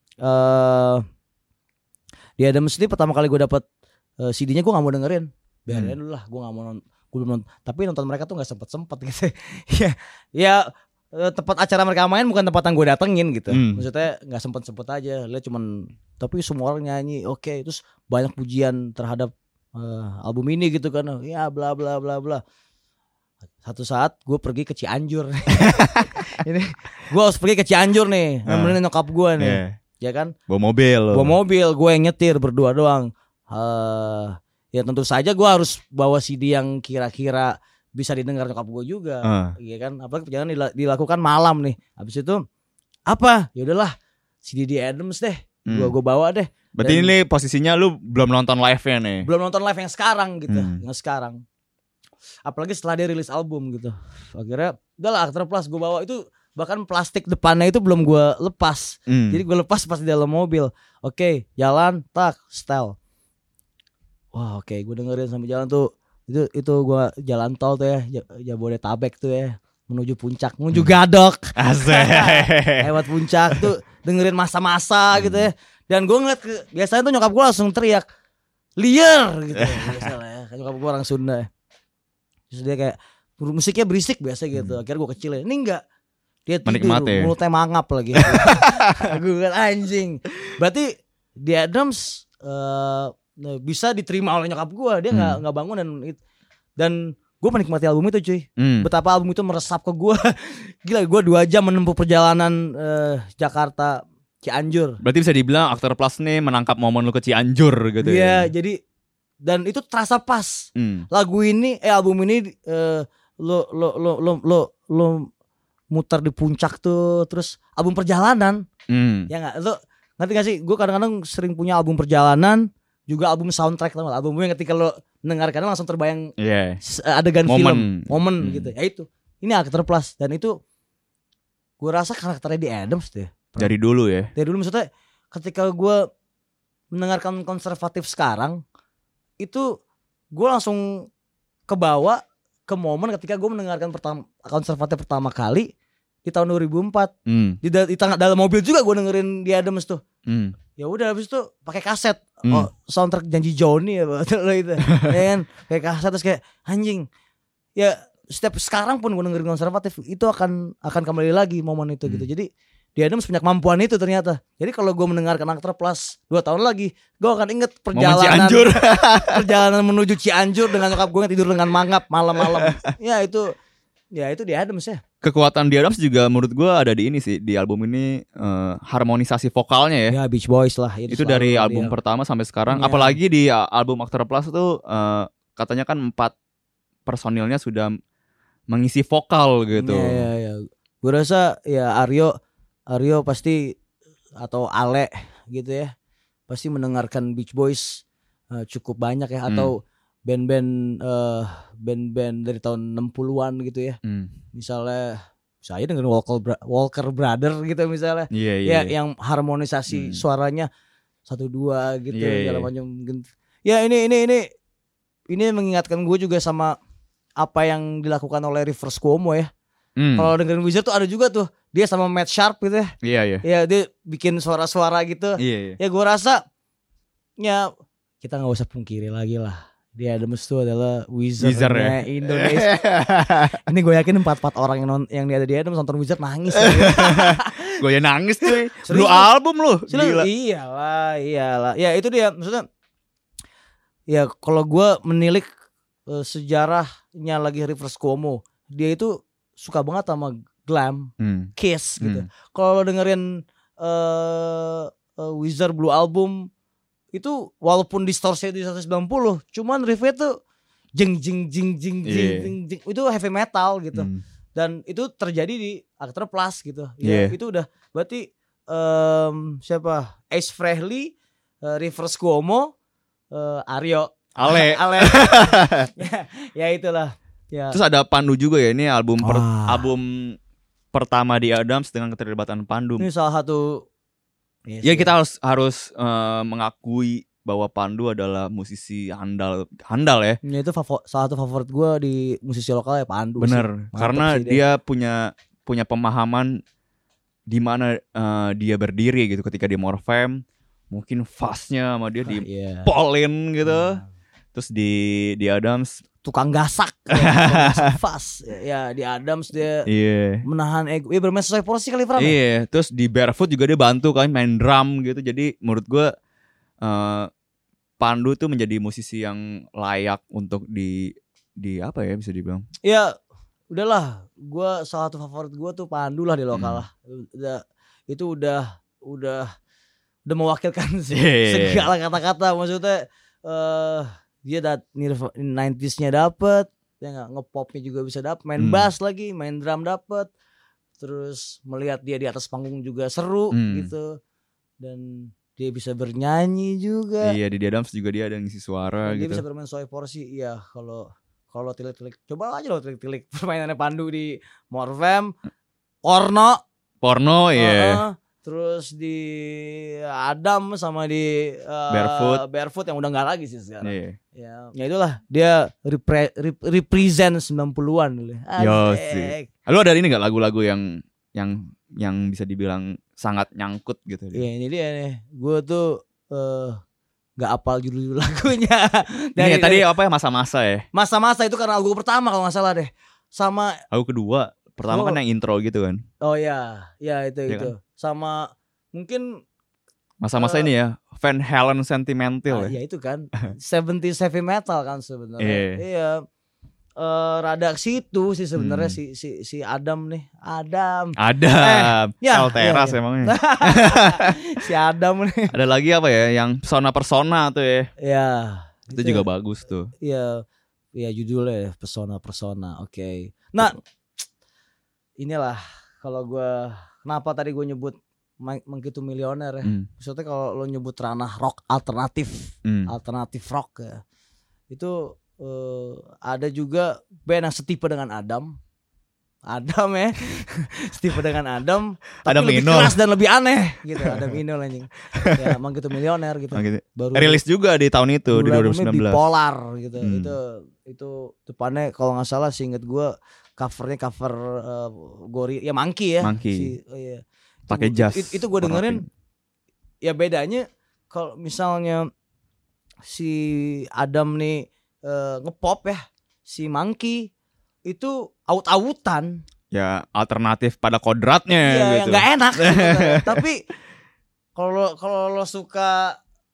The Adams ini pertama kali gue dapet CD-nya gue nggak mau dengerin, biarin dulu lah, gue nggak mau nonton. Tapi nonton mereka tuh nggak sempet gitu. ya tempat acara mereka main bukan tempat yang gue datengin gitu. Maksudnya nggak sempet aja, lihat cuman. Tapi semua orang nyanyi oke. Terus banyak pujian terhadap album ini gitu kan. Ya bla bla bla bla. Satu saat gue pergi ke Cianjur. Ini gue harus pergi ke Cianjur nih, nemenin nyokap gue nih. Ya kan? Bawa mobil, gue yang nyetir berdua doang. Ya tentu saja gue harus bawa CD yang kira-kira bisa didengar nyokap gue juga, iya kan? Apalagi perjalanan dilakukan malam nih. Habis itu apa? Ya udahlah, CD The Adams deh. Gue bawa deh. Berarti ini posisinya lu belum nonton live-nya nih? Belum nonton live yang sekarang gitu, yang sekarang. Apalagi setelah dia rilis album gitu. Akhirnya udahlah Aktra Plus gue bawa itu. Bahkan plastik depannya itu belum gue lepas. Jadi gue lepas pas di dalam mobil. Oke, jalan, tak, style. Wah oke, gue dengerin sambil jalan tuh. Itu gue jalan tol tuh ya, Jabodetabek tuh ya, menuju puncak, menuju Gadok. Lewat puncak tuh dengerin masa-masa gitu ya. Dan gue ngeliat biasanya tuh nyokap gue langsung teriak liar gitu. Biasa lah ya, nyokap gue orang Sunda ya. Terus dia kayak musiknya berisik biasa gitu. Akhirnya gue kecil ya, ini enggak. Dia tidur, mulutnya mangap lagi. Gue kan anjing. Berarti The Adams bisa diterima oleh nyokap gue. Dia nggak bangun dan gue menikmati album itu cuy. Betapa album itu meresap ke gue. Gila, gue 2 jam menempuh perjalanan Jakarta Cianjur. Berarti bisa dibilang Aktra Plus nih menangkap momen lu ke Cianjur gitu ya. Iya, jadi dan itu terasa pas. Lagu ini album ini lo muter di puncak tuh, terus album perjalanan. Ya enggak? Lo ngerti gak sih? Gue kadang-kadang sering punya album perjalanan, juga album soundtrack, tau gak? Album yang ketika lo mendengarkan langsung terbayang adegan momen gitu. Ya itu. Ini Aktra Plus dan itu gue rasa karakternya di Adams deh. Dari dulu ya. Dari dulu maksudnya ketika gue mendengarkan konservatif sekarang itu gue langsung kebawa ke momen ketika gue mendengarkan konservatif pertama kali di tahun 2004. Di dalam mobil juga gue dengerin The Adams tuh. Ya udah habis itu pakai kaset. Soundtrack Janji Joni ya betul itu. Ya kan? Kayak kaset terus kayak anjing. Ya setiap sekarang pun gue dengerin konservatif itu akan kembali lagi momen itu gitu. Jadi The Adams punya kemampuan itu ternyata. Jadi kalau gue mendengarkan Aktra Plus 2 tahun lagi, gue akan inget perjalanan menuju Cianjur dengan nyokap gue yang tidur dengan mangap malam-malam. Ya itu The Adams ya. Kekuatan The Adams juga menurut gue ada di ini sih, di album ini harmonisasi vokalnya ya. Ya Beach Boys lah. Itu dari album pertama sampai sekarang. Ya. Apalagi di album Aktra Plus itu katanya kan 4 personilnya sudah mengisi vokal gitu. Ya. Gue rasa ya Aryo pasti atau Ale gitu ya, pasti mendengarkan Beach Boys cukup banyak ya. Atau band-band dari tahun 60-an gitu ya. Misalnya saya dengerin Walker Brother gitu misalnya. Iya. Yang harmonisasi suaranya 1-2 gitu segala macam. Ya ini mengingatkan gue juga sama apa yang dilakukan oleh Rivers Cuomo ya. Kalau dengerin Wizard tuh ada juga tuh dia sama Matt Sharp gitu ya. Iya. Ya dia bikin suara-suara gitu. Iya. Ya gue rasa ya kita nggak usah pungkiri lagi lah. Dia Adams itu adalah Wizard-nya Indonesia. Ini gue yakin 4 orang yang ada di Adams nonton Wizard nangis. Gue ya nangis cuy. Lu album lu. Gila. Iyalah. Ya itu dia maksudnya. Ya kalau gue menilik sejarahnya lagi Rivers Cuomo, dia itu suka banget sama glam, Kiss gitu. Kalau dengerin Wizard Blue Album itu walaupun distorsi di 190, cuman riffnya tuh jeng itu heavy metal gitu. Dan itu terjadi di Actor Plus gitu. Ya itu udah berarti siapa? Ace Frehley, Rivers Cuomo, Aryo Ale. ya itulah. Ya. Terus ada Pandu juga ya, ini album pertama di Adams dengan keterlibatan Pandu. Ini salah satu. Ya kita harus mengakui bahwa Pandu adalah musisi handal ya. Ya itu salah satu favorit gue di musisi lokal ya Pandu. Bener, karena dia punya pemahaman di mana dia berdiri gitu ketika di Morfem. Mungkin fast-nya sama dia di polin gitu. Terus di Adams tukang gasak fast ya di Adams dia menahan ego bermain sesuai porsi kali Pram. Terus di Barefoot juga dia bantu kan main drum gitu. Jadi menurut gue Pandu tuh menjadi musisi yang layak untuk di apa ya bisa dibilang. Ya udahlah, gue salah satu favorit gue tuh Pandu lah di lokal lah. Itu udah mewakilkan segala kata-kata. Maksudnya dia 90s-nya dapet, ya nggak, ngepopnya juga bisa dapet, main bass lagi, main drum dapet, terus melihat dia di atas panggung juga seru gitu, dan dia bisa bernyanyi juga. Iya, di Adams juga dia ada ngisi suara dia gitu. Dia bisa bermain sesuai porsi. Iya, kalau tilik-tilik, coba aja lo tilik-tilik permainannya Pandu di Morfem, Porno ya. Terus di Adam sama di Barefoot yang udah nggak lagi sih sekarang. Ya itulah dia represent 90-an dulu. Asik. Lu ada ini nggak lagu-lagu yang bisa dibilang sangat nyangkut gitu? Iya ini dia nih. Gue tuh nggak apal judul lagunya. Ini tadi apa ya, masa-masa ya? Masa-masa itu karena lagu pertama kalau nggak salah deh. Sama lagu kedua. Pertama kan yang intro gitu kan. Oh ya itu. Kan? Sama mungkin masa-masa ini ya Van Halen Sentimental ya itu kan 70s heavy metal kan sebenarnya. Iya. Rada situ sih sebenarnya si Adam nih. Adam. Teras emangnya. Si Adam nih. Ada lagi apa ya yang persona tuh ya. Iya. Itu juga bagus tuh. Iya. Iya judulnya persona. Oke. Nah, inilah kalau gue kenapa tadi gue nyebut Mengkitu Milioner ya. Maksudnya kalau lo nyebut ranah rock alternatif rock ya. Itu ada juga band yang setipe dengan Adam ya. Setipe dengan Adam tapi Adam lebih Inul. keras dan lebih aneh gitu. Adam Inul anjing. Ya Mengkitu Milioner gitu. Baru rilis juga di tahun itu di 2019. Bipolar gitu. Itu depannya kalau nggak salah seinget gue cover Gori ya Monkey ya. Iya. Pakai jazz. Itu gue dengerin. Ya bedanya kalau misalnya si Adam nih ngepop ya, si Monkey itu aut-autan. Ya alternatif pada kodratnya gitu. Ya nggak enak. Tapi kalau lo suka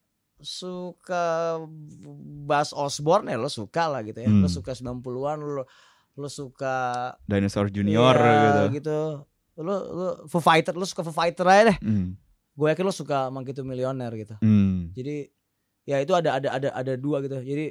Buzz Osborne ya lo suka lah gitu ya. Lo suka 90-an lo suka Dinosaur Junior gitu. Lo Foo Fighter, lo suka Foo Fighter aja deh. Gue yakin lo suka Mengkitu Milioner gitu. Jadi ya itu ada dua gitu. Jadi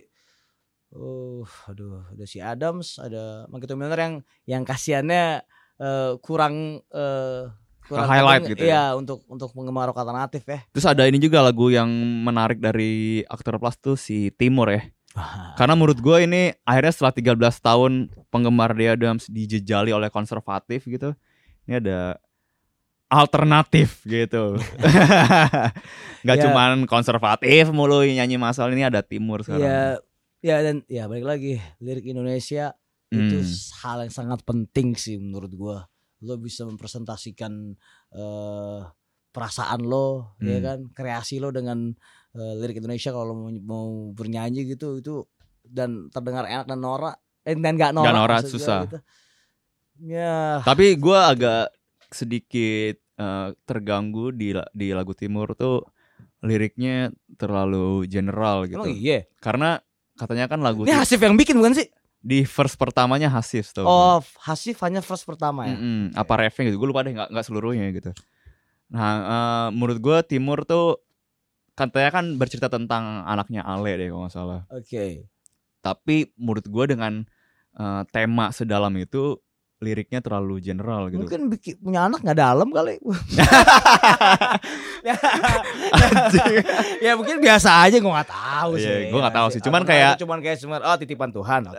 ada si Adams, ada Mengkitu Milioner yang kasihannya kurang highlight gitu ya untuk penggemar rock alternatif ya. Terus ada ini juga lagu yang menarik dari Actor Plus tuh si Timur ya. Karena menurut gue ini akhirnya setelah 13 tahun penggemar The Adams dijejali oleh konservatif gitu, ini ada alternatif gitu. Gak cuman konservatif mulu nyanyi masal, ini ada timur sekarang. Ya dan ya balik lagi, lirik Indonesia itu hal yang sangat penting sih menurut gue. Lo bisa mempresentasikan perasaan lo, ya kan, kreasi lo dengan lirik Indonesia kalau mau bernyanyi gitu itu dan terdengar enak dan norak dan nggak norak susah. Gitu. Ya. Tapi gue agak sedikit terganggu di lagu Timur tuh liriknya terlalu general gitu. Emang iya? Karena katanya kan lagu ini Hasif yang bikin bukan sih? Di verse pertamanya Hasif tuh. Oh, Hasif hanya verse pertama ya. Apa refnya gitu? Gue lupa deh, nggak seluruhnya gitu. Nah, menurut gue Timur tuh katanya kan bercerita tentang anaknya Ale deh kalau nggak salah. Oke. Tapi menurut gue dengan tema sedalam itu liriknya terlalu general gitu. Mungkin punya anak nggak dalam kali. Ya mungkin biasa aja, gue nggak tahu sih. Yeah, gue nggak tahu sih. Cuman kayak titipan Tuhan.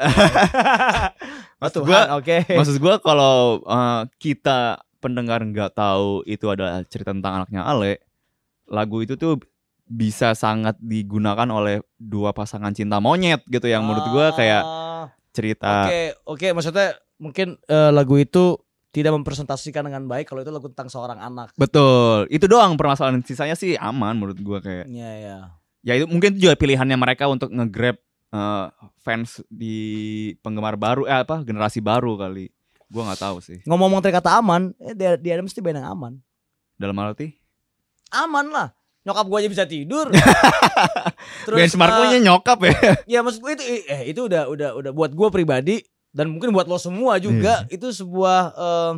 Maksud gue kalau kita pendengar nggak tahu itu adalah cerita tentang anaknya Ale, lagu itu tuh bisa sangat digunakan oleh dua pasangan cinta monyet gitu yang menurut gue kayak cerita. Oke, maksudnya mungkin lagu itu tidak mempresentasikan dengan baik kalau itu lagu tentang seorang anak. Betul, itu doang permasalahan, sisanya sih aman menurut gue kayak. Iya. Ya itu mungkin juga pilihannya mereka untuk nge-grab fans di penggemar baru, generasi baru kali. Gue nggak tahu sih. Ngomong-ngomong tadi kata aman, dia ada mesti band yang aman. Dalam arti? Aman lah. Nyokap gue aja bisa tidur. Terus benchmarknya nyokap ya. Ya maksud gue itu udah buat gue pribadi dan mungkin buat lo semua juga itu sebuah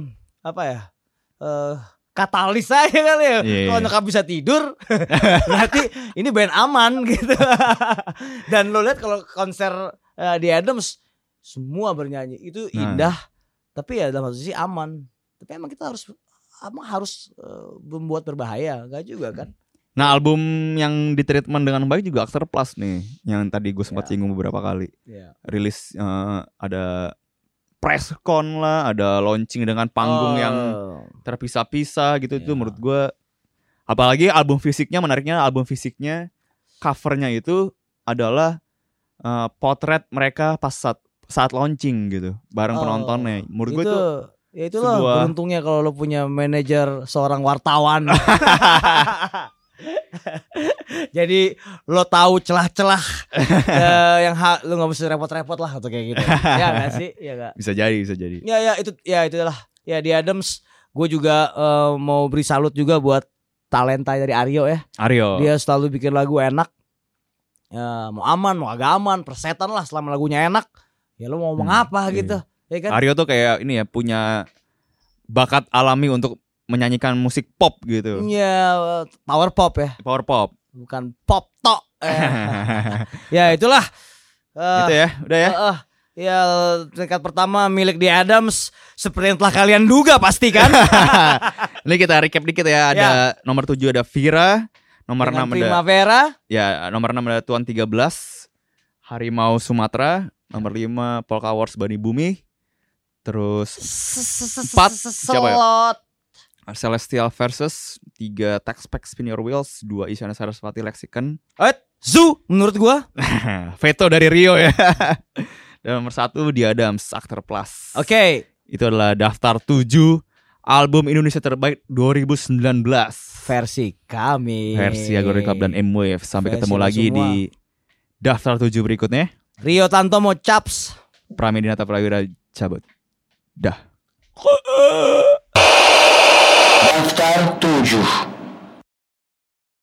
katalis aja kali ya. Kalau nyokap bisa tidur berarti ini band aman gitu. Dan lo lihat kalau konser The Adams semua bernyanyi itu indah, tapi ya dalam satu sisi aman. Tapi emang kita harus membuat berbahaya, enggak juga kan? Nah, album yang ditreatment dengan baik juga After Plus nih, yang tadi gue sempat singgung beberapa kali. Rilis ada press con lah, ada launching dengan panggung yang terpisah-pisah gitu. Itu menurut gue, apalagi album fisiknya, menariknya album fisiknya covernya itu adalah potret mereka pas saat launching gitu, bareng penontonnya. Menurut gue itu ya itulah beruntungnya kalau lo punya manajer seorang wartawan. Jadi lo tahu celah-celah yang lo nggak mesti repot-repot lah atau kayak gitu. Ya nggak sih? Ya nggak. Bisa jadi. Itulah. Ya The Adams. Gue juga mau beri salut juga buat talenta dari Aryo ya. Aryo. Dia selalu bikin lagu enak. Ya, mau aman, mau agak aman, persetan lah selama lagunya enak. Ya lo mau ngomong apa gitu? Ya kan? Aryo tuh kayak ini ya, punya bakat alami untuk menyanyikan musik pop gitu. Iya, power pop ya. Power pop. Bukan pop tok. Ya itulah. Itu ya, udah ya. Ya peringkat pertama milik The Adams, seperti yang telah kalian duga pasti kan. Ini kita recap dikit ya. Ada nomor 7 ada Vira, nomor 6 ada Primavera. Ya, nomor 6 ada Tuan 13, Harimau Sumatera, nomor 5 Polka Wars Bani Bumi. Terus 4 siapa ya? Celestial Versus, 3 Taxpack Spin Your Wheels, 2 Isyana Sarasvati Lexicon. Zoo menurut gua. Veto dari Rio ya. Dan nomor 1 The Adams After Plus. Oke. Itu adalah daftar 7 album Indonesia terbaik 2019. Versi kami. Versi Agora Club dan M-Wave. Sampai ketemu lagi semua di daftar 7 berikutnya. Rio Tantomo Chaps. Pramedinata Prawira cabut. Dah. Daftar 7.